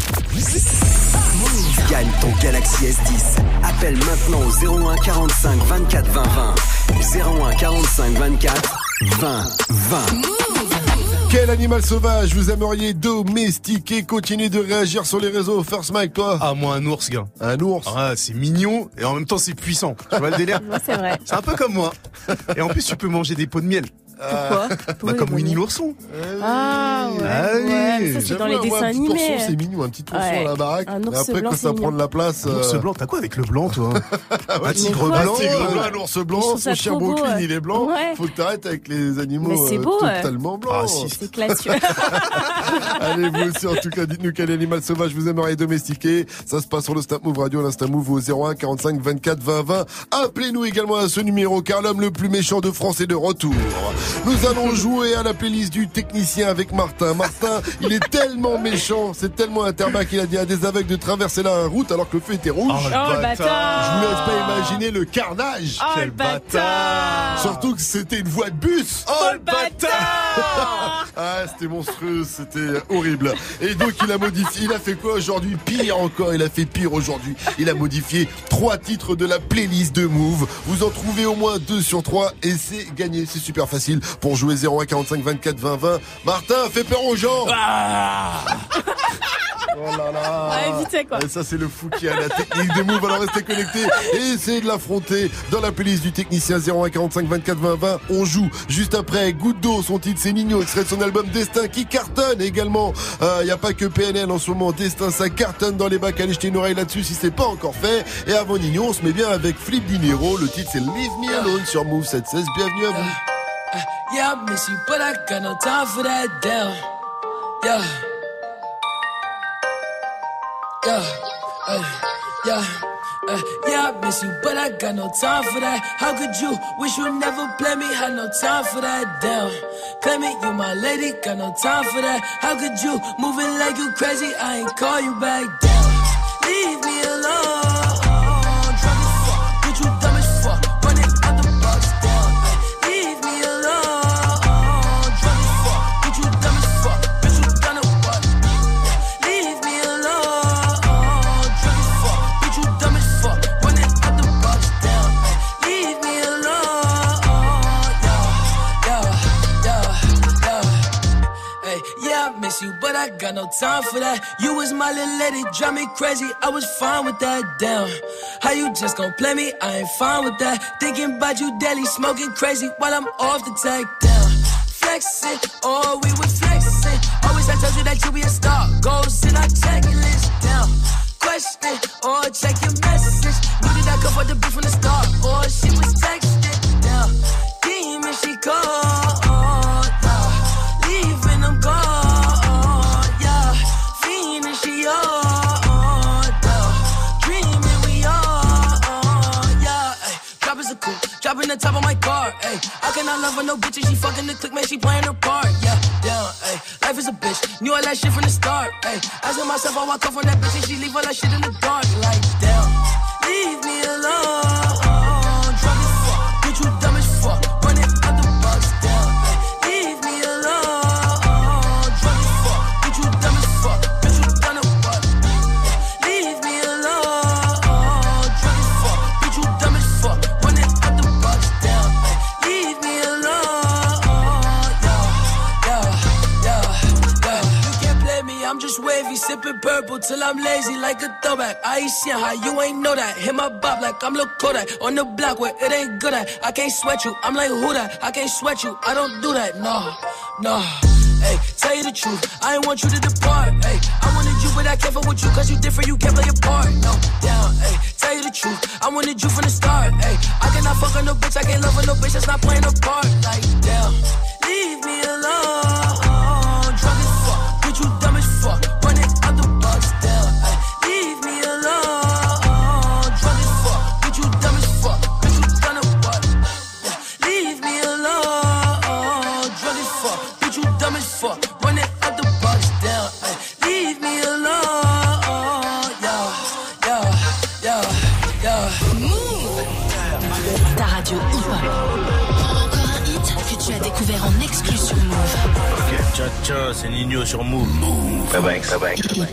Gagne ton Galaxy S10. Appelle maintenant au 01 45 24 20 20. 01 45 24 20 20. Quel animal sauvage vous aimeriez domestiquer? Continuez de réagir sur les réseaux. First Mike, toi? Ah, moi, un ours, gars. Un ours? Ah, c'est mignon et en même temps, c'est puissant. Tu vois le délire? Ouais, c'est vrai. C'est un peu comme moi. Et en plus, tu peux manger des pots de miel. Pourquoi comme Winnie l'ourson. Ah ouais. Ouais, ça c'est dans les dessins animés. Un petit ourson, c'est mignon, un petit ourson à la baraque. Un ours après, blanc, quand ça prend de la place. Un ours blanc, t'as quoi avec le blanc, toi? Un tigre blanc, un ours blanc, son chien Brooklyn, il est blanc. Faut que t'arrêtes avec les animaux totalement blancs. Ah si, c'est classieux. Allez, vous aussi, en tout cas, dites-nous quel animal sauvage vous aimeriez domestiquer. Ça se passe sur le Snap Move Radio, l'Insta Move au 01 45 24 20 20. Appelez-nous également à ce numéro, car l'homme le plus méchant de France est de retour. Nous allons jouer à la playlist du technicien avec Martin. Martin, il est tellement méchant, c'est tellement interbac qu'il a dit à des aveugles de traverser la route alors que le feu était rouge. Oh le bâtard. Je vous laisse pas imaginer le carnage. Oh le bâtard. Surtout que c'était une voie de bus. Oh le bâtard. Ah, c'était monstrueux, c'était horrible. Et donc il a modifié, il a fait quoi aujourd'hui? Pire encore, il a fait pire aujourd'hui. Il a modifié 3 titres de la playlist de Move. Vous en trouvez au moins 2 sur 3 et c'est gagné, c'est super facile pour jouer 01 45 24 20 20. Martin, fais peur aux gens. Oh là là. Évitez quoi. Et ça c'est le fou qui a la technique des Move. Alors restez connectés et essayez de l'affronter dans la playlist du technicien 01 45 24 20 20. On joue juste après Goutte d'eau, son titre c'est Nino, extrait de son album Destin qui cartonne également. Y a pas que PNL en ce moment, Destin ça cartonne dans les bacs. Allez jeter une oreille là-dessus si c'est pas encore fait. Et avant Nino, on se met bien avec Flip Dinero. Le titre c'est Leave Me Alone sur Move 716. Bienvenue à vous. Yeah, I miss you, but I got no time for that damn. Yeah. Yeah. Yeah. Yeah, I miss you, but I got no time for that. How could you wish you never play me? Had no time for that. Damn, claim it, you my lady, got no time for that. How could you move it like you crazy? I ain't call you back. Damn, leave me alone. Drunk as fuck, bitch, you dumb as fuck. Running out the box. Damn, leave me alone. Drunk as fuck, bitch, you dumb as fuck. Bitch, you done a what? Leave me alone. Drunk as fuck, bitch, you dumb as fuck. Running out the box. Damn, leave me alone. Hey, yeah, I miss you, but I got no time for that. You was my little lady, drive me crazy. I was fine with that. Damn, how you just gon' play me? I ain't fine with that. Thinking about you daily, smoking crazy while I'm off the tag. Down, flexing, oh we was flexing. Always I told you that you be a star. Goals in our checklist. Down, question or check your message. Knew that I could for the beat from the start. Or she was texting. Down, demon she called. Leaving them gone. Yeah, fiending she on. Dreaming we on. Yeah, drop is a cool. Dropping the top of my car. Ay, I cannot love her no bitch and she fucking the click, man, she playing her part. Yeah, down. Ay, life is a bitch. Knew all that shit from the start. Ay, asking myself how I come from that bitch and she leave all that shit in the dark. Like, damn, leave me alone. Drunk as fuck, bitch, you dumb as fuck. Running out the box. Down, ay, leave me alone. Drunk as fuck, bitch, you dumb as fuck. Bitch, you done a what? Leave me alone. Drunk as fuck, bitch, you dumb as fuck. Running out the box. Down, ay, leave me alone. You can't play me, I'm just wavy, sipping purple till I'm lazy like a throwback. I ain't seen how you ain't know that. Hit my bop like I'm Lil Kodak on the block where it ain't good at. I can't sweat you, I'm like who that? I can't sweat you, I don't do that. No. Hey, tell you the truth, I ain't want you to depart. Hey, I wanted you, but I can't fuck with you, cause you different, you can't play your part. No, down, hey, tell you the truth, I wanted you from the start. Hey, I cannot fuck on no bitch, I can't love on no bitch that's not playing a part. Like, damn, leave me alone. Drunk as fuck, bitch, you dumb as fuck. Running out the box. Down, ay, leave me alone. Drunk as fuck, bitch, you dumb as fuck. Bitch, you done a what? Yeah, leave me alone. Drunk as fuck, bitch, you dumb as fuck. Running out the box. Down, ay, leave me alone. Yeah. Move. Ta radio hip-hop. Encore un hit que tu as découvert en exclu sur Move. Ok, tcha, c'est Nino sur Move. Hip-hop.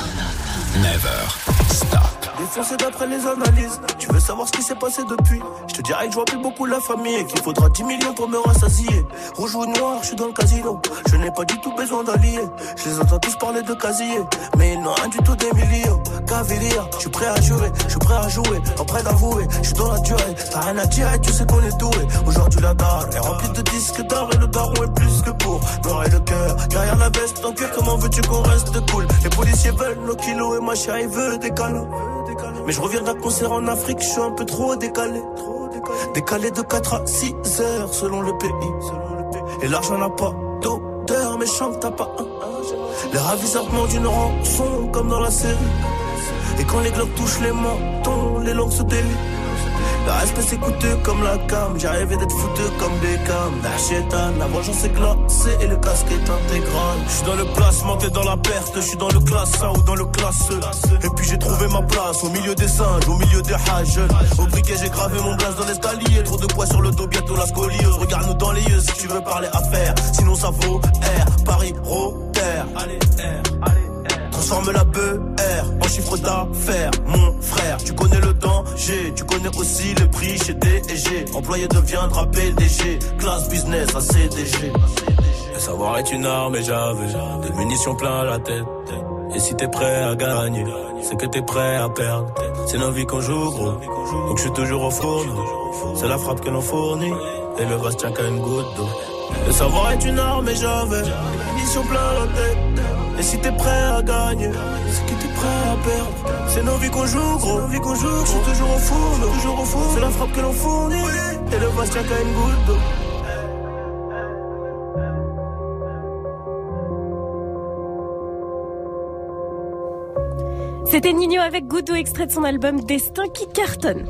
Never stop. Défoncé d'après les analyses. Tu veux savoir ce qui s'est passé depuis? Je te dirais que je vois plus beaucoup la famille et qu'il faudra 10 millions pour me rassasier. Rouge ou noir, je suis dans le casino. Je n'ai pas du tout besoin d'alliés. Je les entends tous parler de casier, mais ils n'ont rien du tout des millions. Cavalier, je suis prêt à jouer, en prêt d'avouer. Je suis dans la durée, t'as rien à dire et tu sais qu'on est doué. Aujourd'hui la dalle est remplie de disques d'or et le daron est plus que pour me le cœur. Derrière la veste, en cuir, comment veux-tu qu'on reste cool? Les policiers veulent nos kilos et ma chérie veut des câlins. Mais je reviens d'un concert en Afrique, je suis un peu trop décalé. Décalé de 4 à 6 heures selon le pays. Et l'argent n'a pas d'odeur, mais chante t'as pas un. Les raviseurs demandent une rançon comme dans la série. Et quand les globes touchent les mentons, les langues se délient. Le respect c'est coûteux comme la cam. J'ai rêvé d'être foutu comme Beckham. La chétane, la vengeance est glacée et le casque est intégral. Je suis dans le placement, t'es dans la perte. Je suis dans le classe 1 ou dans le classe E. Et puis j'ai trouvé ma place au milieu des singes, au milieu des hages. Au briquet j'ai gravé mon blaze dans l'escalier. Trop de poids sur le dos, bientôt la scoliose. Regarde-nous dans les yeux si tu veux parler affaires. Sinon ça vaut R, Paris, Rotter. Allez R, allez. Transforme la BR en chiffre d'affaires, mon frère. Tu connais le danger, tu connais aussi le prix chez D&G. Employé deviendra PDG, classe business à CDG. Le savoir est une arme et j'avais des munitions plein la tête. Et si t'es prêt à gagner, c'est que t'es prêt à perdre. C'est nos vies qu'on joue gros, donc je suis toujours au fourneau. C'est la frappe que l'on fournit, et le vase tient qu'à une goutte d'eau. Le savoir est une arme et j'avais des munitions plein la tête. Et si t'es prêt à gagner, c'est que t'es prêt à perdre. C'est nos vies qu'on joue, gros, je suis toujours au four, c'est la frappe que l'on fournit, et le vase tient qu'à une goutte d'eau. C'était Nino avec Goudou, extrait de son album Destin qui cartonne.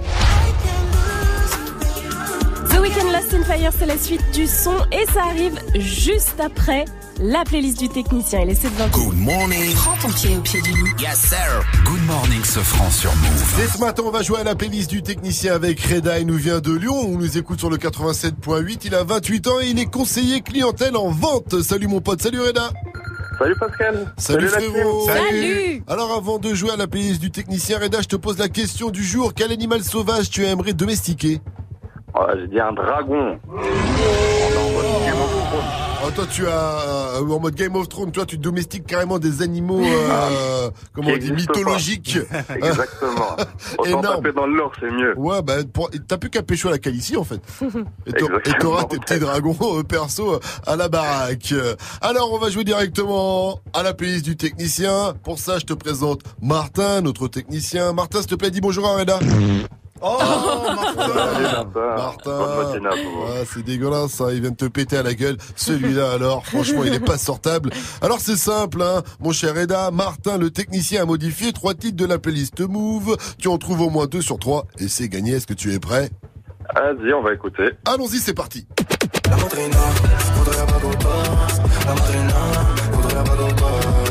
The Weeknd, Lost in Fire, c'est la suite du son et ça arrive juste après la playlist du technicien. Il est 7h20. Good morning. Prends ton pied au pied du lit. Yes sir. Good morning, Sofran sur Move. Dès ce matin, on va jouer à la playlist du technicien avec Reda. Il nous vient de Lyon. On nous écoute sur le 87.8. Il a 28 ans et il est conseiller clientèle en vente. Salut mon pote. Salut Reda. Salut Pascal. Salut frérot. Salut. Alors avant de jouer à la playlist du technicien Reda, je te pose la question du jour. Quel animal sauvage tu aimerais domestiquer? J'ai dit un dragon. Oh, toi tu as en mode Game of Thrones, toi tu domestiques carrément des animaux comment on dit, mythologiques. Exactement. Autant taper dans le lore, c'est mieux. Ouais, bah t'as plus qu'à pécho à la calicie en fait. Et t'auras tes petits dragons perso à la baraque. Alors on va jouer directement à la playlist du technicien. Pour ça je te présente Martin, notre technicien. Martin, s'il te plaît, dis bonjour à Reda. Oh, Martin. Ouais, c'est dégueulasse, hein. Il vient de te péter à la gueule. Celui-là, alors, franchement, il est pas sortable. Alors, c'est simple, hein. Mon cher Reda, Martin, le technicien, a modifié 3 titres de la playlist Move. Tu en trouves au moins 2 sur 3 et c'est gagné. Est-ce que tu es prêt? Vas-y, on va écouter. Allons-y, c'est parti. La madrina, faudrait pas d'autre. La madrina, faudrait pas d'autre.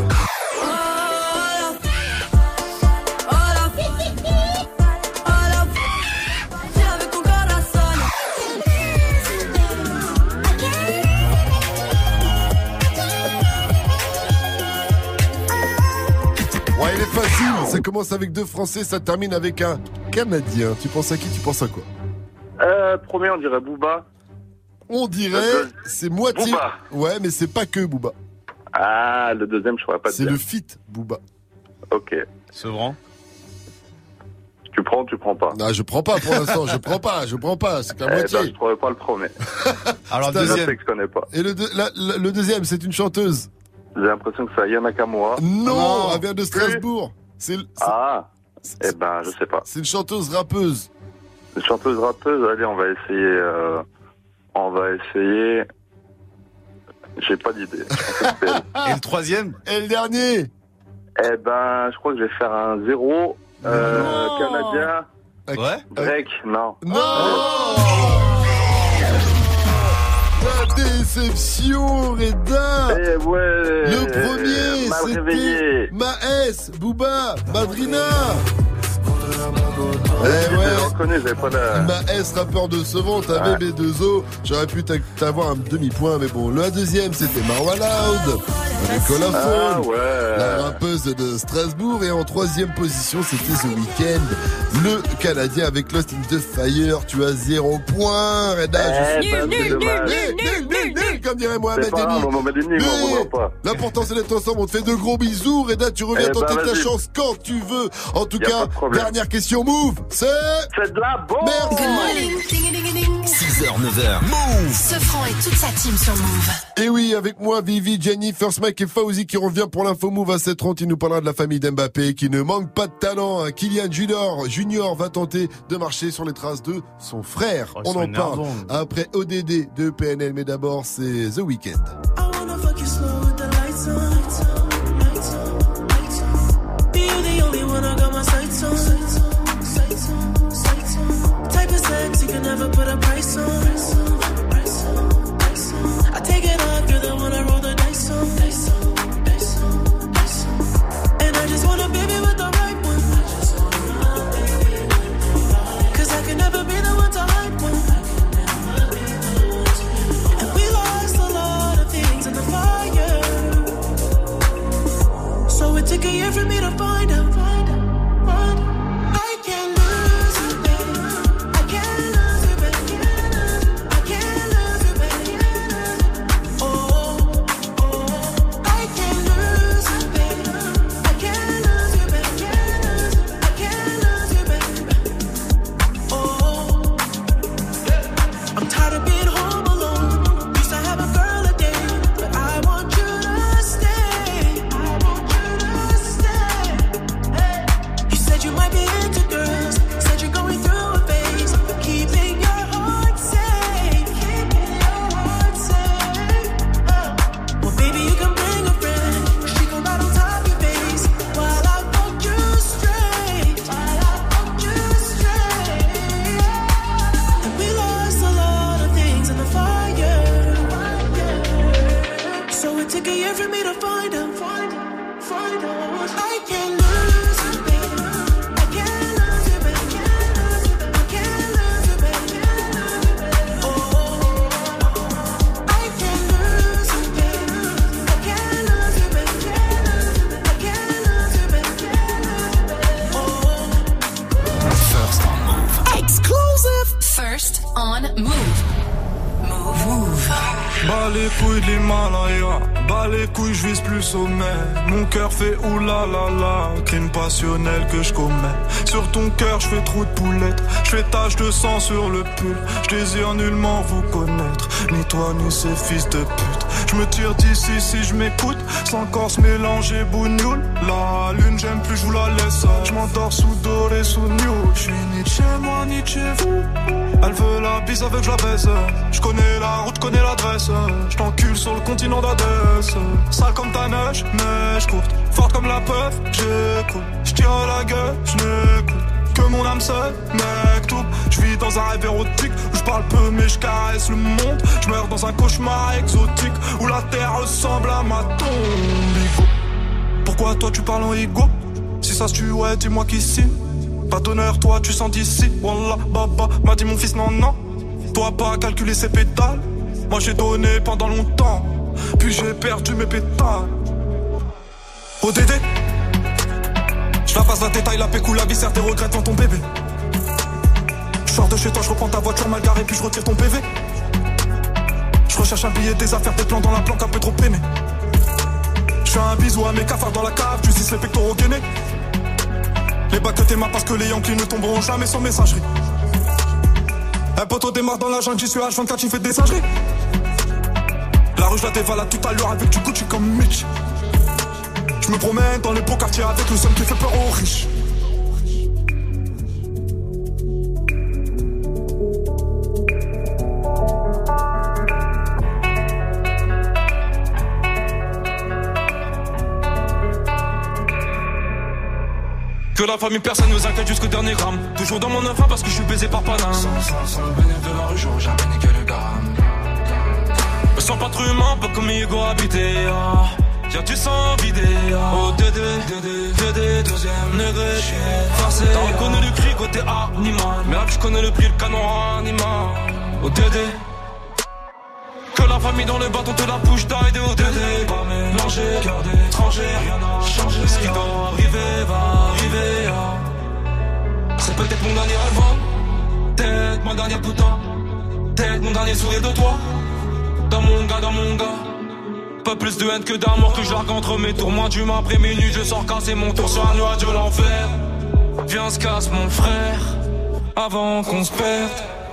Ouais, il est facile. Ça commence avec 2 Français, ça termine avec un Canadien. Tu penses à qui? Tu penses à quoi? Premier, on dirait Booba. On dirait, c'est moitié. Booba. Ouais, mais c'est pas que Booba. Ah, le deuxième, je pourrais pas te dire. C'est le feat Booba. Ok. Sevran. Tu prends ou tu prends pas? Non, je prends pas pour l'instant, je prends pas, c'est qu'à moitié. Je pourrais pas le premier. Alors, le deuxième, je connais pas. Et le deuxième, c'est une chanteuse. J'ai l'impression que c'est Aya Nakamura. Non, elle vient de Strasbourg. Eh ben, je sais pas. C'est une chanteuse rappeuse. Une chanteuse rappeuse, allez, on va essayer. J'ai pas d'idée. Et le troisième? Et le dernier? Eh ben, je crois que je vais faire un 0. Canadien. Ouais. Drake, non. La déception, Reda. Le premier, c'était Maes, Booba, Madrina. Maes, rappeur de Sevran, t'avais B2O. J'aurais pu t'avoir un demi-point, mais bon. La deuxième, c'était Marwa Loud, avec Colaphone, la rappeuse de Strasbourg. Et en 3e position, c'était The Weeknd, le Canadien, avec Lost in the Fire. Tu as 0 point, Reda. Nul, comme dirait Mohamed Eni. L'important, c'est d'être ensemble. On te fait de gros bisous, Reda. Tu reviens tenter ta chance quand tu veux. En tout cas, dernière question Move. C'est de la bombe. Good morning. 6h, 9h. Move. Sofran et toute sa team sur Move. Et oui, avec moi, Vivi, Jenny, First Mike et Fauzi qui revient pour l'info Move à 7h30. Il nous parlera de la famille d'Mbappé qui ne manque pas de talent. Kylian Junior va tenter de marcher sur les traces de son frère. On en parle après ODD de PNL. Mais d'abord, c'est The Weeknd. Never put a price on. I take it off, you're the one I roll the dice on. And I just want a baby with the right one. Cause I can never be the one to hype one. And we lost a lot of things in the fire. So it took a year for me to find out. I can't lose you, baby. I can't lose you, baby. I can't lose you, baby. Oh, I can't lose you, baby. I can't lose you, baby. I can't lose you, baby. Oh, I'm tired of being home alone. Used to have a girl a day, but I want you to stay. I want you to stay. Hey. find out. I can't lose you, baby. I can't lose you, baby. I can't lose you, baby. Oh, I can't lose you, baby. I can't lose you, baby. I can't lose you, baby. Oh. First on Move. Exclusive. First on Move. Move. Bas les couilles de l'Himalaya, bas les couilles, je vise plus sommet. Mon cœur fait oulala, crime passionnel que je commets. Sur ton cœur, je fais trou de poulette, je fais tache de sang sur le pull. Je désire nullement vous connaître, ni toi ni ces fils de pute. Je me tire d'ici si je m'écoute, sans corps se mélanger bougnoule. La lune, j'aime plus, je vous la laisse. Je m'endors sous doré, sous new. Je suis ni de chez moi, ni de chez vous. Elle veut la bise avec je la baise. Je connais la route, connais l'adresse. Je t'encule sur le continent d'Adès. Sale comme ta neige, neige courte. Forte comme la peur, j'écoute. Je tire à la gueule, je n'écoute que mon âme seule, mec tout. Je vis dans un rêve érotique où je parle peu mais je caresse le monde. Je meurs dans un cauchemar exotique où la terre ressemble à ma tombe. Ego. Pourquoi toi tu parles en ego? Si ça se tue, ouais, dis-moi qui signe. Pas d'honneur, toi tu sens d'ici. Wallah, baba, m'a dit mon fils, non, non. Toi pas calculer ses pétales. Moi j'ai donné pendant longtemps, puis j'ai perdu mes pétales. ODD, je la passe la détail, la pécou, la viscère, tes regrets devant ton bébé. Je sors de chez toi, je reprends ta voiture mal garée, puis je retire ton PV. Je recherche un billet, des affaires, des plans dans la planque, un peu trop peiné. Je fais un bisou à mes cafards dans la cave, tu zis les pectoraux gainés. Les bacs que t'es parce que les Yankees ne tomberont jamais sans messagerie. Un poteau démarre dans la jungle, j'y suis H24, j'y fais des singeries. La rue je la dévalade tout à l'heure avec du Gucci comme Mitch. Je me promène dans les beaux quartiers avec le seum qui fait peur aux riches. Que la famille personne nous inquiète jusqu'au dernier gramme. Toujours dans mon 9-1 parce que je suis baisé par Paname. Sans le bénéfice de la rue, j'aurais jamais niqué le gamme. Me sens pas trop humain, pas comme Hugo habité. Y'a du sang vidé. Oh Dédé, deuxième degré. Forcé. T'as reconnu le cri côté animal. Mais là je connais le prix, le canon animal. Oh Dédé. Que la famille dans le bâton te la bouche d'aide au Dédé. Pas mélanger, cœur d'étranger, rien n'a changé. Ce qui doit arriver va arriver. C'est peut-être mon dernier album, peut-être mon dernier putain, peut-être mon dernier sourire de toi. Dans mon gars. Pas plus de haine que d'amour que je largue entre mes tours. Moins d'humain après minuit, je sors casser mon tour sur un nuage de l'enfer. Viens se casse mon frère, avant qu'on se perde.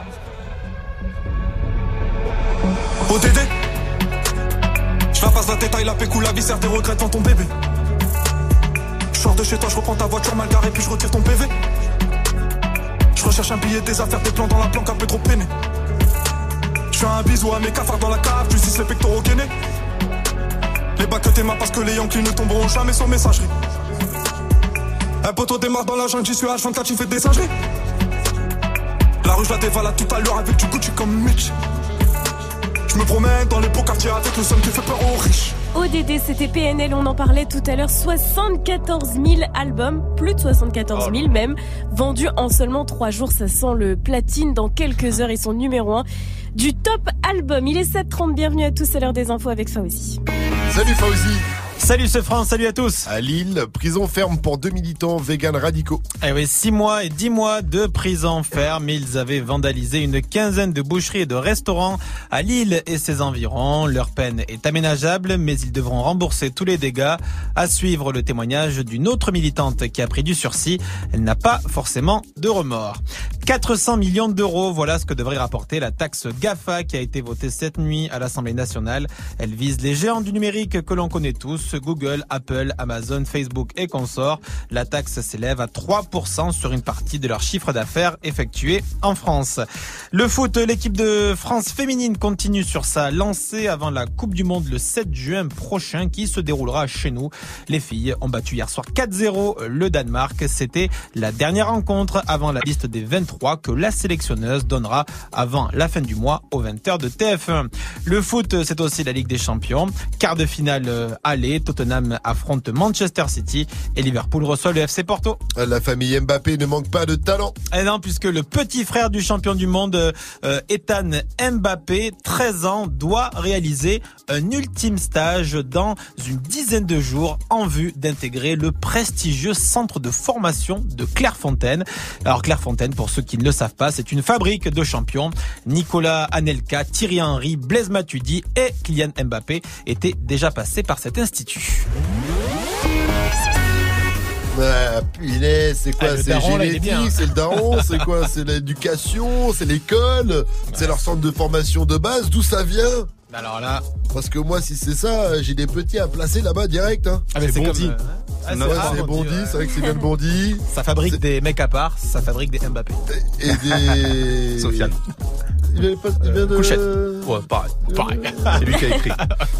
ODD, je la passe la détail, la pécou, la viscère, tes regrets devant ton bébé. Je sors de chez toi, je reprends ta voiture mal garée, puis je retire ton PV. Je recherche un billet, des affaires, des plans dans la planque, un peu trop peiné. Je fais un bisou à mes cafards dans la cave, tu zis les pectoraux gainés. Les bacs que t'es parce que les Yankees ne tomberont jamais sans messagerie. Un poteau démarre dans la jungle, j'y suis H24, tu fais des singeries. La rue je la dévalade tout à l'heure avec du Gucci comme Mitch. Je me promène dans les beaux quartiers avec le seum qui fait peur aux riches. ODD, c'était PNL, on en parlait tout à l'heure. 74 000 albums, plus de 74 000 même, vendus en seulement 3 jours. Ça sent le platine. Dans quelques heures, ils sont numéro 1 du top album. Il est 7h30, bienvenue à tous, c'est l'heure des infos avec Fauzi. Salut Fauzi. Salut ce France, salut à tous. À Lille, prison ferme pour 2 militants véganes radicaux. Eh oui, 6 mois et 10 mois de prison ferme. Ils avaient vandalisé une quinzaine de boucheries et de restaurants à Lille et ses environs. Leur peine est aménageable, mais ils devront rembourser tous les dégâts. À suivre le témoignage d'une autre militante qui a pris du sursis. Elle n'a pas forcément de remords. 400 millions d'euros, voilà ce que devrait rapporter la taxe GAFA qui a été votée cette nuit à l'Assemblée nationale. Elle vise les géants du numérique que l'on connaît tous, Google, Apple, Amazon, Facebook et consorts. La taxe s'élève à 3% sur une partie de leur chiffre d'affaires effectué en France. Le foot, l'équipe de France féminine continue sur sa lancée avant la Coupe du Monde le 7 juin prochain qui se déroulera chez nous. Les filles ont battu hier soir 4-0 le Danemark. C'était la dernière rencontre avant la liste des 23 que la sélectionneuse donnera avant la fin du mois aux 20h de TF1. Le foot, c'est aussi la Ligue des Champions. Quart de finale aller, Tottenham affronte Manchester City et Liverpool reçoit le FC Porto. La famille Mbappé ne manque pas de talent. Et non, puisque le petit frère du champion du monde, Ethan Mbappé, 13 ans, doit réaliser un ultime stage dans une dizaine de jours en vue d'intégrer le prestigieux centre de formation de Clairefontaine. Alors Clairefontaine, pour ceux qui ne le savent pas, c'est une fabrique de champions. Nicolas Anelka, Thierry Henry, Blaise Matuidi et Kylian Mbappé étaient déjà passés par cet institut. Ah, punaise, c'est quoi? C'est daron, génétique, c'est le daron, c'est quoi? C'est l'éducation, c'est l'école, c'est leur centre de formation de base, d'où ça vient? Alors là... Parce que moi, si c'est ça, j'ai des petits à placer là-bas direct. Hein. Ah, mais c'est Bondy. C'est Bondy, c'est vrai que c'est bien de Bondy. Ça fabrique des mecs à part, ça fabrique des Mbappé. Et des... Sofiane. Il vient de... Couchette. Ouais, pareil. C'est lui qui a écrit.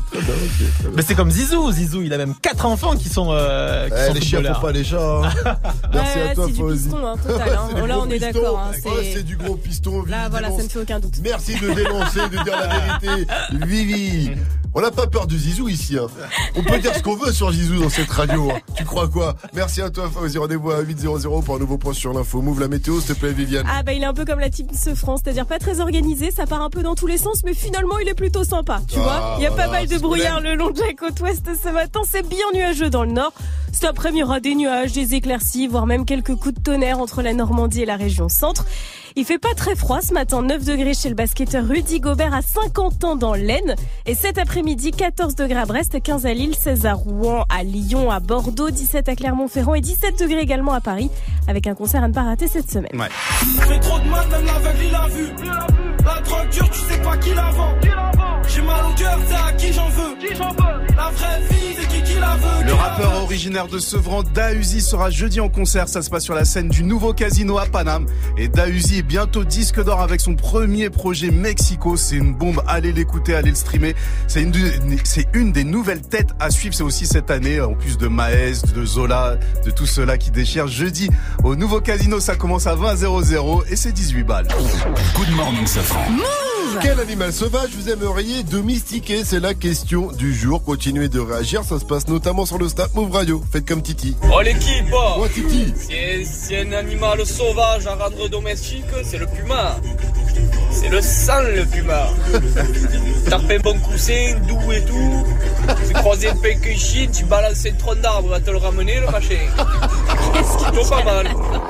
Mais c'est comme Zizou. Zizou, il a même 4 enfants qui sont les chiens font pas les chats. Hein. Merci à toi, c'est Fauzi. du piston, hein, total. Hein. Là, on est d'accord. Hein, c'est du gros piston. Là, voilà, ça ne fait aucun doute. Merci de dénoncer, de dire la vérité. Vivi. On n'a pas peur de Zizou ici. Hein. On peut dire ce qu'on veut sur Zizou dans cette radio. Hein. Tu crois quoi? Merci à toi, Fauzi. Rendez-vous à 8h00 pour un nouveau point sur l'info. Move la météo, s'il te plaît, Viviane. Ah bah il est un peu comme la Team France, c'est-à-dire pas très organisé, ça part un peu dans tous les sens, mais finalement il est plutôt sympa, tu vois. Il y a pas mal de brouillard le long de la côte ouest ce matin, c'est bien nuageux dans le nord. Cet après-midi, il y aura des nuages, des éclaircies, voire même quelques coups de tonnerre entre la Normandie et la région centre. Il fait pas très froid ce matin, 9 degrés chez le basketteur Rudy Gobert à 50 ans dans l'Aisne. Et cet après-midi, 14 degrés à Brest, 15 à Lille, 16 à Rouen, à Lyon, à Bordeaux, 17 à Clermont-Ferrand et 17 degrés également à Paris, avec un concert à ne pas rater cette semaine. Ouais. Fais trop de mal, même l'aveugle il a vu. La drogue dure, tu sais pas qui la vend. J'ai mal au cœur, c'est à qui j'en veux. La vraie vie, c'est qui la veut. Le rappeur originaire de Sevran, Dahuzi, sera jeudi en concert. Ça se passe sur la scène du nouveau casino à Paname. Et Dahuzi est bientôt disque d'or avec son premier projet Mexico. C'est une bombe. Allez l'écouter, allez le streamer. C'est une des nouvelles têtes à suivre. C'est aussi cette année, en plus de Maes, de Zola, de tout cela qui déchire. Jeudi au nouveau casino, ça commence à 20h00 et c'est 18 balles. Good morning, Safran. Quel animal sauvage vous aimeriez domestiquer? C'est la question du jour. Continuez de réagir, ça se passe notamment sur le Snap Move Radio. Faites comme Titi. Oh l'équipe! Oh Titi! C'est un animal sauvage à rendre domestique, c'est le puma. C'est le sang, le puma. T'as fait un bon coussin, doux et tout. Tu croisais un pec et chine, tu balances un tronc d'arbre à te le ramener, le machin. C'est plutôt pas mal.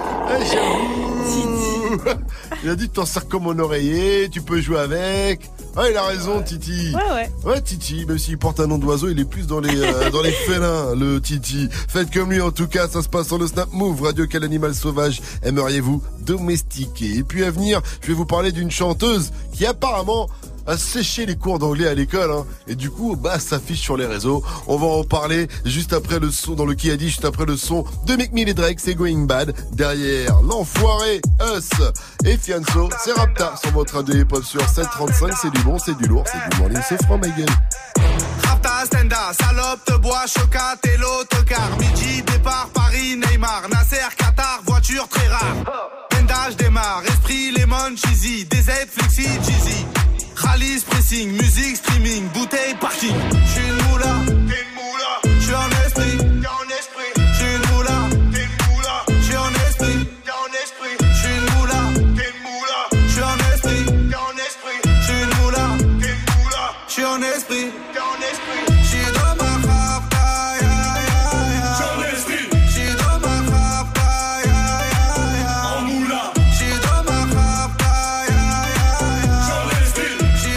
Il a dit que t'en sers comme un oreiller, tu peux jouer avec. Ah, il a raison, Titi. Ouais, Titi, même s'il porte un nom d'oiseau, il est plus dans les félins, le Titi. Faites comme lui, en tout cas, ça se passe sur le Snap Move Radio. Quel animal sauvage aimeriez-vous domestiquer? Et puis à venir, je vais vous parler d'une chanteuse qui apparemment a séché les cours d'anglais à l'école, hein. Et du coup, ça s'affiche sur les réseaux. On va en parler juste après le son, dans le qui a dit, juste après le son de Meek Mill et Drake, c'est Going Bad. Derrière, l'enfoiré, Us et Fianso, c'est Rapta sur votre radio hip-hop sur 735. C'est du bon, c'est du lourd, c'est du morning, c'est franc, ma gueule. Rapta, Stenda, salope, te bois, chocat et l'autocar. Midi, départ, Paris, Neymar, Nasser, Qatar, voiture très rare. Pendage démarre, esprit, lemon, cheesy, DZ, flexi, cheesy. Rallye, pressing, musique, streaming, bouteille, parking. J'suis une moula, t'es une moula. J'suis en esprit, t'es en esprit. J'suis une moula, t'es une moula. J'suis en esprit, t'es en esprit. J'suis une moula, t'es une moula. J'suis en esprit, t'es en esprit. J'suis une moula, t'es une moula. J'suis en esprit, t'es en esprit. J'suis dans ma rapta, ya ya ya. J'suis en esprit. J'suis dans ma rapta, ya ya ya. En moula. J'suis dans ma rapta, ya ya ya. J'suis en esprit.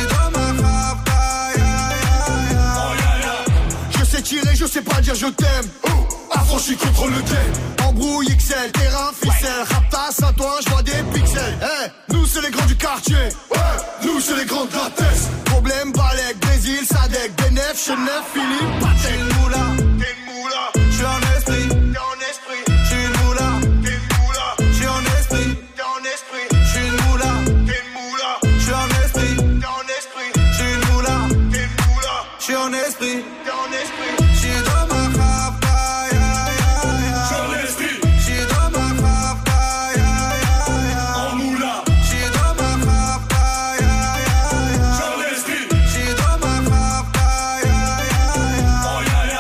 Je sais tirer, je sais pas dire je t'aime. Affranchi contre le game. Embrouille XL, terrain, ficelle. Rapta, Saint-Ouen, je vois des pixels. Nous c'est les grands du quartier. Ouais, nous c'est les grands de la tête. Problème, Balek, Brésil, Sadek, Benef, Chenef, Philippe, Patek. T'es une moula, t'es une moula. J'suis en esprit, t'es en esprit. J'suis une moula, t'es une moula. J'suis en esprit, t'es en esprit. J'suis une moula, t'es une moula. J'suis en esprit, t'es en esprit. J'suis une moula, t'es une moula. J'suis en esprit, t'es en esprit. J'suis dans ma rapta, ya ya ya. J'suis en esprit. J'suis dans ma rapta, ya ya ya. En moula. J'suis dans ma rapta, ya ya ya. J'suis en esprit. J'suis dans ma rapta, ya ya ya. Oh ya ya.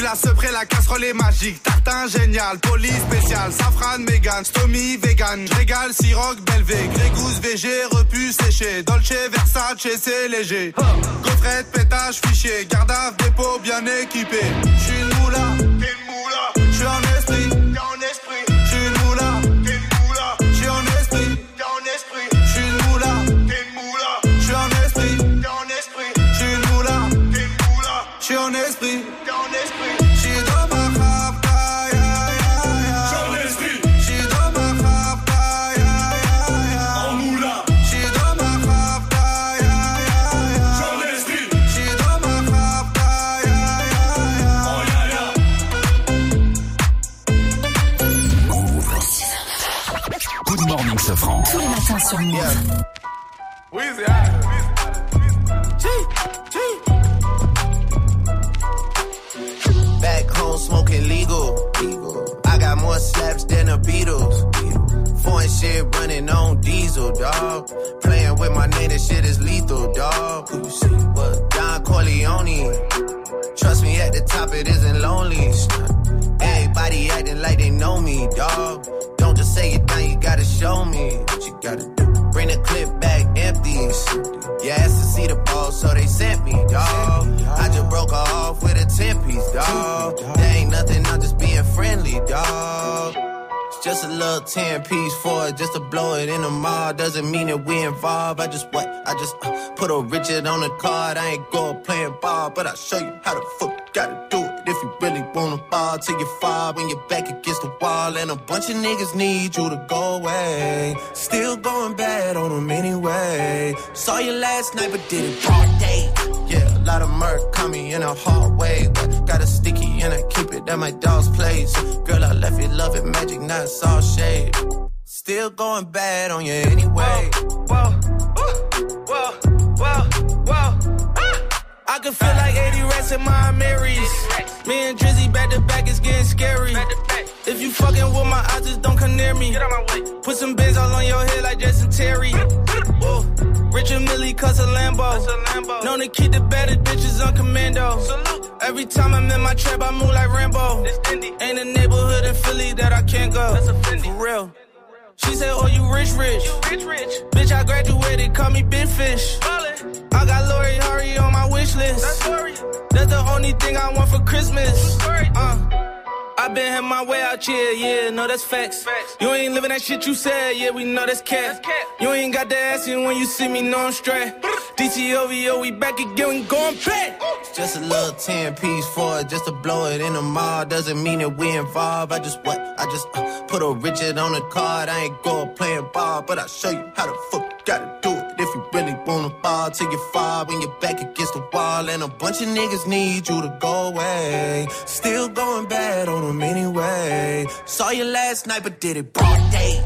la sepré, la casserole est magique. Tartin génial, police spécial, safran, mégan, stomy, vegan. Régale, siroc, belvé, grégousse, végé, repu, séché. Dolce, Versace, c'est léger. Gaufrette, pétage, fichier, gardave, dépôt, bien équipé. J'suis une moula, t'es une moula. J'suis en esprit, t'es en esprit. J'suis une moula, t'es une moula. J'suis en esprit, t'es en esprit. J'suis une moula, t'es une moula. J'suis en esprit, t'es en esprit. J'suis une moula, t'es une moula. J'suis en esprit, t'es en esprit. J'suis dans ma rap, ya ya ya. J'suis en esprit. J'suis dans ma rap, ya ya ya. En moula. J'suis dans ma rap, ya ya ya. J'suis en esprit. J'suis dans ma rap, ya ya ya. Oh ya ya. Good morning, Sofran. Tous les matins sur Move. Back home smoking legal. I got more slaps than the Beatles. Foreign shit running on diesel, dawg. Playing with my name, this shit is lethal, dawg. Who you see? What? Don Corleone. Trust me, at the top it isn't lonely. Everybody acting like they know me, dawg. Don't just say it now, you gotta show me what you gotta do. Bring the clip back empty. You asked to see the ball, so they sent me, dawg. I just broke her off with a 10-piece, dawg. There ain't nothing, I'm just being friendly, dawg. It's just a little 10-piece for it, just to blow it in the mall. Doesn't mean that we involved. I just put a Richard on the card. I ain't go playing ball, but I'll show you how the fuck you gotta do it. If you really wanna fall till you fall when you're back against the wall. And a bunch of niggas need you to go away. Still going bad on them anyway. Saw you last night but did it broad day. Yeah, a lot of murk coming in a hard way. But got a sticky and I keep it at my dog's place. Girl, I left you loving magic, not all shade. Still going bad on you anyway. Whoa, whoa, whoa, whoa. I can feel like 80 rats in my Marys. Me and Drizzy back to back, it's getting scary. If you fucking with my eyes, just don't come near me. Put some bins all on your head like Jason Terry. Whoa. Richard Millie cuss a Lambo. Known to keep the better bitches on commando. Every time I'm in my trap, I move like Rambo. Ain't a neighborhood in Philly that I can't go. For real. She said, oh, you rich. Bitch, I graduated, call me Big Fish. I got Lori Harvey on my wish list. That's the only thing I want for Christmas. I been had my way out here, yeah, no, that's facts. You ain't living that shit you said, yeah, we know that's cat. You ain't got the ass in when you see me, no, I'm straight. DTOVO, we back again, we going back. Just a little 10-piece for it, just to blow it in the mall. Doesn't mean that we involved. I just put a Richard on the card. I ain't go playing ball, but I'll show you how the fuck you gotta do it. If you really wanna fall till you fall when you're back against the wall. And a bunch of niggas need you to go away. Still going bad on them anyway. Saw you last night but did it broad day.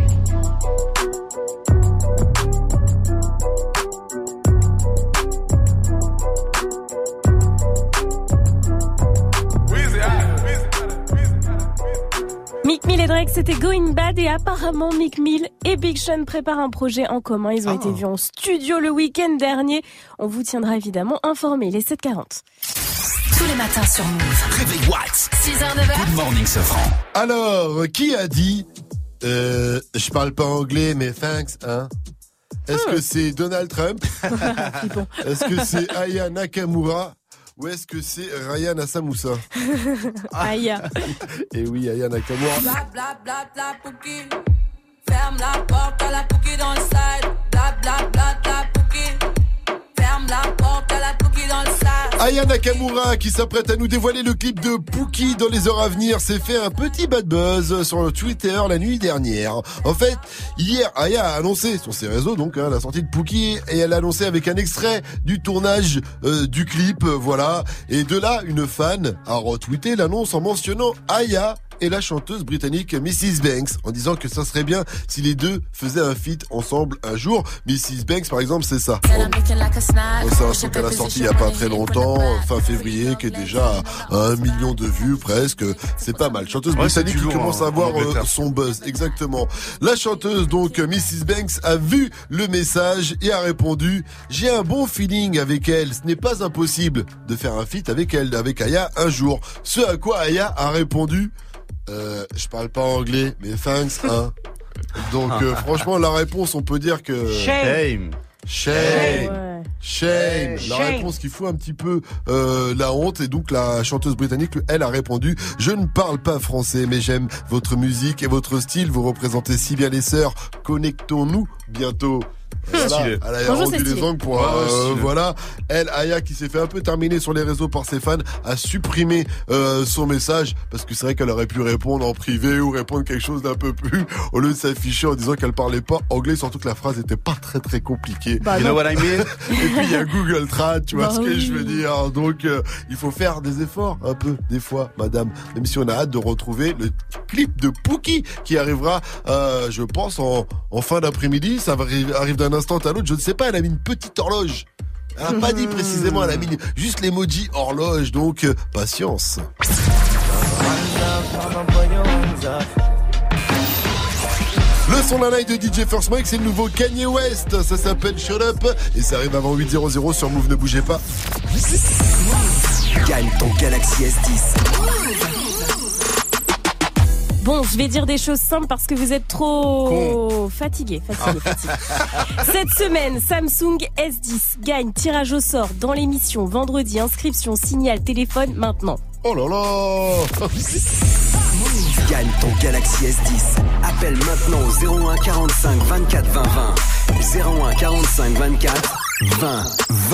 Meek Mill et Drake, c'était Going Bad et apparemment Meek Mill et Big Sean préparent un projet en commun. Ils ont été vus en studio le week-end dernier. On vous tiendra évidemment informés. Il est 7h40. Tous les matins sur Move. Réveil What 6h, 9h. Good morning, Sofran. Alors, qui a dit je parle pas anglais mais thanks, hein? Est-ce que c'est Donald Trump? Est-ce que c'est Aya Nakamura? Ou est-ce que c'est Ryan Assamoussa? Aya. Et oui, Aya Nakamura. Bla bla bla bla Pouki. Ferme la porte à la Pouki dans le side. Bla bla bla bla Pouki. Ferme la porte à la Pouki dans le side. Aya Nakamura, qui s'apprête à nous dévoiler le clip de Pookie dans les heures à venir, s'est fait un petit bad buzz sur le Twitter la nuit dernière. En fait, hier, Aya a annoncé sur ses réseaux donc la sortie de Pookie, et elle a annoncé avec un extrait du tournage du clip, voilà. Et de là, une fan a retweeté l'annonce en mentionnant Aya et la chanteuse britannique Mrs. Banks en disant que ça serait bien si les deux faisaient un feat ensemble un jour. Mrs. Banks par exemple c'est ça. C'est un son qu'elle a sorti il y a pas très longtemps, fin février, qui est déjà à 1 million de vues presque. C'est pas mal. Chanteuse britannique qui commence à avoir son buzz. Exactement. La chanteuse donc Mrs. Banks a vu le message et a répondu: j'ai un bon feeling avec elle. Ce n'est pas impossible de faire un feat avec elle, avec Aya un jour. Ce à quoi Aya a répondu: je parle pas anglais, mais thanks, hein. Donc franchement la réponse on peut dire que Shame. La réponse qui fout un petit peu la honte. Et donc la chanteuse britannique, elle a répondu: je ne parle pas français mais j'aime votre musique et votre style, vous représentez si bien les sœurs, connectons-nous bientôt. Voilà, elle a rendu les angles pour voilà. Elle, Aya, qui s'est fait un peu terminer sur les réseaux par ses fans, a supprimé son message parce que c'est vrai qu'elle aurait pu répondre en privé ou répondre quelque chose d'un peu plus au lieu de s'afficher en disant qu'elle parlait pas anglais, surtout que la phrase était pas très compliquée. You know what I mean? Et puis il y a Google Trad, tu vois ce que je veux dire. Donc il faut faire des efforts un peu des fois, madame. Même si on a hâte de retrouver le clip de Pookie qui arrivera, je pense en fin d'après-midi. Ça arrive d'un instant à l'autre, je ne sais pas, elle a mis une petite horloge. Elle n'a pas dit précisément, elle a mis juste l'emoji horloge, donc patience. Le son la night de DJ First Mike, c'est le nouveau Kanye West, ça s'appelle Shut Up et ça arrive avant 8:00 sur Move, ne bougez pas. Gagne ton Galaxy S10. Bon, je vais dire des choses simples parce que vous êtes trop fatigués. Cette semaine, Samsung S10 gagne tirage au sort dans l'émission vendredi. Inscription, signal, téléphone maintenant. Oh là là. Gagne ton Galaxy S10. Appelle maintenant au 01 45 24 20 20. 01 45 24 20 20.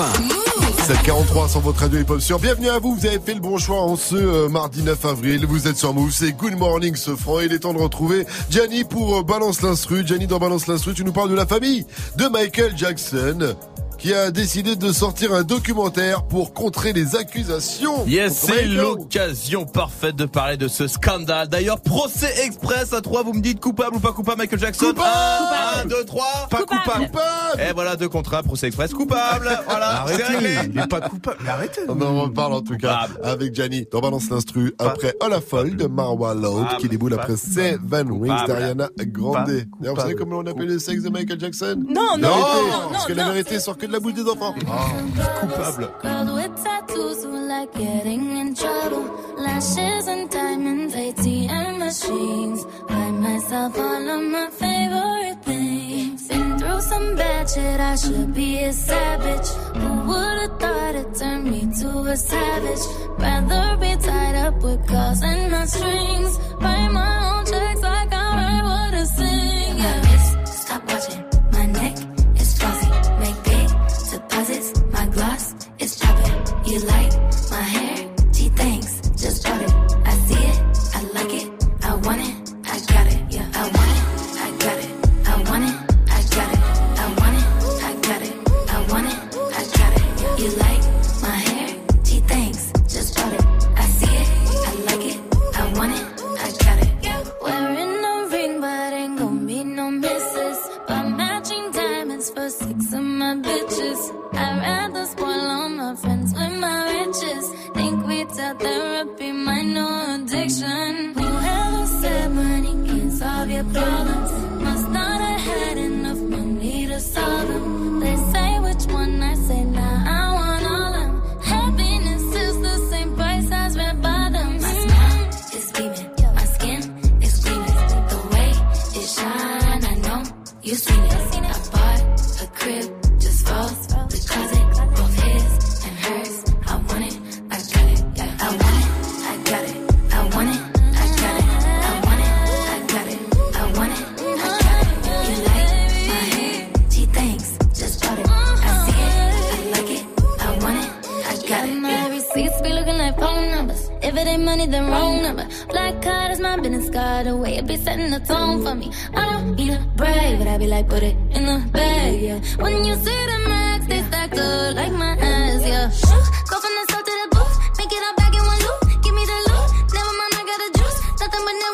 7:43 sur votre radio hip-hop sur. Bienvenue à vous, vous avez fait le bon choix en ce mardi 9 avril. Vous êtes sur Move, c'est Good Morning Sofran. Il est temps de retrouver Gianni pour Balance l'Instru. Gianni dans Balance l'Instru, tu nous parles de la famille de Michael Jackson, qui a décidé de sortir un documentaire pour contrer les accusations. Yes, c'est l'occasion parfaite de parler de ce scandale. D'ailleurs, procès express à 3, vous me dites coupable ou pas coupable Michael Jackson? Coupable. 1, 2, 3. Pas coupable. Et voilà, 2 contrats, procès express, coupable. Voilà, c'est réglé. Il n'est pas coupable, mais arrêtez. On en reparle en tout cas avec Gianni dans Balance l'Instru. Après All Folle de Marwa Loud qui déboule après Seven Wings d'Ariana Grande. D'ailleurs, vous savez comment on appelle le sexe de Michael Jackson? Non. Parce que la vérité sort que de la bouche des enfants. Coupable. Girl with tattoos who like getting in trouble. Lashes and diamonds, ATM machines. Buy myself all of my favorite things. Been through some bad shit, I should be a savage. Who would've thought it turned me to a savage? Rather be tied up with calls and not strings. Write my own checks like I write what I sing. My wrist, stop watching. My neck is flossy. Make big deposits. My gloss is popping. You like my hair? Gee, thanks. Just bought it. I see it. I like it. I want it. I got it. Yeah, I want it. I got it. I want it. I got it. I want it. I got it. I want it. I got it. You like my hair? Gee, thanks. Just bought it. I see it. I like it. I want it. I got it. Wearing a ring, but ain't gon' be no misses. But matching diamonds for 6 of my bitches. I'd rather spoil all my friends with my riches. Think we tell therapy, my no addiction. Whoever said money can solve your problems must not have had enough money to solve them. They say which one, I say nah, I want all them. Happiness is the same price as red bottoms. My smile is beaming, my skin is gleaming. The way it shine, I know you seen it. I bought a crib just for the closet, both his and hers. I want it, I got it. Yeah, I want it, I got it. I want it, I got it. I want it, I got it. I want it, I got it. You like my hair? Gee, thanks. Just bought it. I see it, I like it. I want it, I got it. My receipts be looking like phone numbers. If it ain't money, then wrong number. Black card is my business card. The way it be setting the tone for me. I don't be the brave, but I be like, put it in the bag, yeah. When you see the max, they stacked up like my ass, yeah. Go from the south to the booth, make it all back in one loop. Give me the loot, never mind, I got the juice. Nothing but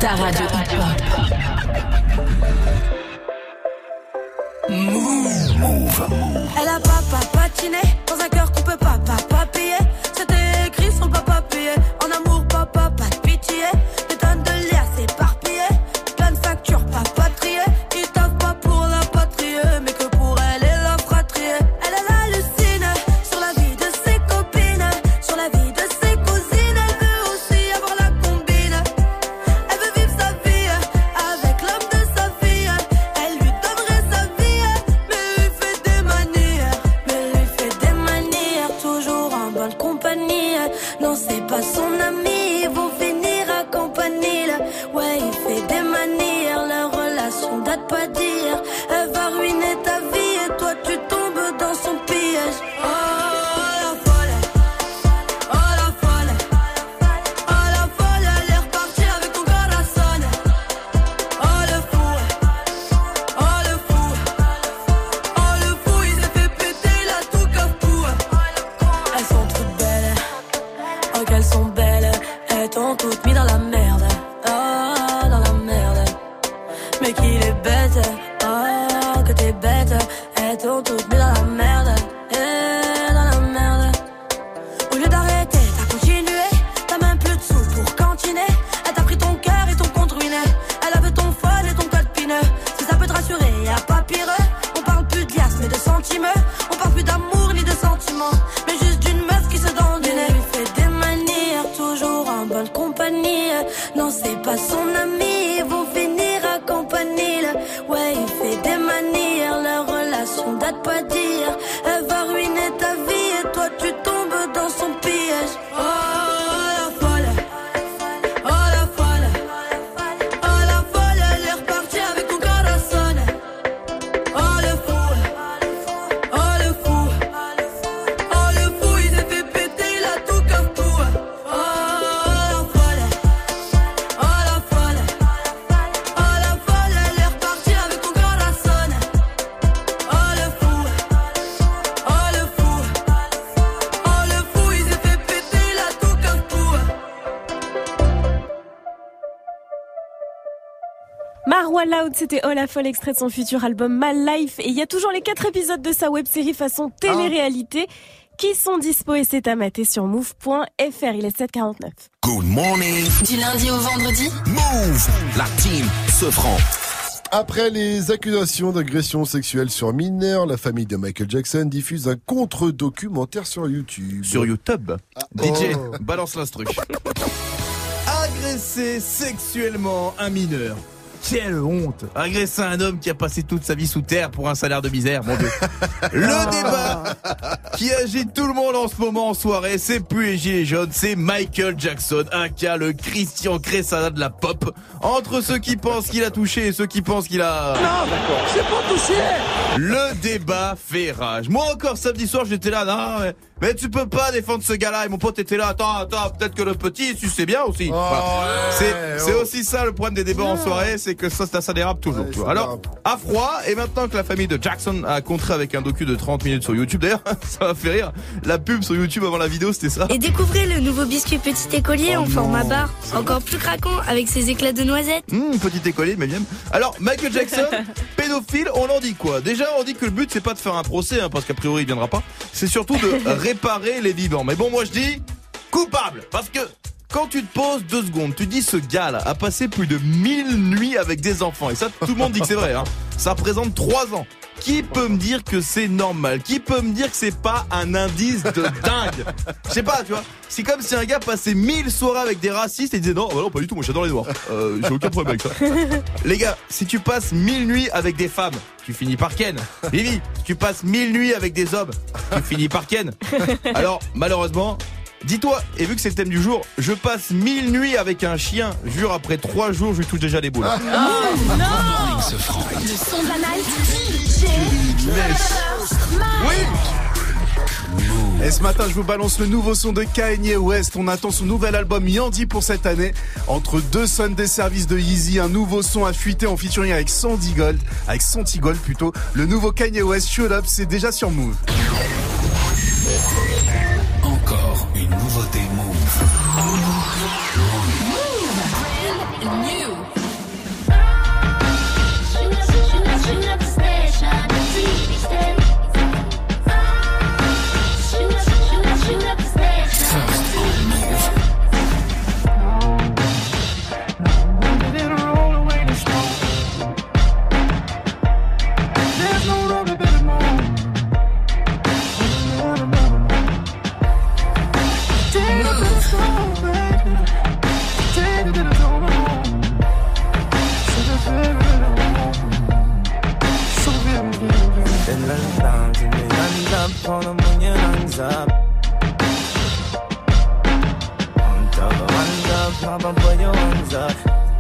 Ta radio hip-hop. Move. Elle a pas patiné dans un cœur qu'on peut pas payer. C'était écrit sur le papier. En amour, pas de pitié. Des tonnes de liasses éparpillées. Plein de factures pas triées. Ils taffent pas pour la patrie, mais que pour elle et la fratrie. Elle hallucine sur la vie de ses copines, sur la vie de ses cousines. Elle veut aussi avoir la combine. Elle veut vivre sa vie avec l'homme de sa vie. Elle lui donnerait sa vie, mais lui fait des manières, toujours en bonne compagnie. Non, c'est pas son ami, ils vont finir à campanile. Ouais, il fait des manières, leur relation date pas d'hier. Elle va ruiner ta vie et toi tu tombes dans son piège. Oh la folle, oh la folle, oh la folle, elle est repartie avec ton corazon. Oh le fou, oh le fou, oh le fou, il s'est fait péter la tout cafou. Elles sont toutes belles, oh qu'elles sont belles, elles t'ont toutes mis dans la merde, oh dans la merde. Mais qu'il est bête, oh que t'es bête, elles t'ont toutes mis dans la merde, dans la merde. Au lieu d'arrêter, t'as continué, t'as même plus de sous pour cantiner. Elle t'a pris ton cœur et ton compte ruiné. Elle avait ton phone et ton code pineux. Si ça peut te rassurer, y'a pas pire. On parle plus de liasses mais de sentiments. On parle plus d'amour ni de sentiments, mais juste d'une meuf qui se donne du nez. Elle lui fait des manières, toujours en bonne compagnie. Non, c'est pas son ami, ils vont finir à campanile. Ouais, il fait des manières, leur relation date pas d'hier. Elle va ruiner ta vie et toi tu tombes dans son piège. Oh la folle, oh la folle, oh la folle, elle est repartie avec ton corazon. Oh le fou, oh le fou, oh le fou, il s'est fait péter la tout cafou. Oh la folle, oh la folle, oh la folle, elle est repartie avec ton corazon. Oh le fou, oh le fou, oh le fou, il s'est fait péter la tout cafou. Marwa Loud, c'était Oh la folle, extrait de son futur album My Life. Et il y a toujours les 4 épisodes de sa web-série façon télé-réalité qui sont dispo et c'est à mater sur move.fr. Il est 7h49. Good morning. Du lundi au vendredi. Move. La team se franc. Après les accusations d'agression sexuelle sur mineurs, la famille de Michael Jackson diffuse un contre-documentaire sur YouTube. Sur YouTube. DJ, balance l'instru. Agresser sexuellement un mineur. Quelle honte. Agresser un homme qui a passé toute sa vie sous terre pour un salaire de misère, mon Dieu. Le débat qui agite tout le monde en ce moment en soirée, c'est plus les gilets jaunes, c'est Michael Jackson, aka le Christian Quesada de la pop. Entre ceux qui pensent qu'il a touché et ceux qui pensent qu'il a... Non, d'accord, j'ai pas touché. Le débat fait rage. Moi encore samedi soir j'étais là, non mais tu peux pas défendre ce gars-là. Et mon pote était là, attends, peut-être que le petit, tu sais bien aussi. C'est aussi ça le problème des débats en soirée, c'est que ça dérape toujours. Tu vois. Alors, à froid, et maintenant que la famille de Jackson a contré avec un docu de 30 minutes sur YouTube, d'ailleurs, ça m'a fait rire, la pub sur YouTube avant la vidéo, c'était ça. Et découvrez le nouveau biscuit petit écolier en format bar, encore plus craquant avec ses éclats de noisettes. Petit écolier, mais bien. Alors, Michael Jackson, pédophile, on en dit quoi? Déjà, on dit que le but, c'est pas de faire un procès, parce qu'a priori, il viendra pas. C'est surtout de réparer les vivants. Mais bon, moi, je dis coupable, parce que quand tu te poses 2 secondes, tu dis ce gars-là a passé plus de 1000 nuits avec des enfants. Et ça, tout le monde dit que c'est vrai, hein. Ça représente 3 ans. Qui peut me dire que c'est normal? Qui peut me dire que c'est pas un indice de dingue? Je sais pas, tu vois. C'est comme si un gars passait 1000 soirées avec des racistes et disait non, bah non, pas du tout, moi j'adore les noirs. J'ai aucun problème avec ça. Les gars, si tu passes 1000 nuits avec des femmes, tu finis par ken. Vivi, si tu passes 1000 nuits avec des hommes, tu finis par ken. Alors, malheureusement, dis-toi, et vu que c'est le thème du jour, je passe 1000 nuits avec un chien. Jure, après 3 jours, je lui touche déjà les boules. Oh non! Le son de la night. Oui! Et ce matin, je vous balance le nouveau son de Kanye West. On attend son nouvel album Yandy pour cette année. Entre 2 Sunday services de Yeezy, un nouveau son a fuité en featuring avec Santi Gold. Le nouveau Kanye West, Shut Up, c'est déjà sur Move. Encore une nouveauté Move. Brand new. up on them when your lungs up. On top of hands up, pop up, put your hands up.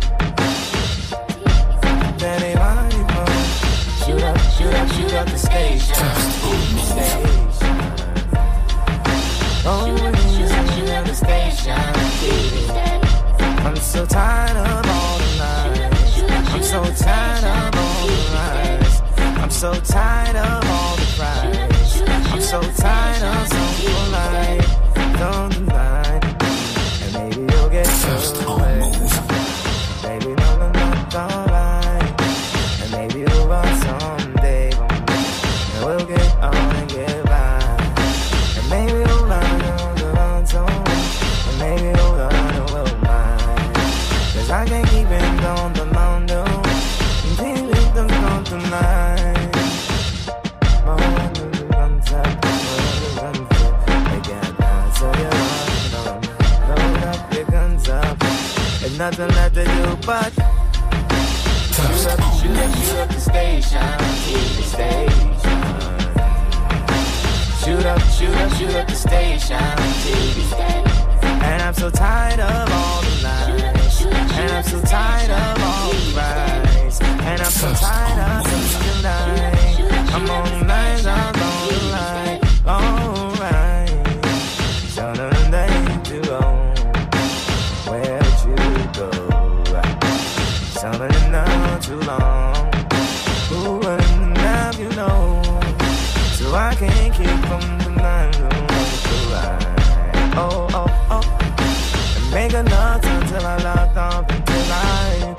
Anybody move? Shoot up, shoot up, shoot up the station. Oh, shoot up the station. I'm so tired of all the lies. I'm so tired of all the lies. I'm so tired of all the cries. I'm so tired of some life. Don't deny. And maybe you'll get first away. Maybe no, not alright. And maybe you'll run someday. And we'll get on and get by. And maybe you'll run someday. And maybe you'll run and we'll mind. Cause I can't keep it on the mountain. And baby, don't come tonight. Nothing left to do but shoot up the station, the station. Shoot up the station, and I'm so tired of all the lies, and I'm so tired of all the lies, and I'm so tired of the lies. I'm on the lines, I'm on the line, alright. So the day to go. Something not too long. Ooh, and now you know. So I can't keep from the night. Oh, oh, oh. And make enough until I locked off until I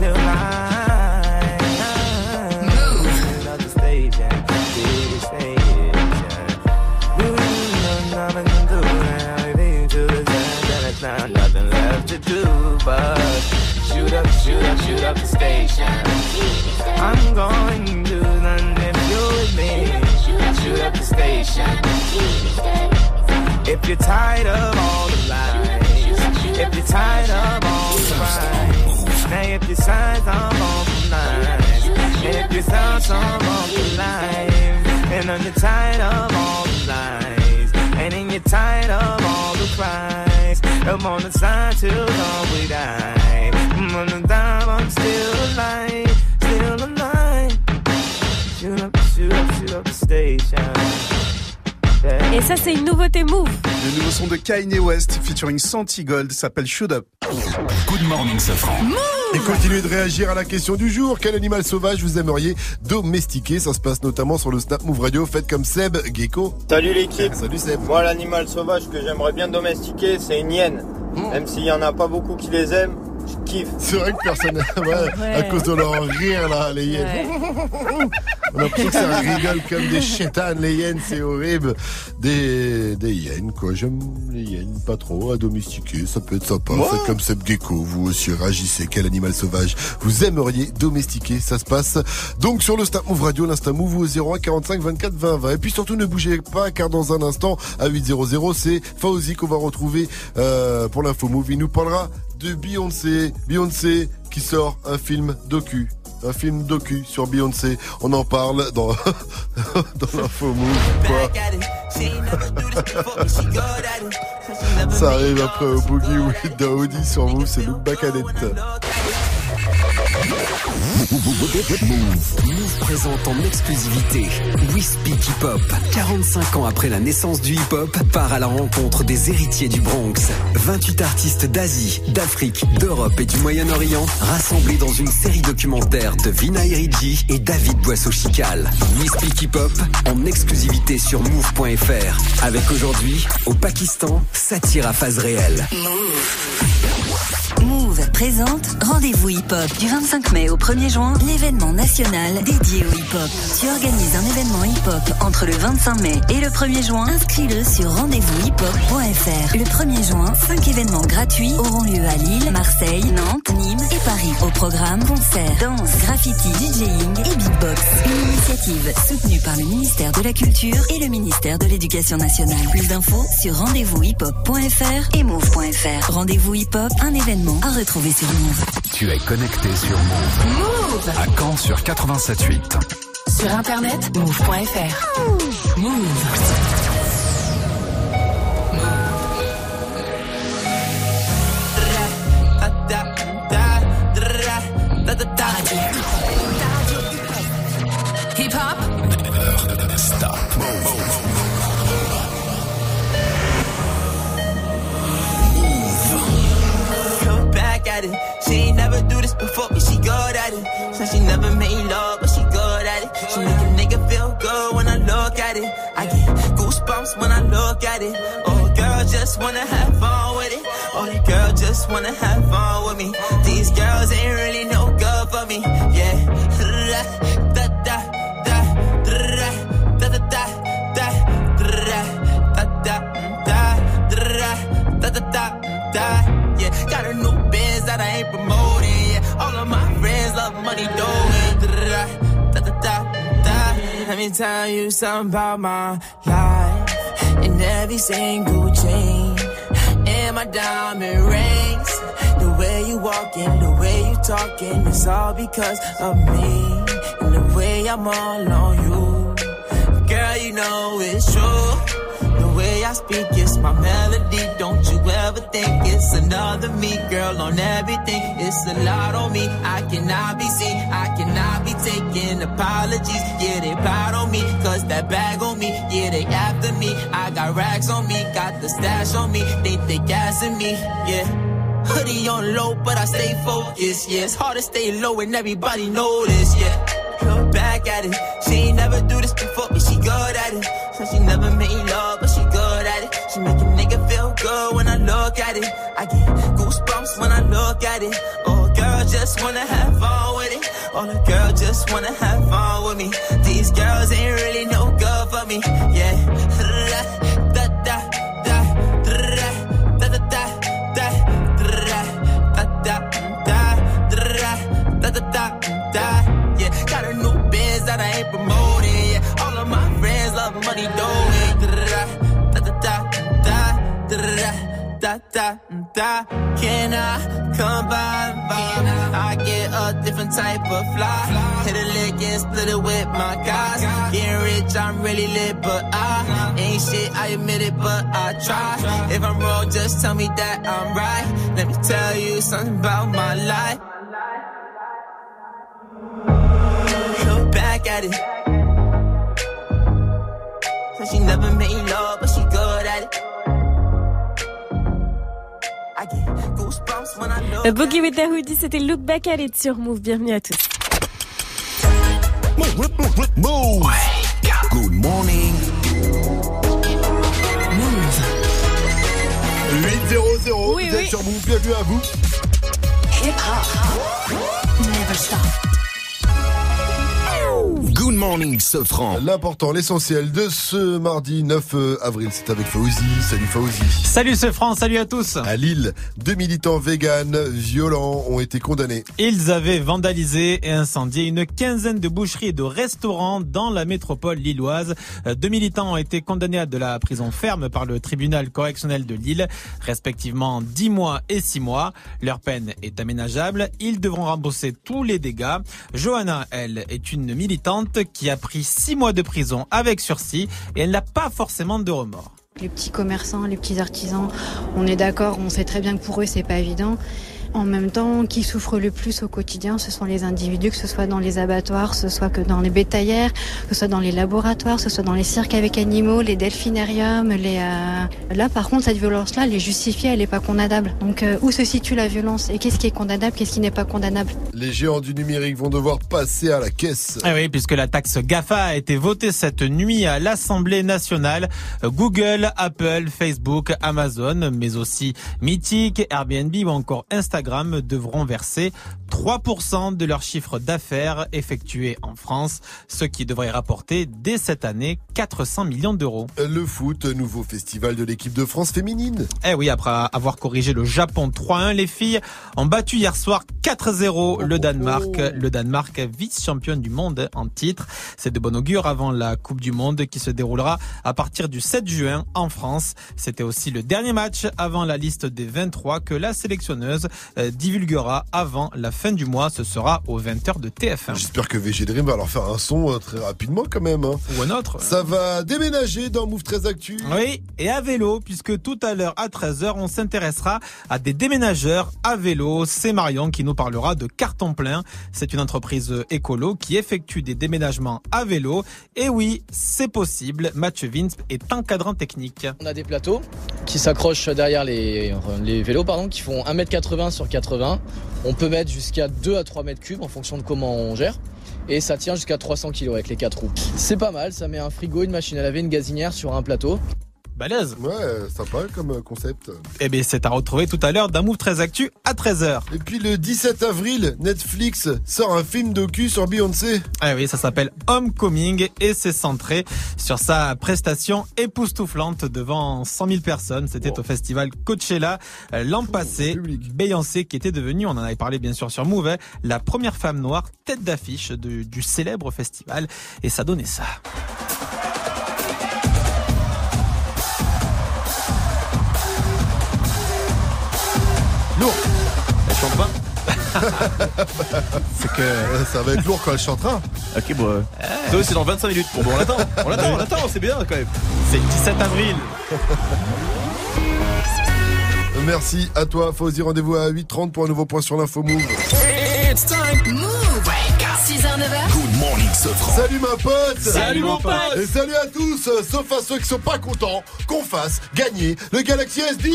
move. At the station, the station. You know nothing to do. Everything to the end, and it's not nothing left to do but. Shoot up the station. I'm going to London if you're with me. Shoot up the station. If you're tired of all the lies, if you're tired of all the cries, now if your sides are all the lies, and if your thoughts are all the lies, and then you're tired of all the lies, and then you're tired of all the cries, I'm on the side till dawn we die. On the dive, I'm still alive, still alive. Shoot up the station. Et ça, c'est une nouveauté Move. Le nouveau son de Kanye West featuring Santi Gold s'appelle Shoot Up. Good morning, Safran. Et continuez de réagir à la question du jour. Quel animal sauvage vous aimeriez domestiquer? Ça se passe notamment sur le Snap Move Radio. Faites comme Seb, Gecko. Salut l'équipe. Salut Seb. Moi, l'animal sauvage que j'aimerais bien domestiquer, c'est une hyène. Même s'il y en a pas beaucoup qui les aiment. Je kiffe. C'est vrai que personne à cause de leur rire là, les hyènes. Ouais. On a l'impression que ça rigole comme des chétanes, les hyènes, c'est horrible. Des hyènes, quoi. J'aime les hyènes, pas trop, à domestiquer, ça peut être sympa. Ouais. Faites comme Seb Gecko, vous aussi réagissez. Quel animal sauvage vous aimeriez domestiquer? Ça se passe donc sur le Snap Move Radio, l'Insta Move au 01 45 24 20 20. Et puis surtout ne bougez pas, car dans un instant à 8:00, c'est Fauzi qu'on va retrouver pour l'info Move. Il nous parlera de Beyoncé qui sort un film docu sur Beyoncé. On en parle dans l'info Move. Quoi. Ça arrive après au Boogie with Daoudi sur Move, c'est Look Back at It. Move présente en exclusivité We Speak Hip Hop. 45 ans après la naissance du hip-hop, part à la rencontre des héritiers du Bronx. 28 artistes d'Asie, d'Afrique, d'Europe et du Moyen-Orient rassemblés dans une série documentaire de Vinay Ridji et David Boisseau-Chical. We Speak Hip Hop en exclusivité sur Move.fr. Avec aujourd'hui, au Pakistan, satire à phase réelle. Move présente Rendez-vous hip-hop du 25 mai au 1er juin, l'événement national dédié au hip-hop. Tu organises un événement hip-hop entre le 25 mai et le 1er juin. Inscris-le sur rendez-vous-hip-hop.fr. Le 1er juin, 5 événements gratuits auront lieu à Lille, Marseille, Nantes, Nîmes et Paris. Au programme, concerts, danse, graffiti, DJing et beatbox. Une initiative soutenue par le ministère de la Culture et le ministère de l'Éducation nationale. Plus d'infos sur rendez-vous-hip-hop.fr et move.fr. Rendez-vous hip-hop, un événement à retrouver sur Move. Tu es connecté sur Move. Move à Caen sur 87.8. Sur internet, move.fr. Move. Hip hop. Never stop. Look back at it. She ain't never do this before, but she good at it. So she never made love, but she good at it. She make a nigga feel good when I look at it. I get goosebumps when I look at it. Oh, girl, just wanna have fun with it. Oh, the girl just wanna have fun with me. These girls ain't really no good for me. Yeah. Da da da da da da da da da da da da da da. Yeah, got a new biz that I ain't promoting. Yeah, all of my friends love money doing. Da da da da. Let me tell you something about my life. In every single chain, and my diamond rings. The way you walking, the way you talking, it's all because of me. And the way I'm all on you, girl, you know it's true. The way I speak, it's my melody. Don't you ever think it's another me, girl, on everything. It's a lot on me. I cannot be seen. I cannot be taking apologies. Yeah, they proud on me, cause that bag on me. Yeah, they after me. I got racks on me, got the stash on me. They gassing me, yeah. Hoodie on low, but I stay focused, yeah. It's hard to stay low and everybody know this, yeah. Look back at it. She ain't never do this before, but she good at it. So she never made love, but she good at it. She make a nigga feel good when I look at it. I get goosebumps when I look at it. Oh, girl, just wanna have fun with it. Oh, the girl just wanna have fun with me. These girls ain't really no good for me, yeah. Da da da da da da da da da da da da da. Yeah, got a new biz that I ain't promoting. Yeah, all of my friends love money doing. Da da da da da da da da. Can I come by? I get a different type of fly. Hit a lick and split it with my guys. Getting rich, I'm really lit, but I ain't shit. I admit it, but I try. If I'm wrong, just tell me that I'm right. Let me tell you something about my life. Look back at it. So she never made love, but she good at it. I get goosebumps when I look. Boogie with the Hoodie, c'était Look Back at It sur Move. Bienvenue à tous. Move. Good morning. Move. 8-0-0, oui, vous êtes sur Move, bienvenue à vous. Hip hop. Never stop. Good morning, Sofran. L'important, l'essentiel de ce mardi 9 avril, c'est avec Fauzi. Salut Fauzi. Salut Sofran, salut à tous. À Lille, 2 militants véganes violents ont été condamnés. Ils avaient vandalisé et incendié une quinzaine de boucheries et de restaurants dans la métropole lilloise. 2 militants ont été condamnés à de la prison ferme par le tribunal correctionnel de Lille, respectivement 10 mois et 6 mois. Leur peine est aménageable. Ils devront rembourser tous les dégâts. Johanna, elle, est une militante qui a pris 6 mois de prison avec sursis et elle n'a pas forcément de remords. Les petits commerçants, les petits artisans, on est d'accord, on sait très bien que pour eux c'est pas évident. En même temps, qui souffrent le plus au quotidien, ce sont les individus, que ce soit dans les abattoirs, que ce soit que dans les bétaillères, que ce soit dans les laboratoires, que ce soit dans les cirques avec animaux, les delphinariums, Là, par contre, cette violence-là, elle est justifiée, elle n'est pas condamnable. Donc, où se situe la violence? Et qu'est-ce qui est condamnable, qu'est-ce qui n'est pas condamnable? Les géants du numérique vont devoir passer à la caisse. Ah oui, puisque la taxe GAFA a été votée cette nuit à l'Assemblée nationale. Google, Apple, Facebook, Amazon, mais aussi Mythic, Airbnb ou encore Instagram devront verser 3% de leur chiffre d'affaires effectué en France, ce qui devrait rapporter dès cette année 400 millions d'euros. Le foot, nouveau festival de l'équipe de France féminine. Eh oui, après avoir corrigé le Japon 3-1, les filles ont battu hier soir 4-0 le Danemark. Le Danemark, vice-championne du monde en titre. C'est de bon augure avant la Coupe du Monde qui se déroulera à partir du 7 juin en France. C'était aussi le dernier match avant la liste des 23 que la sélectionneuse divulguera avant la fin du mois. Ce sera aux 20h de TF1. J'espère que VG Dream va leur faire un son très rapidement quand même. Hein. Ou un autre. Ça va déménager dans Move 13 Actu. Oui, et à vélo, puisque tout à l'heure à 13h, on s'intéressera à des déménageurs à vélo. C'est Marion qui nous parlera de Carton Plein. C'est une entreprise écolo qui effectue des déménagements à vélo. Et oui, c'est possible. Mathieu Vince est encadrant technique. On a des plateaux qui s'accrochent derrière les vélos, qui font 1m80 sur 80. On peut mettre jusqu'à 2 à 3 mètres cubes en fonction de comment on gère. Et ça tient jusqu'à 300 kg avec les 4 roues. C'est pas mal, ça met un frigo, une machine à laver, une gazinière sur un plateau. Balèze. Ouais, sympa comme concept. Eh bien, c'est à retrouver tout à l'heure dans Move 13 Actu à 13h. Et puis le 17 avril, Netflix sort un film docu sur Beyoncé. Ah oui, ça s'appelle Homecoming et c'est centré sur sa prestation époustouflante devant 100 000 personnes. C'était au festival Coachella l'an passé. Beyoncé qui était devenue, on en avait parlé bien sûr sur Move, la première femme noire tête d'affiche du célèbre festival. Et ça donnait ça. Lourd. Elle chante pas. C'est que ça va être lourd quand elle chantera. Ok, bon. C'est dans 25 minutes. Bon, on l'attend, c'est bien quand même. C'est le 17 avril. Merci à toi, Fauzi. Rendez-vous à 8h30 pour un nouveau point sur l'info Move. It's time. Move. 6h, 9h. Good morning, Sofran. Salut ma pote. Salut mon pote. Et salut à tous, sauf à ceux qui sont pas contents qu'on fasse gagner le Galaxy S10.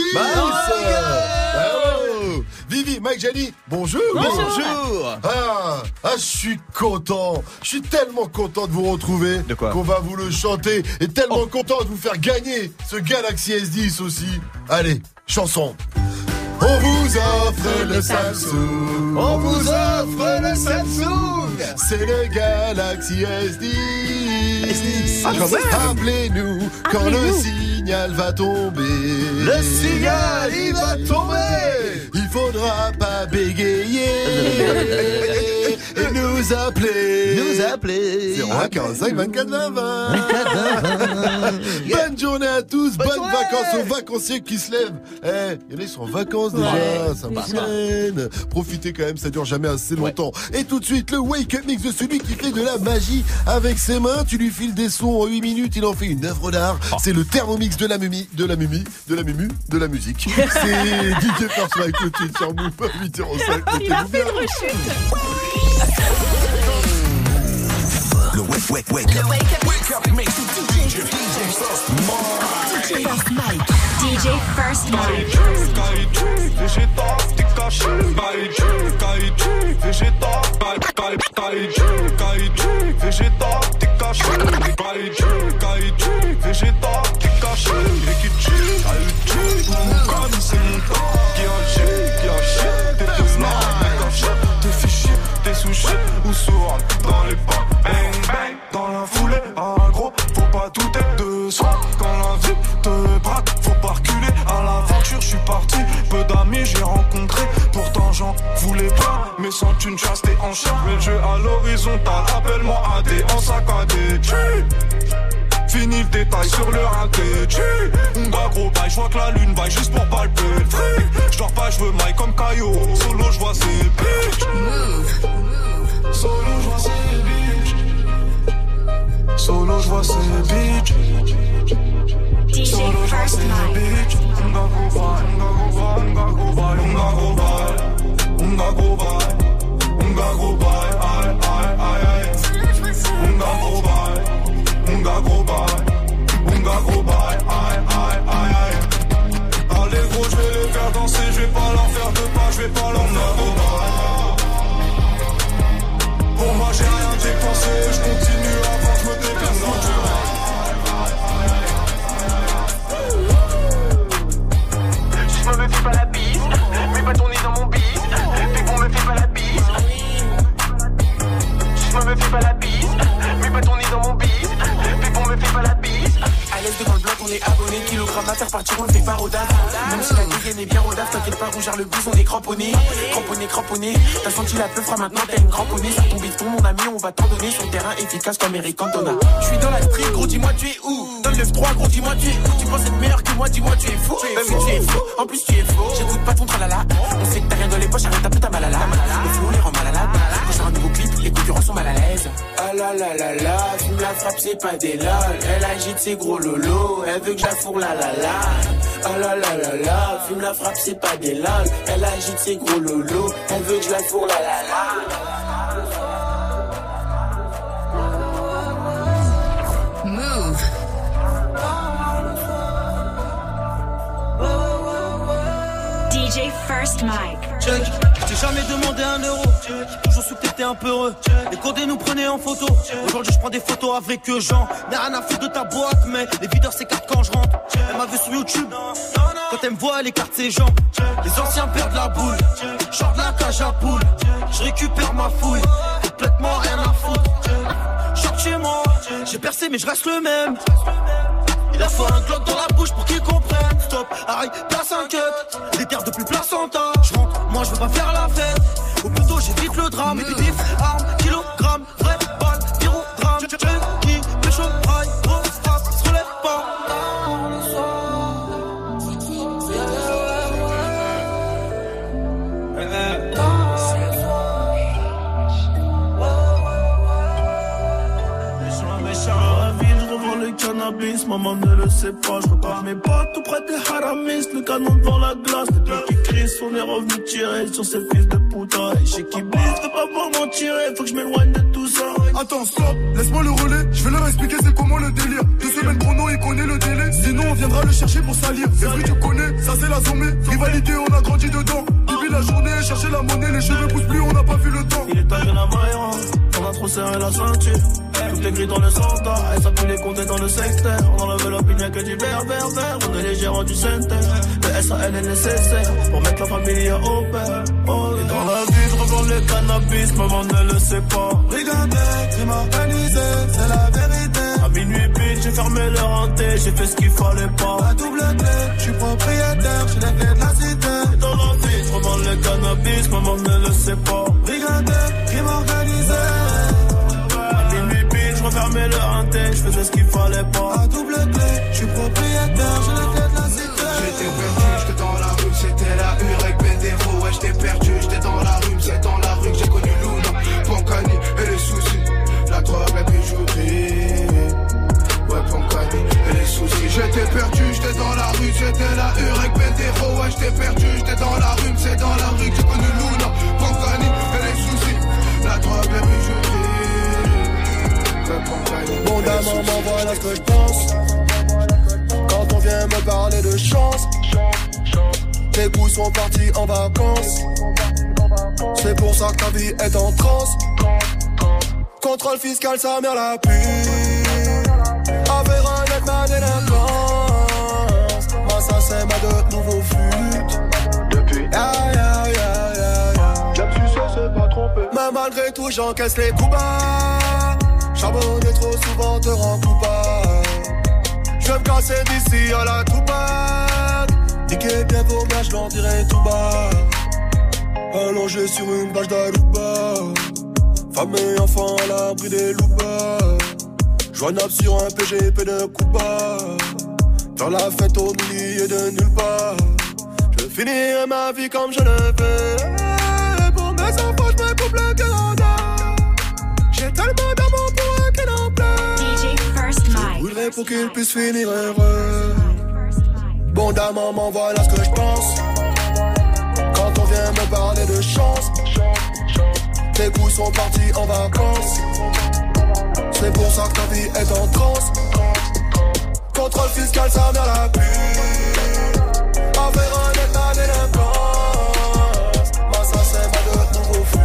Vivi, Mike, Jenny, bonjour. Bonjour. Je suis content. Je suis tellement content de vous retrouver. De quoi? Qu'on va vous le chanter. Et tellement content de vous faire gagner ce Galaxy S10 aussi. Allez, chanson. On vous offre le Samsung. On vous offre le Samsung. C'est le Galaxy S10. Ah, quand même. Appelez-nous quand le signal va tomber. Le signal, il va tomber. Il faudra pas bégayer. Et nous appeler. 0145 24 20 20. Bonne journée à tous. Bonnes vacances aux vacanciers qui se lèvent. Il y en a, ils sont en vacances déjà. Ça me gêne. Profitez quand même, ça dure jamais assez longtemps. Et tout de suite, le Wake Up Mix de celui qui fait de la magie avec ses mains. Tu lui files des sons en 8 minutes, il en fait une œuvre d'art. C'est le Thermomix de la musique. C'est DJ First Mike tout de suite sur Move 8h05. Il a fait une rechute. Le Wake Up Mix de DJ First Mike. DJ First Mike. Végétal, t'es caché. Végétal, t'es caché. Végétal, t'es caché. Et qui tue, comme c'est mon temps. Qui agit, t'es tout snap, t'es fichier, t'es sushi ou sourd dans les pas. Bang bang, dans la foulée, gros, faut pas douter de soi. Quand la vie te braque, faut pas reculer à l'aventure. Je suis parti, peu d'amis j'ai rencontré. Pourtant j'en voulais pas, mais sans une chasse t'es en chat. Mais le jeu à l'horizontale, appelle-moi AD en saccadé. Fini le détail sur le raté. On va gros bail, j'vois que la lune vaille juste pour palper le fric. J'dors pas, j'veux maille comme Caillot. Solo j'vois ces bitches. Solo j'vois ces bitches. Solo j'vois ces bitches. Solo j'vois ces bitches. On va gros bail, on va gros bail, on va gros bail, on va gros bail, on va gros bail, aïe aïe aïe aïe. On va gros bail. Unga gros bail, aïe, aïe, aïe, aïe. Allez gros, je vais les faire danser, je vais pas leur faire de pas, je vais pas leur faire de bail. Pour moi j'ai rien dépensé, je continue avant que je me déplace dans du rail. Je me fais pas la bise, mais pas tourner dans mon bise. Fait qu'on me fait pas la bise. Je me fais pas la bise, mais pas tourner dans mon bise. Fait qu'on me fait pas la bise. À l'aise devant le bloc, on est abonné, kilogramme. programme à faire partir, on le fait par audace. Même si la dégaine est bien rodave, t'inquiète pas, on gère le bus, on est cramponné. Cramponné. T'as senti la peu fera maintenant, t'as une cramponnée. Sur ton béton, mon ami, on va t'en donner sur le terrain efficace comme Eric Cantona. J'suis dans la street, gros, dis-moi tu es où? Dans le 9-3, gros, dis-moi tu es où? Tu penses être meilleur que moi, dis-moi tu es fou. Même si tu es faux, en plus tu es faux. J'écoute pas ton tralala. On sait que t'as rien dans les poches, arrête un peu ta malala. Le flow les rend mal à la. Quand j'ai un nouveau clip, les concurrents sont mal à l'aise. Ah la la la la, fume la frappe, c'est pas des lol. Elle agite ses gros lolos, elle veut que je la fourre la la la. Ah la la la la, fume la frappe, c'est pas des lol. Elle agite ses gros lolos, elle veut que je la fourre la la la. Move. DJ First Mike. Check, j'ai jamais demandé 1 euro. Toujours su que t'étais un peu heureux. Les condés nous prenaient en photo. Aujourd'hui je prends des photos avec eux, Jean. N'a rien à foutre de ta boîte, mais les videurs s'écartent quand je rentre. Elle m'a vu sur YouTube. Quand elle me voit, elle écarte ses jambes. Les anciens perdent la boule. Genre de la cage à poule. Je récupère ma fouille. Complètement rien à foutre. Genre chez moi. J'ai percé mais je reste le même. Il a faut un Glock dans la bouche pour qu'ils comprennent. Stop, arrête, place un cut. Des terres depuis placenta. Je rentre, moi je veux pas faire la fête. Ou plutôt j'évite le drame. Bif, arme, kilogramme, vrai balle, pyrogramme. Junkie, pécho, rail, grosse frappe, se relève pas. Cannabis, maman ne le sait pas, je repars mes potes tout près des haramis, le canon devant la glace, les deux qui crient, on est revenu tirer sur ces fils de putain, et chez qui blisse, fais pas pour m'en tirer, faut que je m'éloigne de tout ça. Attends, stop, laisse-moi le relais, je vais leur expliquer c'est comment le délire. 2 semaines chrono, il connaît le délai, sinon on viendra le chercher pour salir. C'est vrai tu connais, ça c'est la zombie, rivalité on a grandi dedans. Depuis la journée, chercher la monnaie, les cheveux poussent plus, on n'a pas vu le temps. Il est tagué la maille, on a trop serré la ceinture. Tout est gris dans le centre, et ça peut les compter dans le secteur. On enlève l'opinion que du berbère, on est les gérants du center. Le SAL est nécessaire pour mettre la famille au père. Oh, et dans la vie, je revends le cannabis, maman ne le sait pas. Regardez, crime organisé, c'est la vérité. À minuit pile, j'ai fermé le renté, j'ai fait ce qu'il fallait pas. La double clé, je suis propriétaire, j'ai les clés de la cité. Et dans la vie, je revends le cannabis, maman ne le sait pas. Regardez, crime organisé. Je refermais le hanté, je faisais ce qu'il fallait pas. À double clé, je suis propriétaire, j'ai les clés de la cité. J'étais perdu, j'étais dans la rue, c'était la Urec Bendero. Ouais, j'étais perdu, j'étais dans la rue, c'est dans la rue que j'ai connu Luna, Pancani et les soucis. La drogue, la bijouterie. Ouais, Pancani et les soucis. J'étais perdu, j'étais dans la rue, c'était la Urec Bendero. Ouais, j'étais perdu, j'étais dans la rue, c'est dans la rue que j'ai connu Luna, Pancani et les soucis. La drogue, la bijouterie. Bon d'un moment voilà ce que je pense. Quand on vient me parler de chance, tes goûts sont partis en vacances. C'est pour ça que ta vie est en transe. Contrôle fiscal, sa mère la pue. Avait renaître ma délinquance. Moi ça c'est ma de nouveau fut. Depuis là-dessus ça s'est pas trompé. Mais malgré tout j'encaisse les coups bas. Charbonner trop souvent te rend coupable. Je vais me casser d'ici à la toupade. Niquer bien vos mains, je l'en dirai tout bas. Allongé sur une bâche d'Aruba. Femme et enfant à l'abri des loupas. Joignable sur un PGP de Cuba. Faire la fête au milieu de nulle part. Je finirai ma vie comme je le veux. Pour mes enfants, je me coupe le Canada. J'ai tellement d'amour pour un qu'il en pleure. DJ First Mike. Je brûlerai pour qu'il puisse finir heureux. Bon d'un moment, voilà ce que je pense. Quand on vient me parler de chance, tes goûts sont partis en vacances. C'est pour ça que ta vie est en transe. Contrôle fiscal, ça vient la pue. Avec un état délinquance. Moi ça c'est ma de nouveau flux.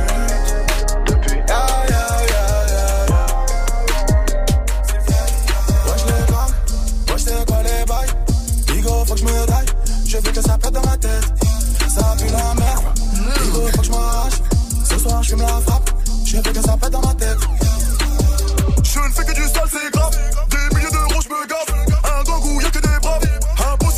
Faut que je me taille, je veux que ça pète dans ma tête. Ça pue la merde, Digo, faut que je m'arrache. Ce soir je fume la frappe, je veux que ça pète dans ma tête. Je ne fais que du sale, c'est grave. Des milliers d'euros, je me gaffe. Un gang où y'a que des braves.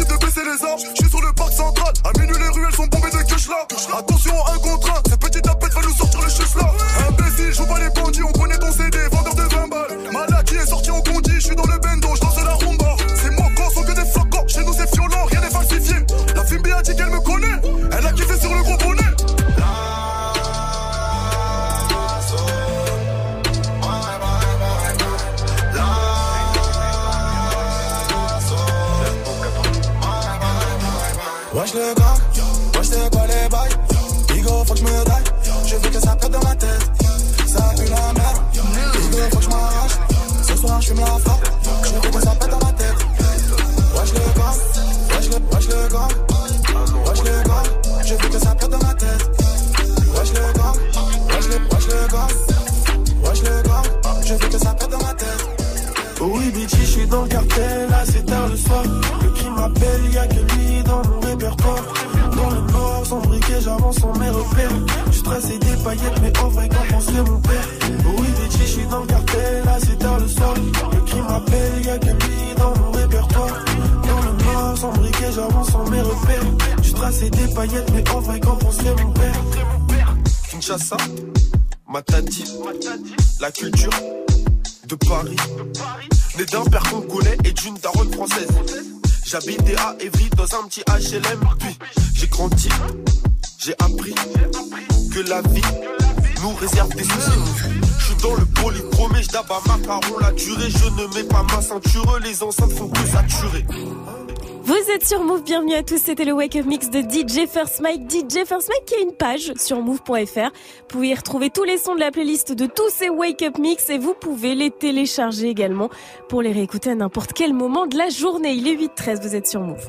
le gang, wesh c'est quoi les bails? Bigo faut que je me daille, je veux que ça pète dans ma tête. Ça pue la merde, Bigo faut que je m'arrache. Ce soir je fume la frappe, je veux que ça pète dans ma tête. Wesh le gang, wesh le gang, wesh le gang, je veux que ça pète dans ma tête. Wesh le gang, wesh le gang, wesh le gang, je veux que ça pète dans ma tête. Oui, bitchy, je suis dans le cartel, là c'est tard le soir. Le qui m'appelle, y'a que lui dans mon répertoire. Dans le noir, sans briquet, j'avance sans mes repères. Je stresse des paillettes, mais en vrai, quand on se mon père. Oui, bitchy, je suis dans le cartel, là c'est tard le soir. Le qui m'appelle, y'a que lui dans mon répertoire. Dans le noir, sans briquet, j'avance sans mes repères. Je stresse des paillettes, mais en vrai, quand on se mon père. Kinshasa, Matadi, la culture de Paris. Né d'un père congolais et d'une daronne française. J'habitais à Évry dans un petit HLM. Puis j'ai grandi, j'ai appris que la vie nous réserve des soucis. Je suis dans le polychromé, je dab à macaron la durée. Je ne mets pas ma ceinture, les enceintes font que saturer. Vous êtes sur Move, bienvenue à tous, c'était le Wake Up Mix de DJ First Mike. DJ First Mike qui a une page sur move.fr. Vous pouvez y retrouver tous les sons de la playlist de tous ces Wake Up Mix et vous pouvez les télécharger également pour les réécouter à n'importe quel moment de la journée. Il est 8h13, vous êtes sur Move.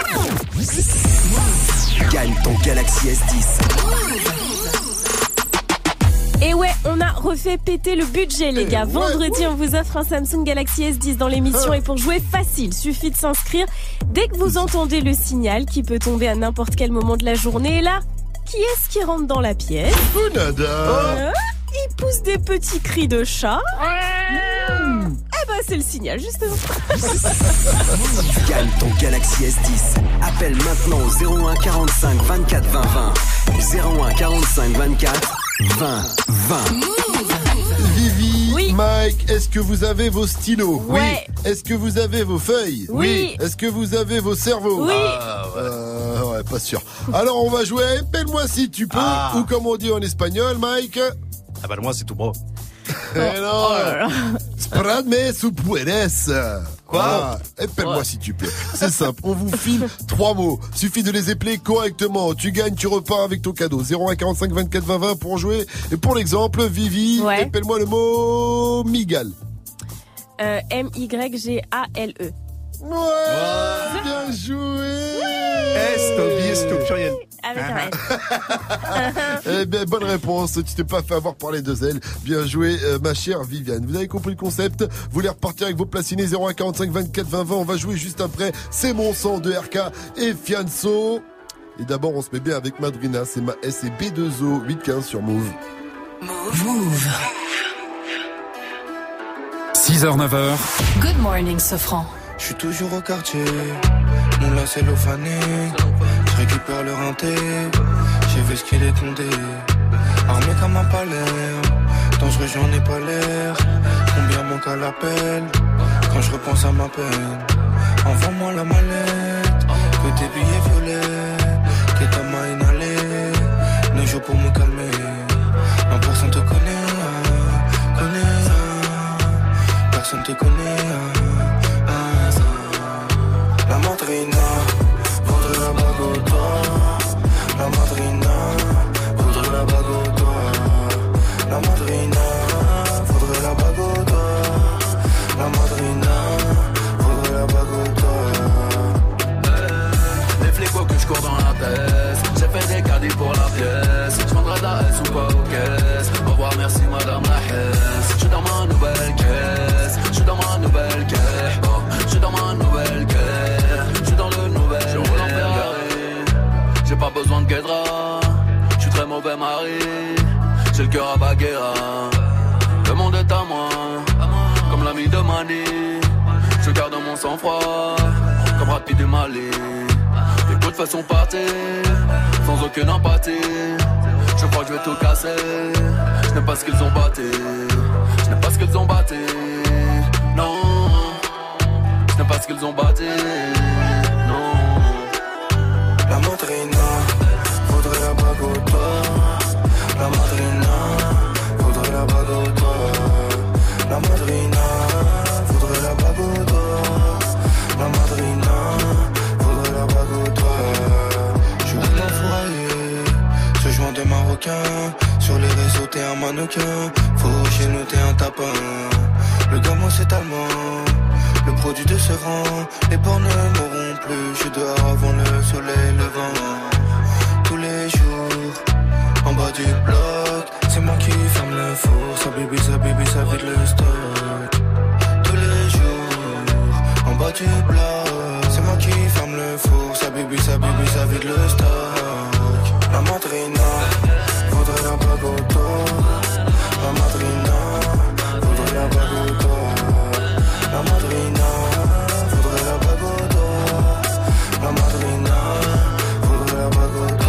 Gagne ton Galaxy S10. Et ouais, on a refait péter le budget, les gars. Vendredi, on vous offre un Samsung Galaxy S10 dans l'émission. Et pour jouer facile, suffit de s'inscrire dès que vous entendez le signal qui peut tomber à n'importe quel moment de la journée. Et là, qui est-ce qui rentre dans la pièce? Il pousse des petits cris de chat. Eh ben, c'est le signal, justement. Gagne ton Galaxy S10. Appelle maintenant au 01 45 24 20 20. 01 45 24 20 20. Vivi, oui. Mike, est-ce que vous avez vos stylos? Ouais. Est-ce que vous avez vos feuilles? Oui. Est-ce que vous avez vos cerveaux? Oui. Ouais, pas sûr. Alors on va jouer à Appelle-moi si tu peux, ou comme on dit en espagnol, Mike. Appelle-moi si tu peux. Non. Spradme su puedes. Quoi? Appelle-moi si tu peux. C'est simple, on vous file 3 mots. Suffit de les épeler correctement. Tu gagnes, tu repars avec ton cadeau. 01 45 24 20 20 pour jouer. Et pour l'exemple, Vivi, appelle-moi le mot Migal. M-Y-G-A-L-E. Ouais, bien joué. C'est au pluriel. Avec un S. Eh bien, bonne réponse. Tu t'es pas fait avoir par les deux ailes. Bien joué, ma chère Viviane. Vous avez compris le concept. Vous voulez repartir avec vos placinés 01 45 24 20 20. On va jouer juste après. C'est mon sang de RK et Fianso. Et d'abord, on se met bien avec Madrina. C'est ma S et B2O 815 sur Move. Move. 6h, 9h. Good morning, Sofran. Je suis toujours au quartier, mon lacet cellophane. Je récupère le rinté, j'ai vu ce qu'il est condé. Armé comme un palais, dangereux j'en ai pas l'air. Combien manque à l'appel, quand je repense à ma peine. Envoie-moi la mallette, que tes billets violets, que ta main inhalée. 9 jours pour me calmer, non personne te connaît, personne te connaît. La madrina voudrait la bague au doigt. La madrina voudrait la bague au doigt. La madrina voudrait la bague au doigt. La madrina voudrait la bague au doigt. Les flics que je cours dans la tête. J'ai fait des caddies pour la pièce. Je vendrai de la S ou pas aux caisses. Au revoir, merci madame la Hesse. Je suis dans ma nouvelle caisse. Je suis dans ma nouvelle caisse. Je suis dans ma nouvelle caisse. Je roule en Ferrari, j'ai pas besoin de guédra. Je suis très mauvais mari, j'ai le cœur à Baguera. Le monde est à moi, comme l'ami de Mani. Je garde mon sang-froid, comme rapide du Mali. Les coups de façon partie, sans aucune empathie. Je crois que je vais tout casser. Je n'aime pas ce qu'ils ont battu. Je n'aime pas ce qu'ils ont battu. Non, je n'aime pas ce qu'ils ont battu. La madrina voudrait la bague au doigt. La madrina voudrait la bague au doigt. La madrina voudrait la bague au doigt. La madrina voudrait la bague au doigt. c'est allemand. Le produit de ce vent, les porcs ne mourront plus. Je suis dehors avant le soleil levant. Tous les jours, en bas du bloc, c'est moi qui ferme le four. Ça bibi, ça vide le stock. Tous les jours, en bas du bloc, c'est moi qui ferme le four. Ça bibi, ça vide le stock. La madrina voudrait la bagoto. La madrina voudrait la bagoto. La madrina voudrait la bagoto. La madrina voudrait la bagoto.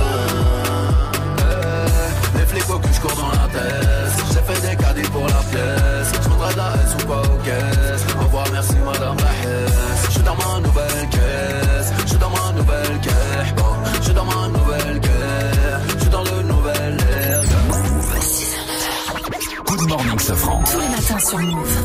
Les flics au cul, je cours dans la tête. J'ai fait des caddies pour la pièce. Je voudrais de la S ou pas aux caisses. Au revoir, merci madame la Hesse. Je suis dans ma nouvelle caisse. Je suis dans ma nouvelle caisse. Je suis dans ma nouvelle caisse. Je suis dans le nouvel air. Good morning, Sofran. Tous les matins sur Move.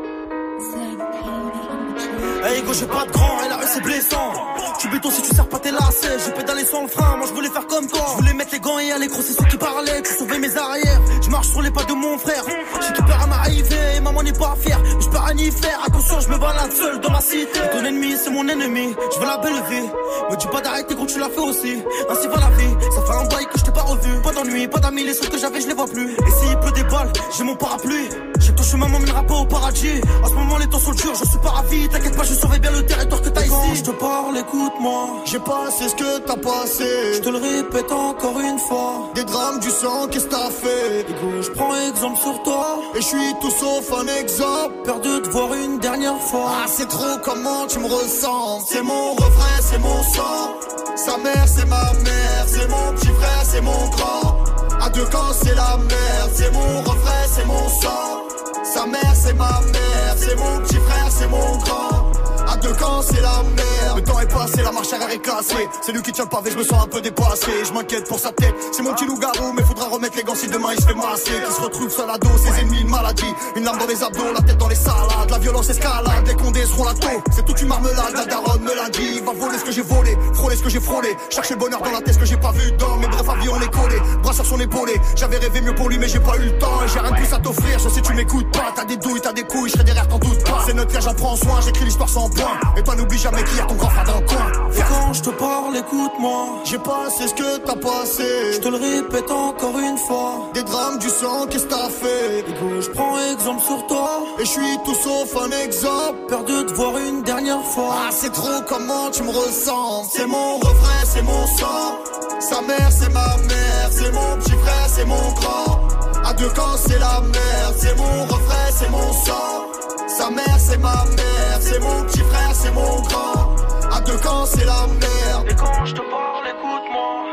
Hey go, j'ai pas de grand, et la rue c'est blessant. Tu béton si tu sers pas tes lacets. J'ai pédalé sans le frein, moi je voulais faire comme toi. Je voulais mettre les gants et aller crosser ceux qui parlaient. Tu sauvais mes arrières, je marche sur les pas de mon frère. J'ai qui peur à m'arriver, et maman n'est pas fière. Mais je peux rien y faire, attention je me balade seul dans ma cité. Ton ennemi c'est mon ennemi, je veux la belle vie. Me dis pas d'arrêter gros, tu l'as fait aussi. Ainsi va la vie, ça fait un bail que je t'ai pas revu. Pas d'ennui, pas d'amis, les seuls que j'avais je les vois plus. Et s'il pleut des balles, j'ai mon parapluie. J'ai que ton chemin m'emmènera pas au paradis. En ce moment les temps sont durs, je suis pas ravi. T'inquiète pas, je surveille bien le territoire que t'as ici. Quand je te parle, écoute-moi. J'ai passé ce que t'as passé. Je te le répète encore une fois. Des drames, du sang, qu'est-ce que t'as fait? Écoute, je prends exemple sur toi. Et je suis tout sauf un exemple. Peur de te voir une dernière fois. Ah, c'est trop comment tu me ressens. C'est mon refrain, c'est mon sang. Sa mère, c'est ma mère. C'est mon petit frère, c'est mon grand. À deux camps, c'est la merde. C'est mon refrain, c'est mon sang. Sa mère, c'est ma mère. C'est mon petit frère, c'est mon grand. À deux camps, c'est la merde. Le temps est passé, la marche arrière est cassée. C'est lui qui tient le pavé, je me sens un peu dépassé. Je m'inquiète pour sa tête, c'est mon petit loup-garou. Mais faudra remettre les gants si demain il se fait masser. Qui se retrouve seul à dos, ses ennemis, une maladie. Une lame dans les abdos, la tête dans les salades. La violence escalade, les condés seront la taux. C'est toute une marmelade, la daronne me l'a dit. Va voler ce que j'ai volé, frôler ce que j'ai frôlé. Chercher le bonheur dans la tête, ce que j'ai pas vu dans mes brefs avis, on est collé. Bras sur son épaulé, j'avais rêvé mieux pour lui, mais j'ai pas eu le temps. Et j'ai rien de plus à t'offrir, je sais tu m'écoutes pas. T'as des douilles, t'as des couilles, je serai derrière, t'en doute pas. C'est notre frère, j'en prends soin, j'écris l'histoire sans point. Et toi n'oublie jamais qu'il y a ton grand frère dans le coin. Et quand je te parle, écoute-moi. J'ai passé ce que t'as passé. Je te le répète encore une fois. Des drames, du sang, qu'est-ce que t'as fait? Écoute, je prends exemple sur toi. Et je suis tout sauf un exemple. Peur de te voir une dernière fois. Ah, c'est trop comment tu me ressens. C'est mon refrain, c'est mon sang. Sa mère, c'est ma mère. C'est mon petit frère, c'est mon grand. À deux camps, c'est la merde. C'est mon refrain, c'est mon sang. Sa mère, c'est ma mère. C'est mon petit frère, c'est mon grand. À deux camps, c'est la merde. Et quand je te parle, écoute-moi.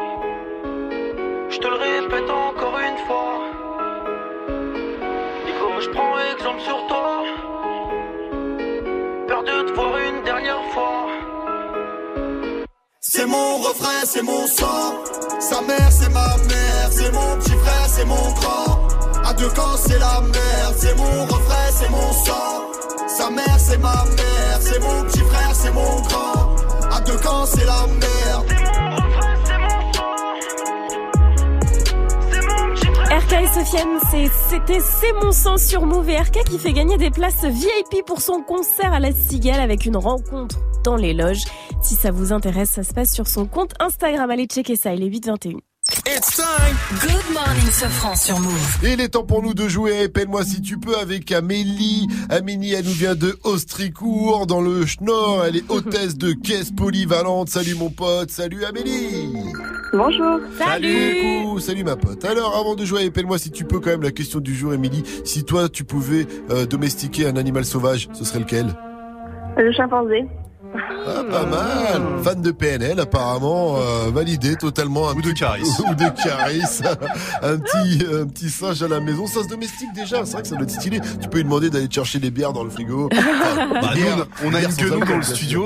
Je te le répète encore une fois. Nico, je prends exemple sur toi. Peur de te voir une dernière fois. C'est mon refrain, c'est mon sang. Sa mère, c'est ma mère. C'est mon petit frère, c'est mon grand. À deux camps, c'est la merde. C'est mon refrain, c'est mon sang. Sa mère, c'est ma mère. C'est mon petit frère, c'est mon grand. À deux camps, c'est la merde. C'est mon refrain, c'est mon sang. C'est mon petit frère. RK et Sofiane, c'était C'est mon sang sur Move, et RK qui fait gagner des places VIP pour son concert à la Cigale avec une rencontre dans les loges. Si ça vous intéresse, ça se passe sur son compte Instagram. Allez checker ça, il est 8h21. It's time. Good morning, Sofran sur Move. Il est temps pour nous de jouer Appelle-moi si tu peux avec Amélie. Amélie, elle nous vient de Austricourt dans le Schnorr. Elle est hôtesse de caisse polyvalente. Salut mon pote, salut Amélie. Bonjour. Salut. Salut ma pote. Alors avant de jouer Appelle-moi si tu peux, quand même la question du jour Amélie. Si toi tu pouvais domestiquer un animal sauvage, ce serait lequel? Le chimpanzé. Ah, pas mal. Fan de PNL apparemment, validé totalement. Ou de Caris. Ou de Caris. un petit singe à la maison, ça se domestique déjà. C'est vrai que ça doit être stylé. Tu peux lui demander d'aller te chercher des bières dans le frigo. On a une gueule dans le studio.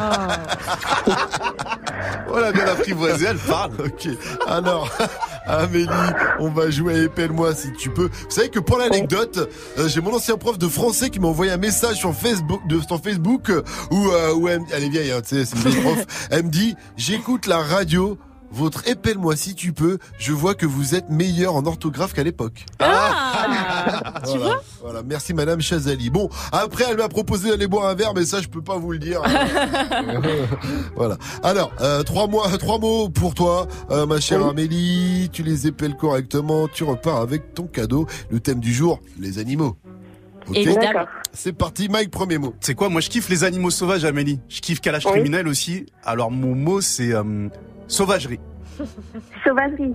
Voilà, bien apprivoisée, elle parle. Ok. Alors, Amélie, on va jouer à Appelle-moi si tu peux. Vous savez que pour l'anecdote, j'ai mon ancien prof de français qui m'a envoyé un message sur Facebook, où elle est vieille, hein, tu sais, c'est une vieille prof. Elle me dit, j'écoute la radio votre épelle-moi si tu peux, je vois que vous êtes meilleur en orthographe qu'à l'époque. Tu vois ? Voilà, merci Madame Chazali. Bon, après elle m'a proposé d'aller boire un verre, mais ça je peux pas vous le dire. Voilà. Alors, trois mots pour toi, ma chère Amélie. Tu les épelles correctement, tu repars avec ton cadeau. Le thème du jour, les animaux. Ok. Évidemment. C'est parti, Mike, premier mot. C'est quoi? Moi, je kiffe les animaux sauvages, Amélie. Je kiffe Calage criminel aussi. Alors, mon mot, c'est sauvagerie. Sauvagerie.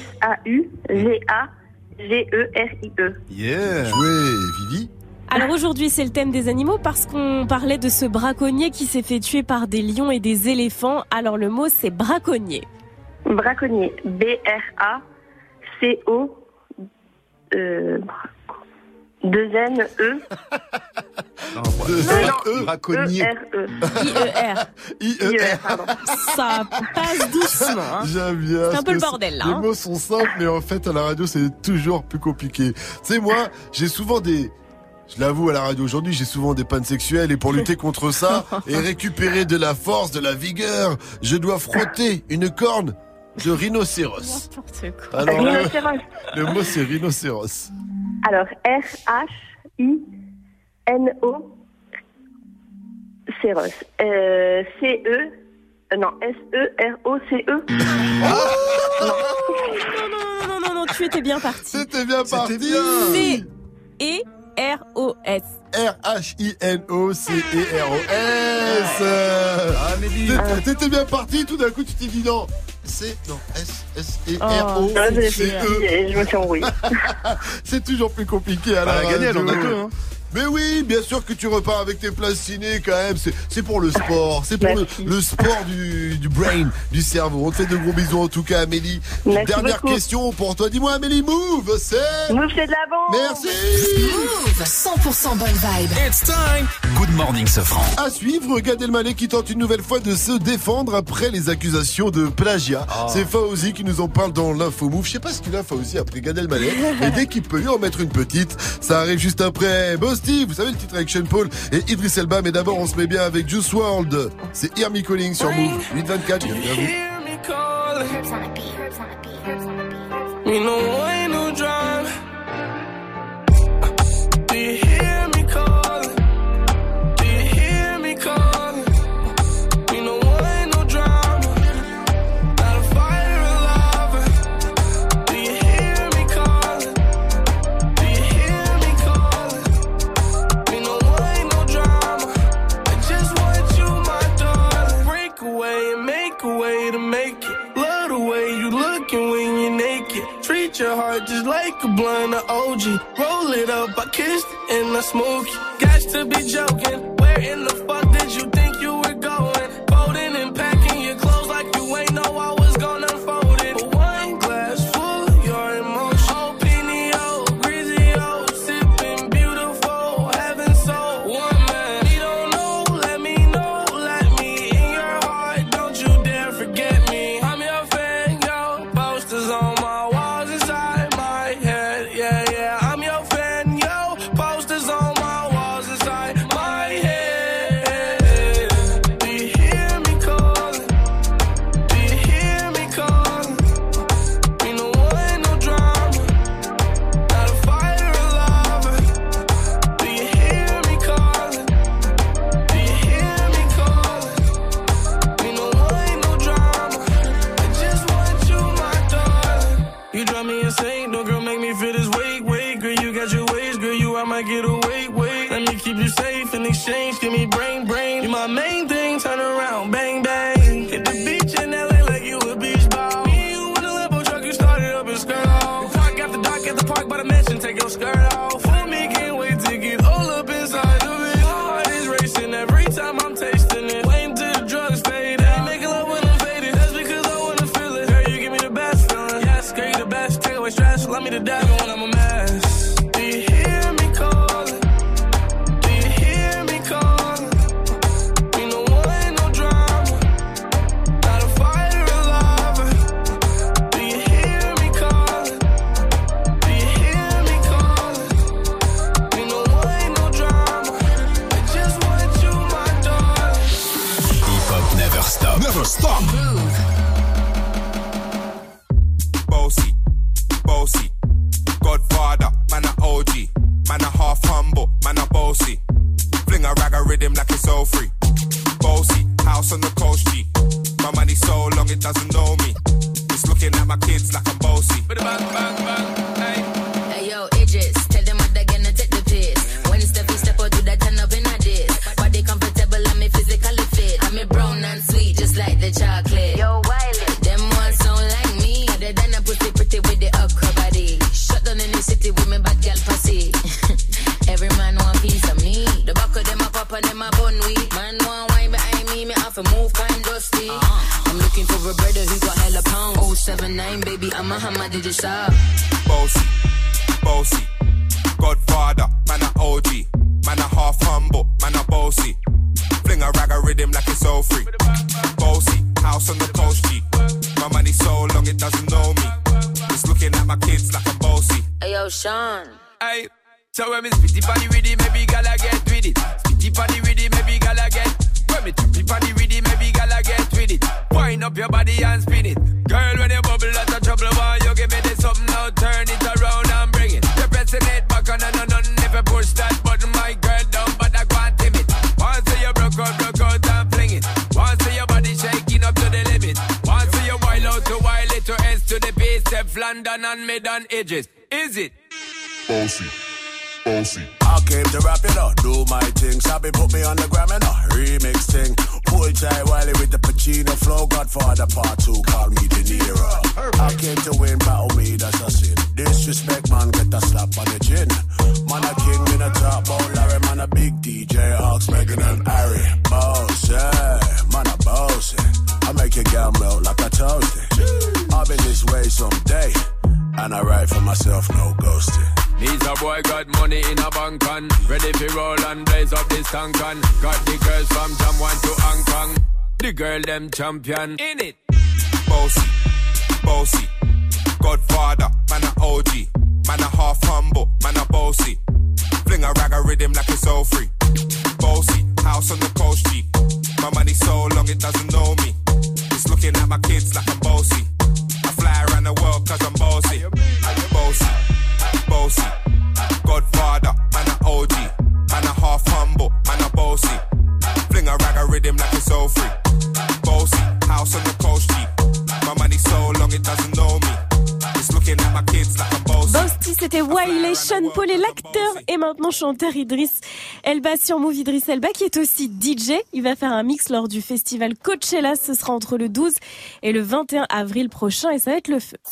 SAUVAGERIE. Yeah. Joué, Vivi. Alors aujourd'hui, c'est le thème des animaux parce qu'on parlait de ce braconnier qui s'est fait tuer par des lions et des éléphants. Alors le mot, c'est braconnier. Braconnier. BRACO. 2NE. Braconnier. IER. Ça passe doucement. Hein. J'aime bien. C'est un peu le bordel là. Les mots sont simples, mais en fait, à la radio, c'est toujours plus compliqué. Tu sais, moi, j'ai souvent je l'avoue à la radio aujourd'hui, j'ai souvent des pannes sexuelles et pour lutter contre ça et récupérer de la force, de la vigueur, je dois frotter une corne de rhinocéros. N'importe quoi. Alors, Rhinocéros. le mot c'est rhinocéros. Alors, RHINO. Céros. SEROCE. Non, tu étais bien parti. C'était bien parti. C-E-R-O-S. RHINOCEROS. T'étais bien parti, tout d'un coup tu t'es dit non. SSEROCE. Je me suis embrouillée. C'est toujours plus compliqué à la radio. Gagné, elle en a deux, hein. Mais oui, bien sûr que tu repars avec tes places ciné quand même. C'est pour le sport. C'est pour le sport du brain, du cerveau. On te fait de gros bisous en tout cas, Amélie. Merci Dernière beaucoup. question pour toi. Dis-moi, Amélie, Move, c'est Move, c'est de la bombe. Merci. Move 100% bonne vibe. It's time. Good morning, Sofran. À suivre, Gad Elmaleh qui tente une nouvelle fois de se défendre après les accusations de plagiat. C'est Fauzi qui nous en parle dans l'info Move. Je sais pas ce qu'il a Fauzi après Gad Elmaleh, mais dès qu'il peut lui en mettre une petite, ça arrive juste après Boss Steve, vous savez le titre avec Sean Paul et Idris Elba, mais d'abord on se met bien avec Juice WRLD. C'est Hear Me Calling sur Move 824. Bienvenue à vous. Me no way, no drive. Do you hear me calling? Do you hear me calling? Me no way, no drama. Not a fire alive. Do you hear me calling? Do you hear me calling? Me no way, no drama. I just want you, my darling. Break away and make a way to make it. Love the way you looking when you're naked. Treat your heart just like a blunt of OG. Roll it up, I kissed it and I smoke it. Got to be joking. Where in the fuck did you think you were going? Folding and packing your clothes like you ain't know I was gonna unfold it. But one glass full of your emotion. Oh, Pinio, Grizio, sipping beautiful, heaven so one man. We don't know, let me know, let me in your heart. Don't you dare forget me. I'm your fan, yo. Posters on my walls inside my head. Yeah, yeah, I'm your fan, yo. Posters on my walls inside my head. Do you hear me calling? Do you hear me calling? Me no one, no drama. Not a fire alive. Do you hear me calling? Do you hear me calling? Me no one, no drama. I just want you, my darling. You drive me insane, no girl make me feel this way, girl you got your ways, girl you I might get away, let me keep you safe in exchange, give me brain, you my main thing, turn around, bang, bang, hit the beach in LA like you a beach ball, me and you in a Lambo truck, you started up and skirt off, park after dark at the park by the mansion, take your skirt off, for me can't wait to get all up inside of it, my heart is racing every time I'm tasting it, waiting till the drugs fade, I ain't making love when I'm faded, that's because I wanna feel it, girl you give me the best feeling, yes, girl you the best, take away stress, let me to die when I'm a mess. Do you hear me calling? Do you hear me calling? Me no one, no drama. Not a fire alive. Do you hear me calling? Do you hear me calling? Me no one, no drama. I just want you, my darling. Hip Hop Never Stop. Never Stop. house on the coast, G. My money so long it doesn't know me. It's looking at my kids like I'm bossy. Bang, bang, bang, hey. Hey yo, Idris, tell them what they're gonna take the piss. When Steffi step out, do that turn up in a diss. Body comfortable, I'm physically fit. I'm a brown and sweet, just like the chocolate. Yo, Wiley, them ones sound like me. Other than a pussy pretty with the upper body. Shut down in the city with me bad girl pussy. Every man want piece of me. The back of them a pop and them a bun weed. Man want wine behind me have to move kind dusty. I'm looking for a brother who got hella pound. 079, baby, I'm a hammer, did you stop? Bossy, bossy, Godfather, man a OG, man a half humble, man a bossy. Fling a rag a rhythm like it's all free. Bossy, house on the coast, G. My money so long it doesn't know me. It's looking at my kids like I'm bossy. Hey yo, Sean. Hey, so when me spitty body with it, maybe gala get with it. Spitty body with it, maybe gala get. When me trippy body with it, maybe gala get with it. Wind up your body and spin it. Girl, when you bubble out of trouble, why you give me this something now? Turn it around and bring it. You're pressing it back on and on. Never push that button, my girl, down, but I can't tame it. Once you broke out and fling it. Once your body shaking up to the limit. Once you wild out to wild it to S to the base, step London and mid on edges. Is it? Bossy, bossy. I came to rap it up, do my thing. Sabi put me on the gram and a remix thing. Pull tight Wiley with the Pacino flow. Godfather part 2, call me De Niro. I came to win, battle me, that's a sin. Disrespect, man, get a slap on the chin. Man a king in a top, oh Larry, man a big DJ, Hawks, Megan and Harry. Boss, yeah, man a boss, I make your girl melt like a toasty. I'll be this way someday, and I write for myself, no ghosting. Needs a boy got money in a bank on. Ready for roll and blaze up this tank on. Got the girls from Jamwan to Hong Kong. The girl them champion in it. Bossy, bossy, Godfather, man a OG, man a half humble, man a bossy. Fling a rag a rhythm like it's all free. Bossy, house on the coast, G. My money so long it doesn't know me. It's looking at my kids like I'm bossy. I fly around the world cause I'm bossy. Bossy, bossy, Godfather, man a OG, man a half humble, man a bossy. Fling a rag a rhythm like it's all free. Bossy, house on the coast, G. My money so long it doesn't know me. It's looking at my kids like I'm bossy. Bossy, c'était Wiley, Sean Paul et l'acteur et maintenant chanteur Idriss Elba sur Move. Idriss Elba qui est aussi DJ. Il va faire un mix lors du festival Coachella. Ce sera entre le 12 et le 21 avril prochain et ça va être le feu.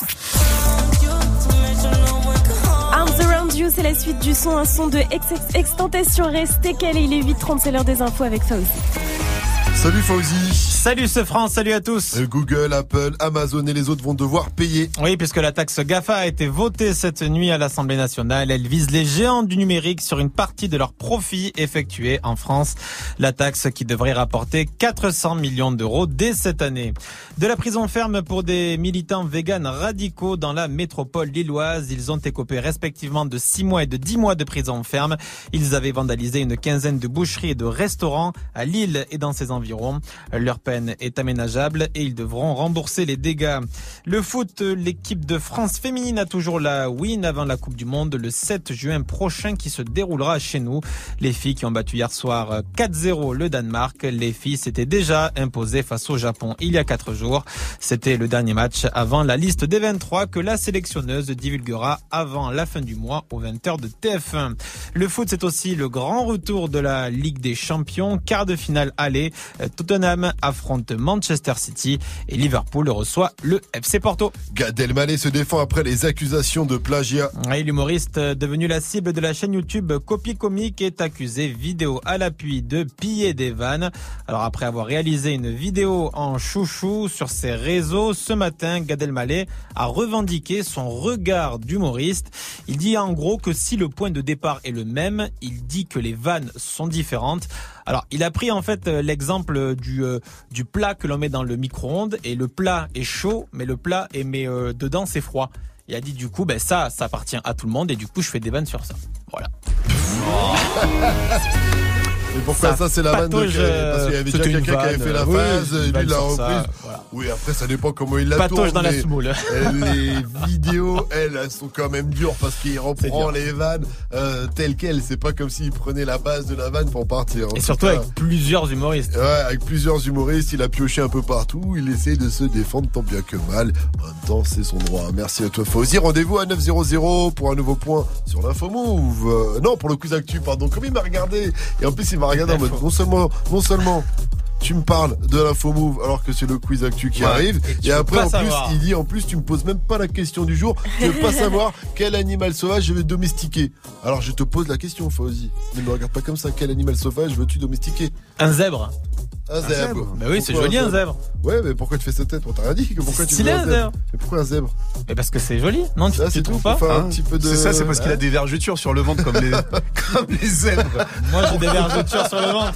Arms Around You, c'est la suite du son, un son de XXXTentacion. Restez calés, il est 8h30, c'est l'heure des infos avec Fauzi. Salut Fauzi. Salut ce France, salut à tous. Google, Apple, Amazon et les autres vont devoir payer. Oui, puisque la taxe GAFA a été votée cette nuit à l'Assemblée nationale. Elle vise les géants du numérique sur une partie de leurs profits effectués en France. La taxe qui devrait rapporter 400 millions d'euros dès cette année. De la prison ferme pour des militants véganes radicaux dans la métropole lilloise. Ils ont écopé respectivement de 6 mois et de 10 mois de prison ferme. Ils avaient vandalisé une quinzaine de boucheries et de restaurants à Lille et dans ses environs. Leur peine est aménageable et ils devront rembourser les dégâts. Le foot, l'équipe de France féminine a toujours la win avant la Coupe du Monde le 7 juin prochain qui se déroulera chez nous. Les filles qui ont battu hier soir 4-0 le Danemark. Les filles s'étaient déjà imposées face au Japon il y a 4 jours. C'était le dernier match avant la liste des 23 que la sélectionneuse divulguera avant la fin du mois aux 20h de TF1. Le foot, c'est aussi le grand retour de la Ligue des Champions. Quart de finale aller. Tottenham affronte Manchester City et Liverpool reçoit le FC Porto. Gad Elmaleh se défend après les accusations de plagiat. Oui, l'humoriste devenu la cible de la chaîne YouTube Copy Comique est accusé, vidéo à l'appui, de piller des vannes. Alors après avoir réalisé une vidéo en chouchou sur ses réseaux, ce matin, Gad Elmaleh a revendiqué son regard d'humoriste. Il dit en gros que si le point de départ est le même, il dit que les vannes sont différentes. Alors, il a pris en fait l'exemple du plat que l'on met dans le micro-ondes et le plat est chaud, mais le plat dedans c'est froid. Il a dit du coup, ça appartient à tout le monde et du coup je fais des vannes sur ça. Voilà. Et pourquoi ça c'est la vanne de... Parce qu'il y avait déjà quelqu'un qui avait fait la phase, et lui l'a reprise. Voilà. Oui, après, ça dépend comment il la tourne. Patoche dans la semoule. Les vidéos, elles sont quand même dures parce qu'il reprend les vannes telles quelles. C'est pas comme s'il prenait la base de la vanne pour partir. Et surtout avec plusieurs humoristes. Ouais, avec plusieurs humoristes, il a pioché un peu partout. Il essaie de se défendre tant bien que mal. En même temps, c'est son droit. Merci à toi, Fauzi. Rendez-vous à 900 pour un nouveau point sur l'Info Move. Non, pour le quiz actu, pardon. Comme il m'a regardé. Et en plus, il m'a regardé en mode non seulement tu me parles de l'Info Move alors que c'est le quiz actu qui arrive. Et après, en plus, il dit, en plus, tu me poses même pas la question du jour. Tu veux pas savoir quel animal sauvage je vais domestiquer. Alors, je te pose la question, Fauzi. Ne me regarde pas comme ça. Quel animal sauvage veux-tu domestiquer? Un zèbre. Un zèbre. Bah oui, c'est joli un zèbre. Ouais, mais pourquoi tu fais cette tête? On t'a rien dit. Pourquoi tu veux un zèbre? Mais pourquoi un zèbre? Mais parce que c'est joli. Non, tu trouves pas? Un petit peu de... C'est ça, c'est parce qu'il a des vergetures sur le ventre comme les zèbres. Moi, j'ai des vergetures sur le ventre.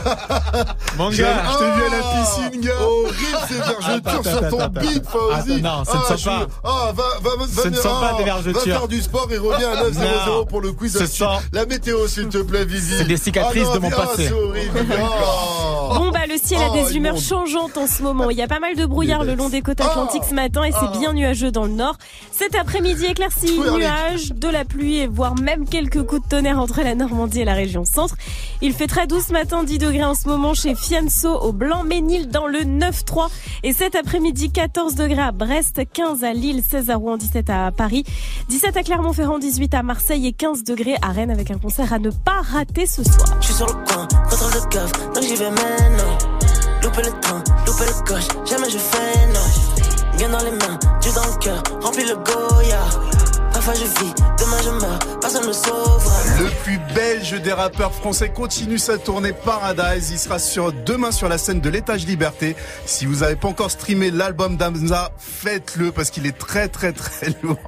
Mon gars, je t'ai vu à la piscine, gars. Horrible ces vergetures sur ton bide, Fauzi. Non, ce ne sont pas. Ce ne sont pas des vergetures. Va faire du sport et reviens à 900 pour le quiz. La météo, s'il te plaît, Vivi. C'est des cicatrices de mon passé. C'est horrible. Bon, le ciel a des humeurs changeantes en ce moment. Il y a pas mal de brouillard le long des côtes atlantiques ce matin et c'est bien nuageux dans le nord. Cet après-midi, éclaircies, nuages, de la pluie et voire même quelques coups de tonnerre entre la Normandie et la région centre. Il fait très doux ce matin, 10 degrés en ce moment chez Fianso au Blanc-Ménil dans le 9-3. Et cet après-midi, 14 degrés à Brest, 15 à Lille, 16 à Rouen, 17 à Paris, 17 à Clermont-Ferrand, 18 à Marseille et 15 degrés à Rennes avec un concert à ne pas rater ce soir. Je suis sur le coin, contrôle de keuf, donc j'y vais maintenant. Louper le train, louper le coche, jamais je fais non. Bien dans les mains, Dieu dans le cœur, remplis le Goya. Parfois je vis, demain je meurs, personne ne sauvera. Le plus belge des rappeurs français continue sa tournée Paradise. Il sera demain sur la scène de l'Étage Liberté. Si vous n'avez pas encore streamé l'album d'Amza, faites-le parce qu'il est très très très lourd.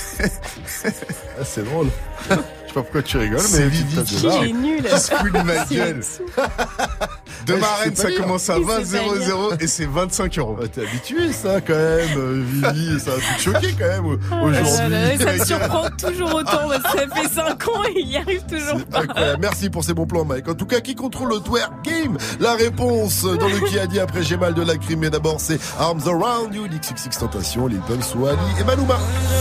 C'est drôle. Je sais pas pourquoi tu rigoles, mais Vivi, il est nul. Qui se fout de ma gueule. Demain Rennes, ça commence à 20,00 et c'est 25 €. T'es habitué, ça, quand même, Vivi. Ça va te choquer, quand même, aujourd'hui. Ça me surprend toujours autant. Ça fait 5 ans et il y arrive toujours pas. Incroyable. Merci pour ces bons plans, Mike. En tout cas, qui contrôle le twerk game? La réponse dans le qui a dit après j'ai mal de la crime. Mais d'abord, c'est Arms Around You, XXX Tentation, Lil Pump, Swally et Maluma.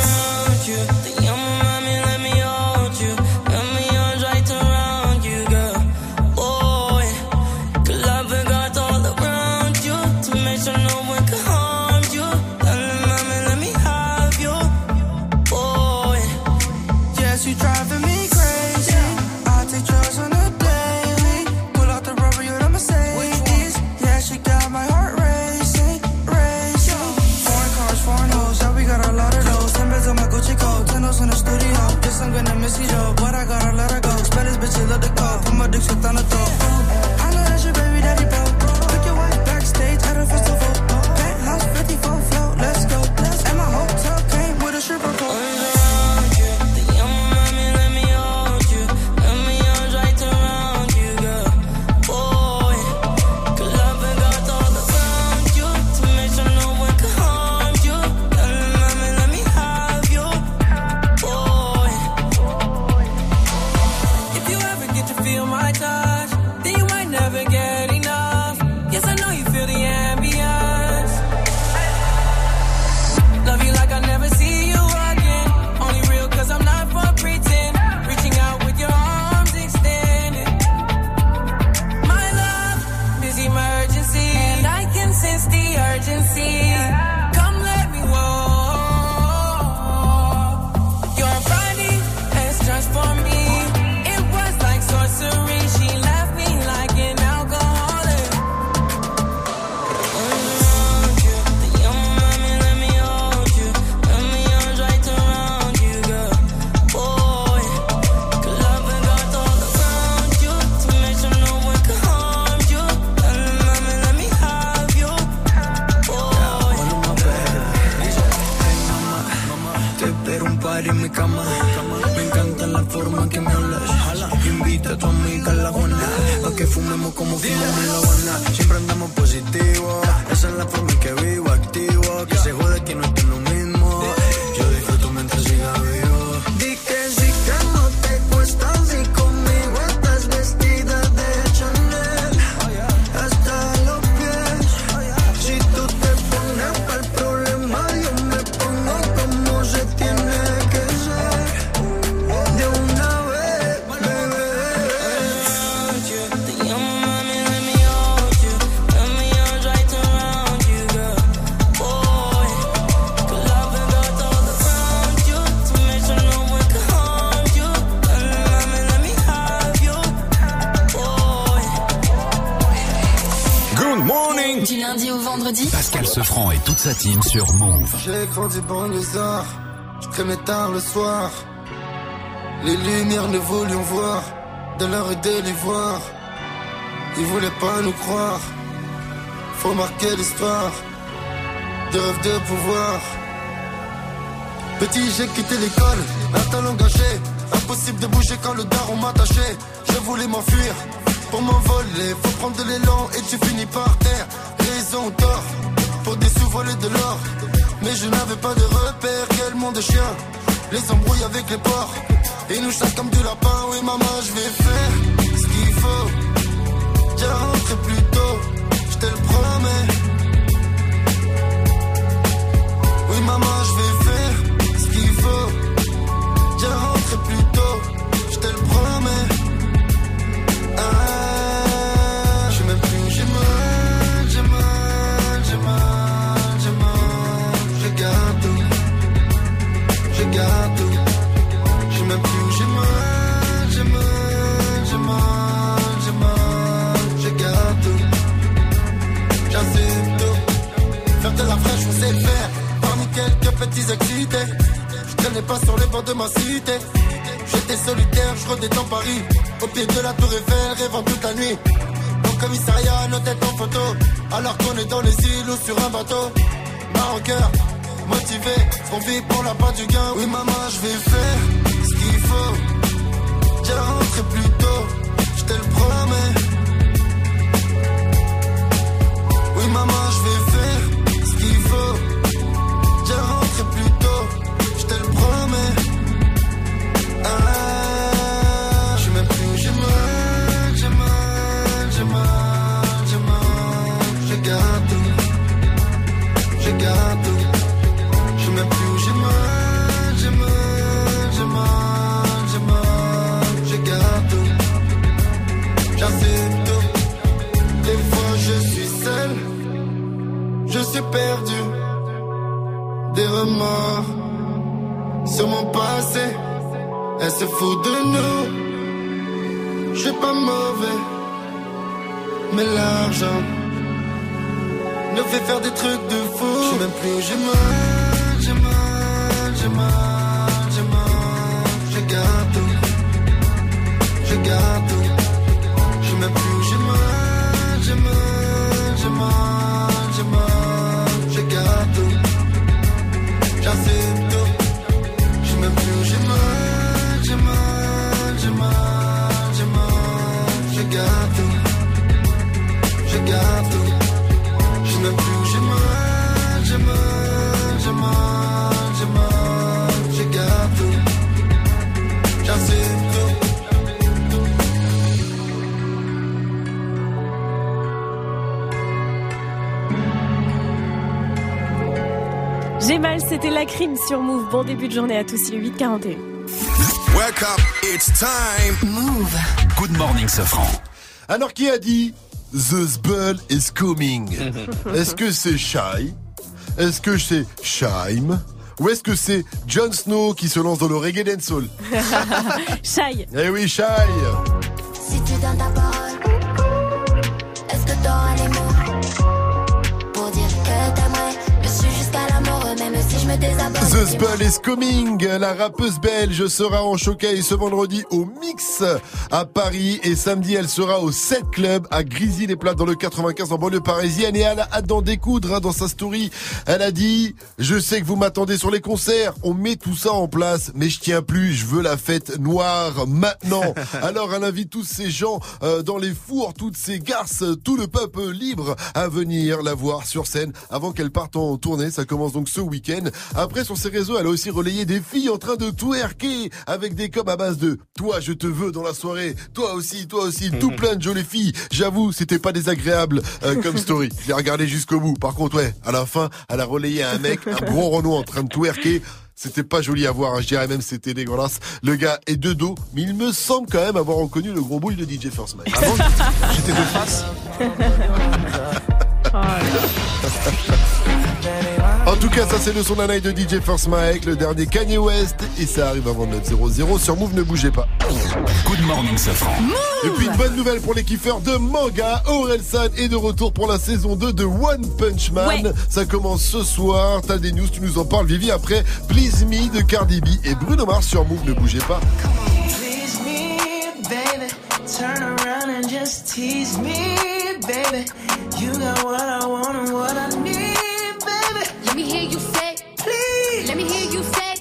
I'm gonna miss you though, but I gotta let her go. Spell this bitch, love the go. Put my dick shit on the throat. I know that's your baby daddy, bro. Took your wife backstage at a festival. Penthouse 54 float, let's go. And my hotel came with a stripper pole. que fumemos como fumamos en La Habana. Siempre andamos positivo, esa es la forma en que vivo, activo. Que se jode que no esté lo mismo. Yo disfruto mientras siga vivo. Di que sí que no te cuesta, si conmigo estás vestida de Chanel hasta los pies. Si tú te pones lundi au vendredi. Pascal Sefranc et toute sa team sur Move. J'ai grandi banlieusard, je traînais tard le soir. Les lumières ne voulions voir, de leur aider les voir. Ils voulaient pas nous croire, faut marquer l'histoire. De rêve de pouvoir. Petit, j'ai quitté l'école, un talent gâché. Impossible de bouger quand le daron m'attachait. Je voulais m'enfuir, pour m'envoler. Faut prendre de l'élan et tu finis par terre. Raison ou tort, pour des sous voler de l'or. Mais je n'avais pas de repère, quel monde de chien. Les embrouilles avec les porcs, et nous chassent comme du lapin. Oui maman, je vais faire ce qu'il faut. J'ai rentré plus tôt, je te le promets. Oui maman, je vais faire ce qu'il faut. J'ai rentré plus tôt, je te le promets. Je sais même plus où j'ai mal, j'ai mal, j'ai mal, j'ai mal. Je garde tout, je garde tout. Je sais même plus où j'ai mal, j'ai mal, j'ai mal, j'ai mal. Je garde tout, j'assume tout. Faire de la fraîche, on sait le faire. Parmi quelques petits excités, je traînais pas sur les bords de ma cité. J'étais solitaire, je rôdais dans Paris, au pied de la tour Eiffel, rêvant toute la nuit. Au commissariat, nos têtes en photo, alors qu'on est dans les îles ou sur un bateau. Bas en cœur, motivé, on vit pour la part du gain. Oui maman, je vais faire ce qu'il faut. J'ai rentré plus tôt, je te le promets. Oui maman, je vais faire ce qu'il faut. J'ai rentré plus tôt, je te le promets. Je sais même plus où j'ai mal, j'ai mal, j'ai mal, j'ai mal. Je garde tout, je garde tout. Je sais même plus où j'ai mal, j'ai mal, j'ai mal, j'ai mal. Je garde tout, j'assume tout. Des fois je suis seul, je suis perdu. Des remords sur mon passé, elle se fout de nous. Je suis pas mauvais, mais l'argent nous fait faire des trucs de fou. Je sais même plus où j'ai mal, j'ai mal, j'ai mal, j'ai mal. Je garde tout, je garde tout. Je sais même plus où j'ai mal, j'ai mal, j'ai mal, j'ai mal. Je garde tout, j'assume tout. Je sais même plus où j'ai mal, j'ai mal, j'ai mal, j'ai mal. Je garde tout, je garde tout. Je sais même plus où j'ai mal, j'ai mal, j'ai mal, j'ai mal. Je garde tout, j'assume tout. J'ai mal, c'était la crime sur Move. Bon début de journée à tous, il est 8h41. Wake up, it's time. Move. Good morning, Sefranc. Alors qui a dit The Spell is coming? Est-ce que c'est Shai? Est-ce que c'est Shaim? Ou est-ce que c'est Jon Snow qui se lance dans le reggae dancehall? Shai. Eh oui, Shai. Si tu donnes ta parole, est-ce que t'auras les mots pour dire que t'aimerais? Je suis jusqu'à la mort, même si je me désabonne. The Spell is coming. La rappeuse belge sera en showcase ce vendredi au Mix à Paris et samedi elle sera au 7 Club à Grésy-les-Plates dans le 95 en banlieue parisienne et elle a hâte d'en découdre dans sa story. Elle a dit « Je sais que vous m'attendez sur les concerts, on met tout ça en place, mais je tiens plus, je veux la fête noire maintenant. » Alors elle invite tous ces gens dans les fours, toutes ces garces, tout le peuple libre à venir la voir sur scène avant qu'elle parte en tournée. Ça commence donc ce week-end. Après, sur ses réseaux, elle a aussi relayé des filles en train de twerker avec des coms à base de « Toi, je te veux dans la soirée, toi aussi, tout plein de jolies filles. » J'avoue, c'était pas désagréable comme story. Je l'ai regardé jusqu'au bout. Par contre, ouais, à la fin, elle a relayé un mec, un gros Renault en train de twerker. C'était pas joli à voir, hein. Je dirais même c'était dégueulasse. Le gars est de dos, mais il me semble quand même avoir reconnu le gros bouille de DJ First Mike. Ah bon, j'étais de face. En tout cas, ça c'est le son d'un night de DJ First Mike, le dernier Kanye West, et ça arrive avant 9:00 sur Move, ne bougez pas. Good morning, Safran. Et puis une bonne nouvelle pour les kiffeurs de manga. Orelsan est de retour pour la saison 2 de One Punch Man. Ouais. Ça commence ce soir. T'as des news, tu nous en parles, Vivi. Après, Please Me de Cardi B et Bruno Mars sur Move. Ne bougez pas. Please me, baby. Turn around and just tease me, baby. You got what I want and what I need, baby. Let me hear you say, please. Let me hear you say,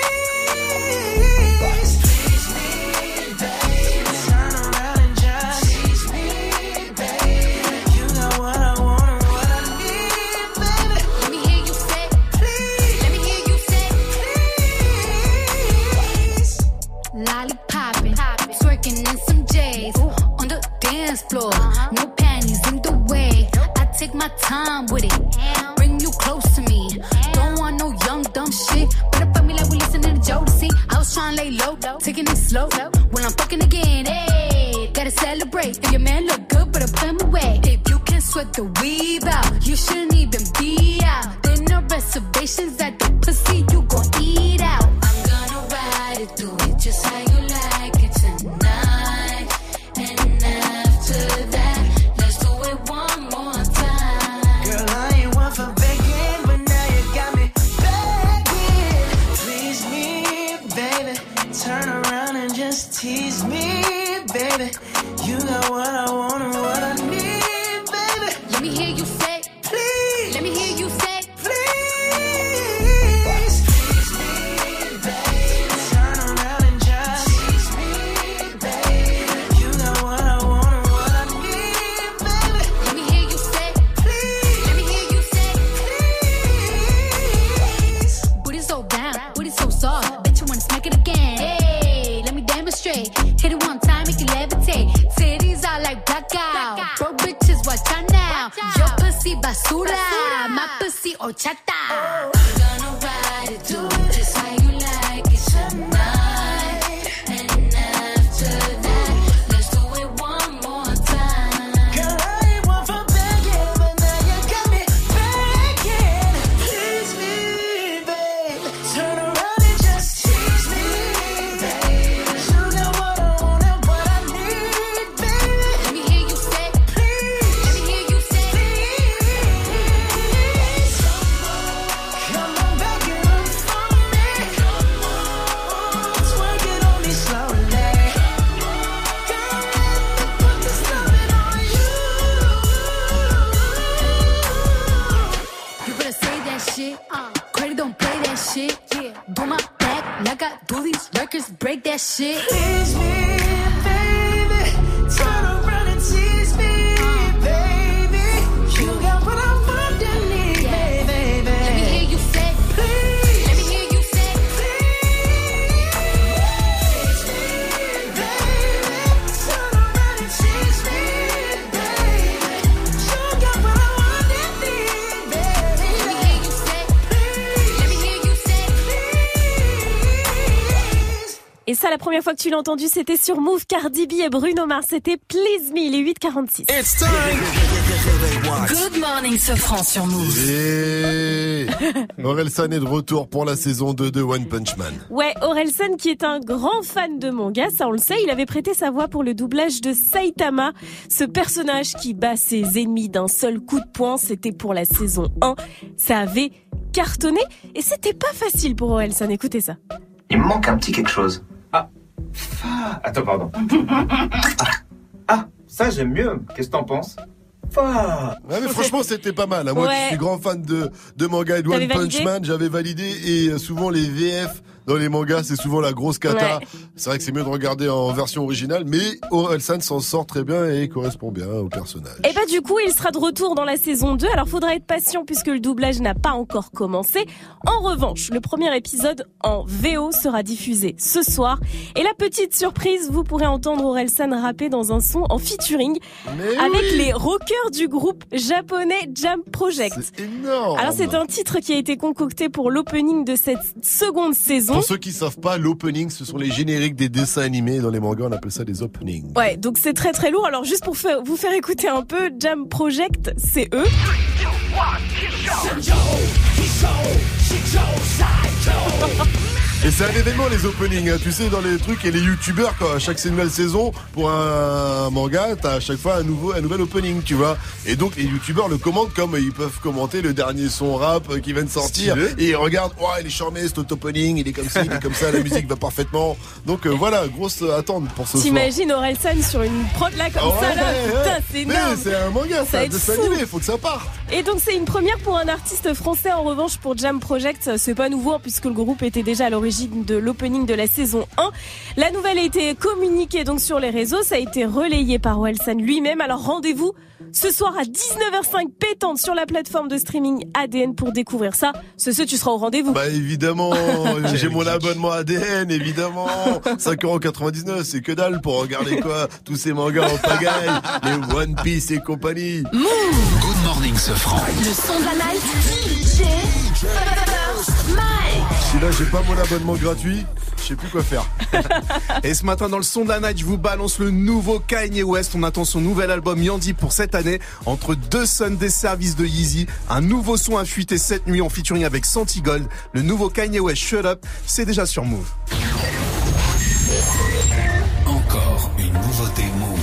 floor. No panties in the way. I take my time with it. Bring you close to me. Don't want no young dumb shit. Better fuck me like we listening to Jodeci. I was trying to lay low, taking it slow. When I'm fucking again, hey, gotta celebrate. If your man look good, better put him away. If you can sweat the weave out, you shouldn't even be out. There no reservations at the pussy, you gon' eat out. I'm gonna ride it, do it just how you like it tonight. And after that, let's do it one more time. Girl, I ain't one for begging, but now you got me begging. Please me, baby. Turn around and just tease me, baby. You got what I want and what I need, baby. Let me hear you say, please. Let me hear you say, hit it one time, make it levitate. Titties are like blackout. Bro, bitches, watch out now. Your pussy basura, my pussy horchata. I'm gonna ride it, do it just how you like it tonight. And after that, let's do it one more time. Girl, I ain't one for begging, but now you got me begging. Please me, babe. Turn around and just tease me, babe. Do my back like I do these records, break that shit. Please me, baby. Turn around and tease me, baby. You got what I want and need, baby. Let me hear you say, please. Let me hear you say, please me, baby. Turn around and tease me, baby. You got what I want and need, baby. Let me hear you say, please. Let me hear you say. Et ça, la première fois que tu l'as entendu, c'était sur Move, Cardi B et Bruno Mars. C'était Please Me, il est 8h46. It's time. Good morning, Sofran sur Move. Et Orelsan est de retour pour la saison 2 de One Punch Man. Ouais, Orelsan qui est un grand fan de manga, ça on le sait, il avait prêté sa voix pour le doublage de Saitama, ce personnage qui bat ses ennemis d'un seul coup de poing. C'était pour la saison 1, ça avait cartonné et c'était pas facile pour Orelsan, écoutez ça. Il me manque un petit quelque chose. Attends, pardon. Ça j'aime mieux. Qu'est-ce que t'en penses? Ouais, mais franchement c'était pas mal. Moi qui suis grand fan de manga et de One Punch Man, j'avais validé et souvent les VF dans les mangas c'est souvent la grosse cata. Ouais. C'est vrai que c'est mieux de regarder en version originale, mais Orelsan s'en sort très bien et correspond bien au personnage. Et bah du coup il sera de retour dans la saison 2, alors faudra être patient puisque le doublage n'a pas encore commencé. En revanche, le premier épisode en VO sera diffusé ce soir et la petite surprise, vous pourrez entendre Orelsan rapper dans un son en featuring avec les rockers du groupe japonais Jam Project. C'est énorme. Alors c'est un titre qui a été concocté pour l'opening de cette seconde saison. Pour ceux qui savent pas, l'opening, ce sont les génériques des dessins animés. Dans les mangas, on appelle ça des openings. Ouais, donc c'est très très lourd. Alors juste pour vous faire écouter un peu, Jam Project, c'est eux. Et c'est un événement les openings, hein. Tu sais, dans les trucs et les youtubeurs, quand à chaque nouvelle saison, pour un manga, t'as à chaque fois un nouvel opening, tu vois. Et donc les youtubeurs le commentent comme ils peuvent commenter le dernier son rap qui vient de sortir. Et ils regardent, oh il est charmé cet opening, il est comme ça, il est comme ça, la musique va parfaitement. Donc voilà, grosse attente pour ce soir. T'imagines Orelsan sur une prod là comme ça là, putain c'est énorme. Mais c'est un manga, ça, dessin animé, faut que ça parte. Et donc c'est une première pour un artiste français. En revanche pour Jam Project, c'est pas nouveau puisque le groupe était déjà à l'origine de l'opening de la saison 1. La nouvelle a été communiquée donc sur les réseaux, ça a été relayé par Orelsan lui-même. Alors rendez-vous ce soir à 19h05 pétante sur la plateforme de streaming ADN pour découvrir ça. Tu seras au rendez-vous. Bah évidemment, j'ai mon abonnement ADN, évidemment. 5,99€, c'est que dalle pour regarder quoi, tous ces mangas en pagaille, les One Piece et compagnie. Good morning, Sofran. Le son de la night, DJ Mike. Si là j'ai pas mon abonnement gratuit, je sais plus quoi faire. Et ce matin dans le son de la night, je vous balance le nouveau Kanye West. On attend son nouvel album Yandy pour cette année. Entre deux Sunday services de Yeezy, un nouveau son a fuité cette nuit en featuring avec Santigold. Le nouveau Kanye West Shut Up, c'est déjà sur Move. Encore une nouveauté Move.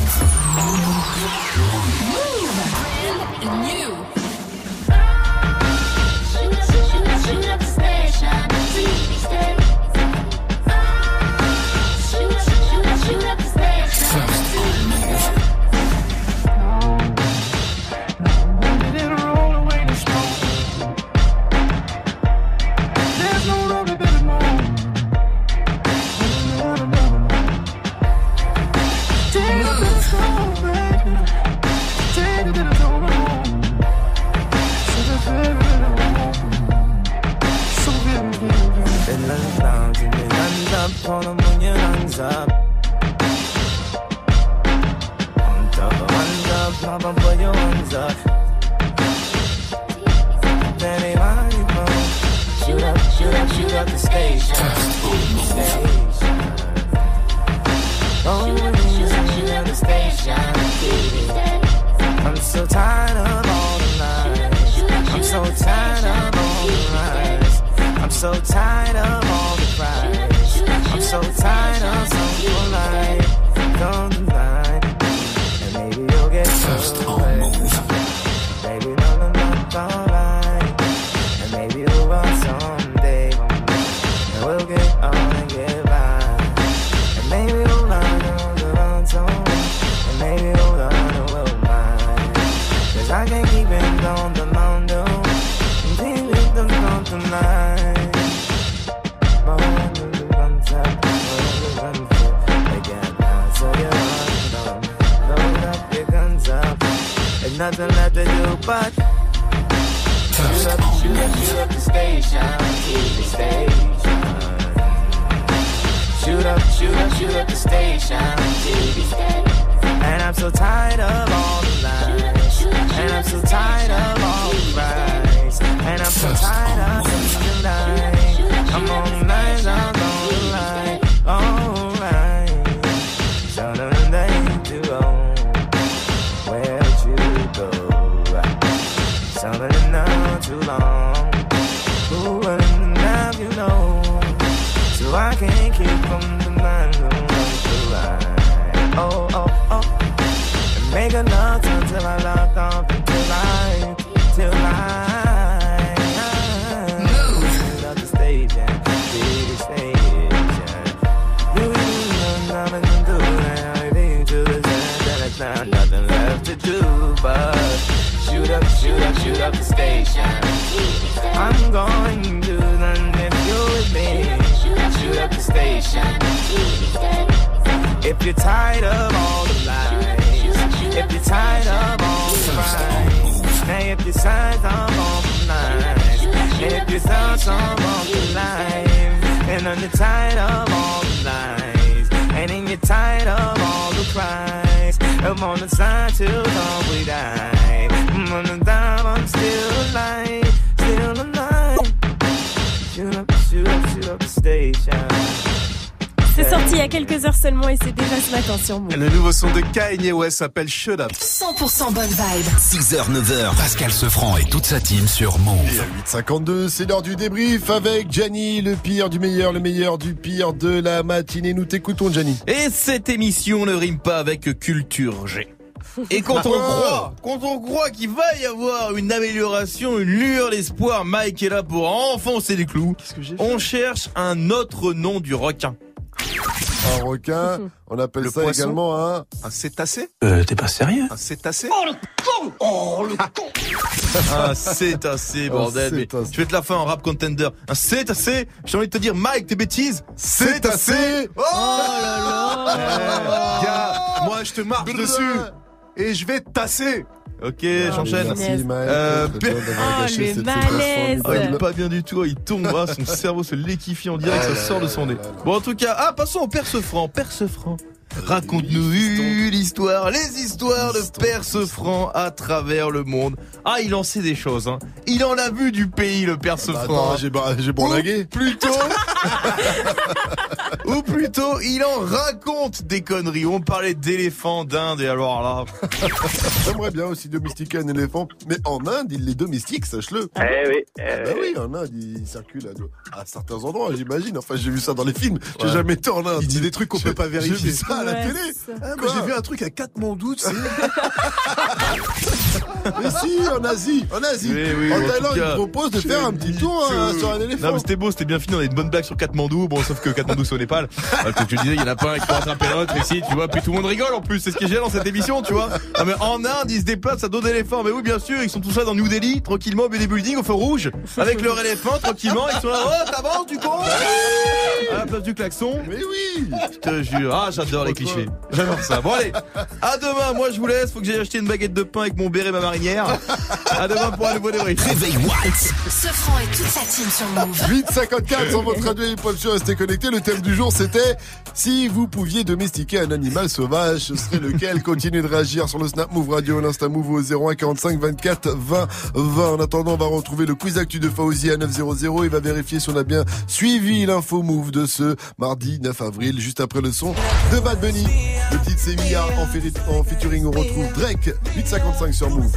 C'est sorti il y a quelques heures seulement et c'est déjà ce matin sur Move. Le nouveau son de Kanye West s'appelle Shut Up. 100% bonne vibe. 6h, 9h, Pascal Sefranc et toute sa team sur Move. Et à 8h52, c'est l'heure du débrief avec Gianni, le pire du meilleur, le meilleur du pire de la matinée. Nous t'écoutons, Gianni. Et cette émission ne rime pas avec culture G. Et quand on croit qu'il va y avoir une amélioration, une lueur d'espoir, Mike est là pour enfoncer les clous. On cherche un autre nom du requin. Un requin, on appelle le ça poisson. également un cétacé. T'es pas sérieux? Un cétacé. Oh le con! Oh le con! Un cétacé, bordel. Mais je vais te la faire en rap contender. Un cétacé. J'ai envie de te dire, Mike, tes bêtises. Cétacé. Oh là là! Gars, moi je te marche dessus et je vais te tasser. Ok, j'enchaîne. Merci, Mike. le malaise. Il est pas bien du tout, il tombe, son cerveau se liquéfie en direct, ça sort de son nez. Bon, en tout cas, passons au Père Sefranc. Père Sefranc, raconte-nous les histoires de Père Sefranc à travers le monde. Ah, il en sait des choses, hein. Il en a vu du pays, le Père Sefranc. J'ai bourlingué. Ou plutôt, il en raconte des conneries. On parlait d'éléphants d'Inde et alors là... J'aimerais bien aussi domestiquer un éléphant, mais en Inde, ils les domestiquent, sache-le. Oui. Oui, en Inde, ils circulent à certains endroits, j'imagine. Enfin, j'ai vu ça dans les films. J'ai jamais été en Inde. Il dit des trucs qu'on peut pas vérifier. J'ai vu ça à la télé. Mais j'ai vu un truc à Katmandou, tu sais. Mais si, en Asie. Oui, en Thaïlande, ils proposent de faire un petit tour sur un éléphant. Non, mais c'était beau, c'était bien fini. On a une bonne blague sur Katmandou. Bon, sauf que Katmandou, c'est au Népal. Comme tu disais, il y en a pas un qui peut attraper l'autre ici, tu vois. Puis tout le monde rigole en plus. C'est ce qui est génial dans cette émission, tu vois. Non, mais en Inde, ils se déplacent à dos d'éléphants. Mais oui, bien sûr, ils sont tous là dans New Delhi, tranquillement, au milieu des buildings, au feu rouge, avec leur éléphant, tranquillement. Ils sont là, oh, t'avances, du con! À la place du klaxon. Mais oui! Je te jure. Ah, j'adore les clichés. J'adore ça. Bon, allez. À demain. Moi, je vous laisse. Faut que j'aille acheter une baguette de pain avec mon béret et ma marinière. À demain pour un nouveau débrief. Réveil Watts. Sefranc et toute sa team sur Move. 8h54 sur votre radio hip-hop sur Restez Connectés. Le thème du jour, c'était si vous pouviez domestiquer un animal sauvage, ce serait lequel? Continuez de réagir sur le Snap Move Radio, l'Insta Move au 01 45 24 20 20. En attendant, on va retrouver le quiz actu de Fauzi à 900. Il va vérifier si on a bien suivi l'info Move de ce mardi 9 avril, juste après le son de Bad Bunny. Le titre c'est Mia en featuring. On retrouve Drake. 8h55 sur Move.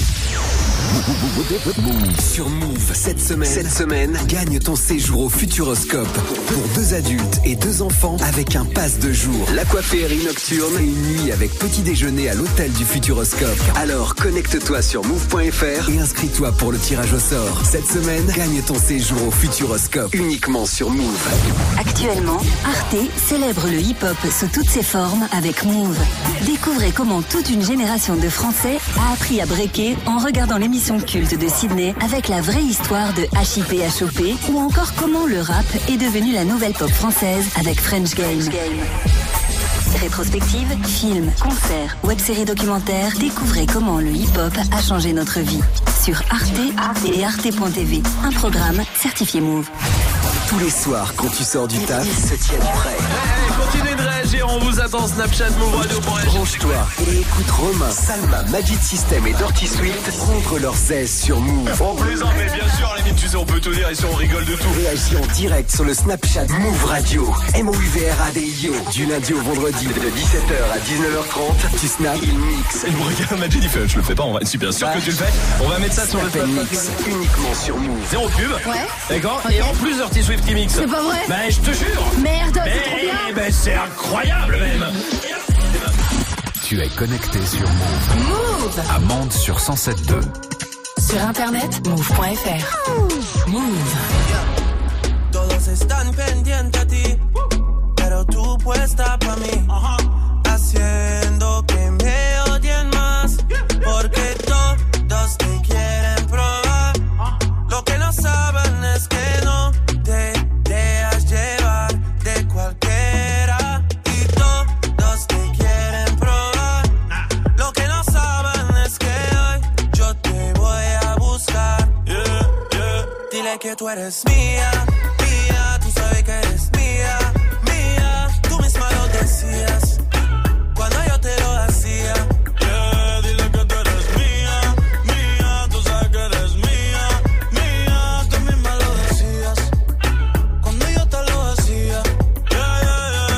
Sur Move, cette semaine, gagne ton séjour au Futuroscope. Pour 2 adultes et 2 enfants avec un pass de jour. L'aquaférie nocturne et une nuit avec petit déjeuner à l'hôtel du Futuroscope. Alors connecte-toi sur move.fr et inscris-toi pour le tirage au sort. Cette semaine, gagne ton séjour au Futuroscope. Uniquement sur Move. Actuellement, Arte célèbre le hip-hop sous toutes ses formes avec Move. Découvrez comment toute une génération de Français a appris à breaker en regardant l'émission culte de Sydney avec la vraie histoire de HIP HOP ou encore comment le rap est devenu la nouvelle pop française avec French Game. Rétrospective, films, concerts, web-séries documentaires, découvrez comment le hip-hop a changé notre vie. Sur Arte et arte.tv, un programme certifié Move. Tous les soirs, quand tu sors du taf, ils se tiennent prêts. Continuez de réagir, on vous attend. Snapchat, Move Radio. Branche-toi et écoute Romain, Salma, Magic System et Dirty Swift prendre leurs aises sur Move. On plaisante, mais bien sûr, les tu sais, on peut tout dire ici, on rigole de tout. Réagis en direct sur le Snapchat Move Radio. MOUVRADIO. Du lundi au vendredi de 17h à 19h30. Tu snaps, il mix. Il me regarde, Magic, il fait, je le fais pas, on va être super sûr que tu le fais. On va mettre ça sur le Snap mix uniquement sur Move. 0 pub. Ouais. D'accord. Et en plus, Dirty Swift qui mixe. C'est pas vrai. Ben, je te jure. Merde, c'est trop bien. Ben, c'est incroyable même. Tu es connecté sur Move. Move. À Mende sur 107.2. Sur internet, move.fr. Move. Todos están pendientes a ti, pero tú puesta pa' mí, haciendo que me odien más, porque todos te quieren probar. Lo que no saben es que no te dejas llevar de cualquiera, y todos te quieren probar. Lo que no saben es que hoy yo te voy a buscar. Dile que tú eres mía. Tú sabes que eres mía, mía. Tú misma lo decías cuando yo te lo hacía. Dile que tú eres mía, mía. Tú sabes que eres mía, mía. Tú misma lo decías cuando yo te lo hacía.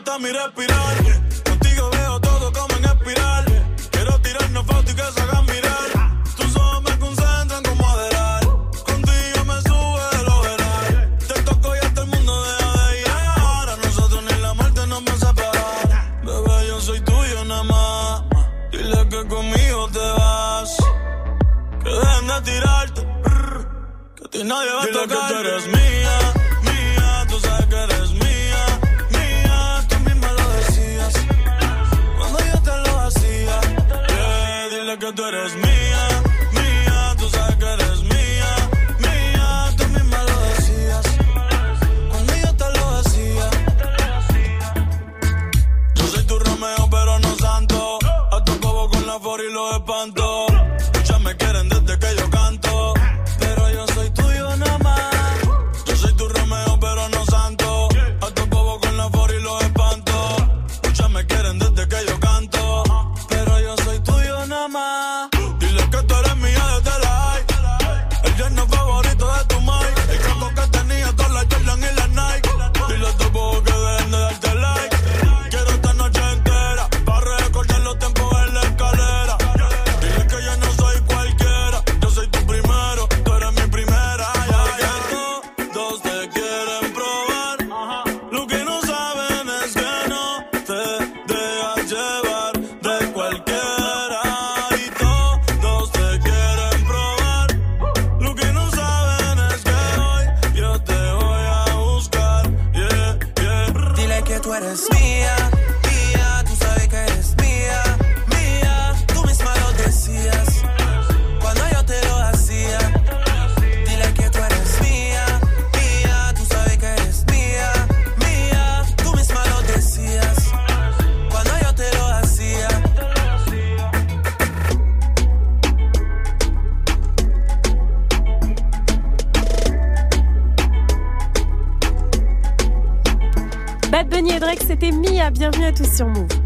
mata mi respirar. Contigo veo todo como en espiral. Quiero tirarnos fotos y que se hagan mirar. Tus ojos me concentran como Adelar. Contigo me sube el overall. Te toco y hasta el mundo deja de llegar. A nosotros ni la muerte nos va a separar. Bebé, yo soy tuyo nada más. Dile que conmigo te vas. Que dejen de tirarte. Que a ti nadie va a tocar. Dile que tú eres mía, mía. Tú sabes que eres mía, mía. Tú misma lo decías cuando yo te lo hacía. Yeah, dile que tú eres mía, mía. Tú sabes que eres mía, mía. Tú misma lo decías cuando yo te lo hacía. Yo soy tu Romeo pero no santo. A tu bobo con la for y los espanto. Muchas me quieren desde que yo canto, pero yo soy tuyo nada más. Yo soy tu Romeo pero no santo. A tu bobo con la for y los espanto. Muchas me quieren desde que yo canto, pero yo soy tuyo nada más. Dile que tú eres mía desde la high. El yerno favorito de tu Mike. El croco que tenía todas las Jordan y las Nike. Dile a tu bobo que dejen de darte like. Quiero esta noche entera para recordar los tiempos en la escalera. Dile que yo no soy cualquiera. Yo soy tu primero, tú eres mi primera. Ya que todos te quieren probar. Lo que no saben es que no te dejas llevar de cualquiera. Y todos te quieren probar. Lo que no saben es que hoy yo te voy a buscar. Yeah, yeah. Dile que tú eres mía, mía. Tú sabes que eres mía, mía. Tú misma lo decías cuando yo te lo hacía. Dile que tú eres mía, mía. Tú sabes que eres mía, mía. Tú misma lo decías cuando yo te lo hacía. Bad Bunny et Drake, c'était Mia. Bienvenue à tous sur Move.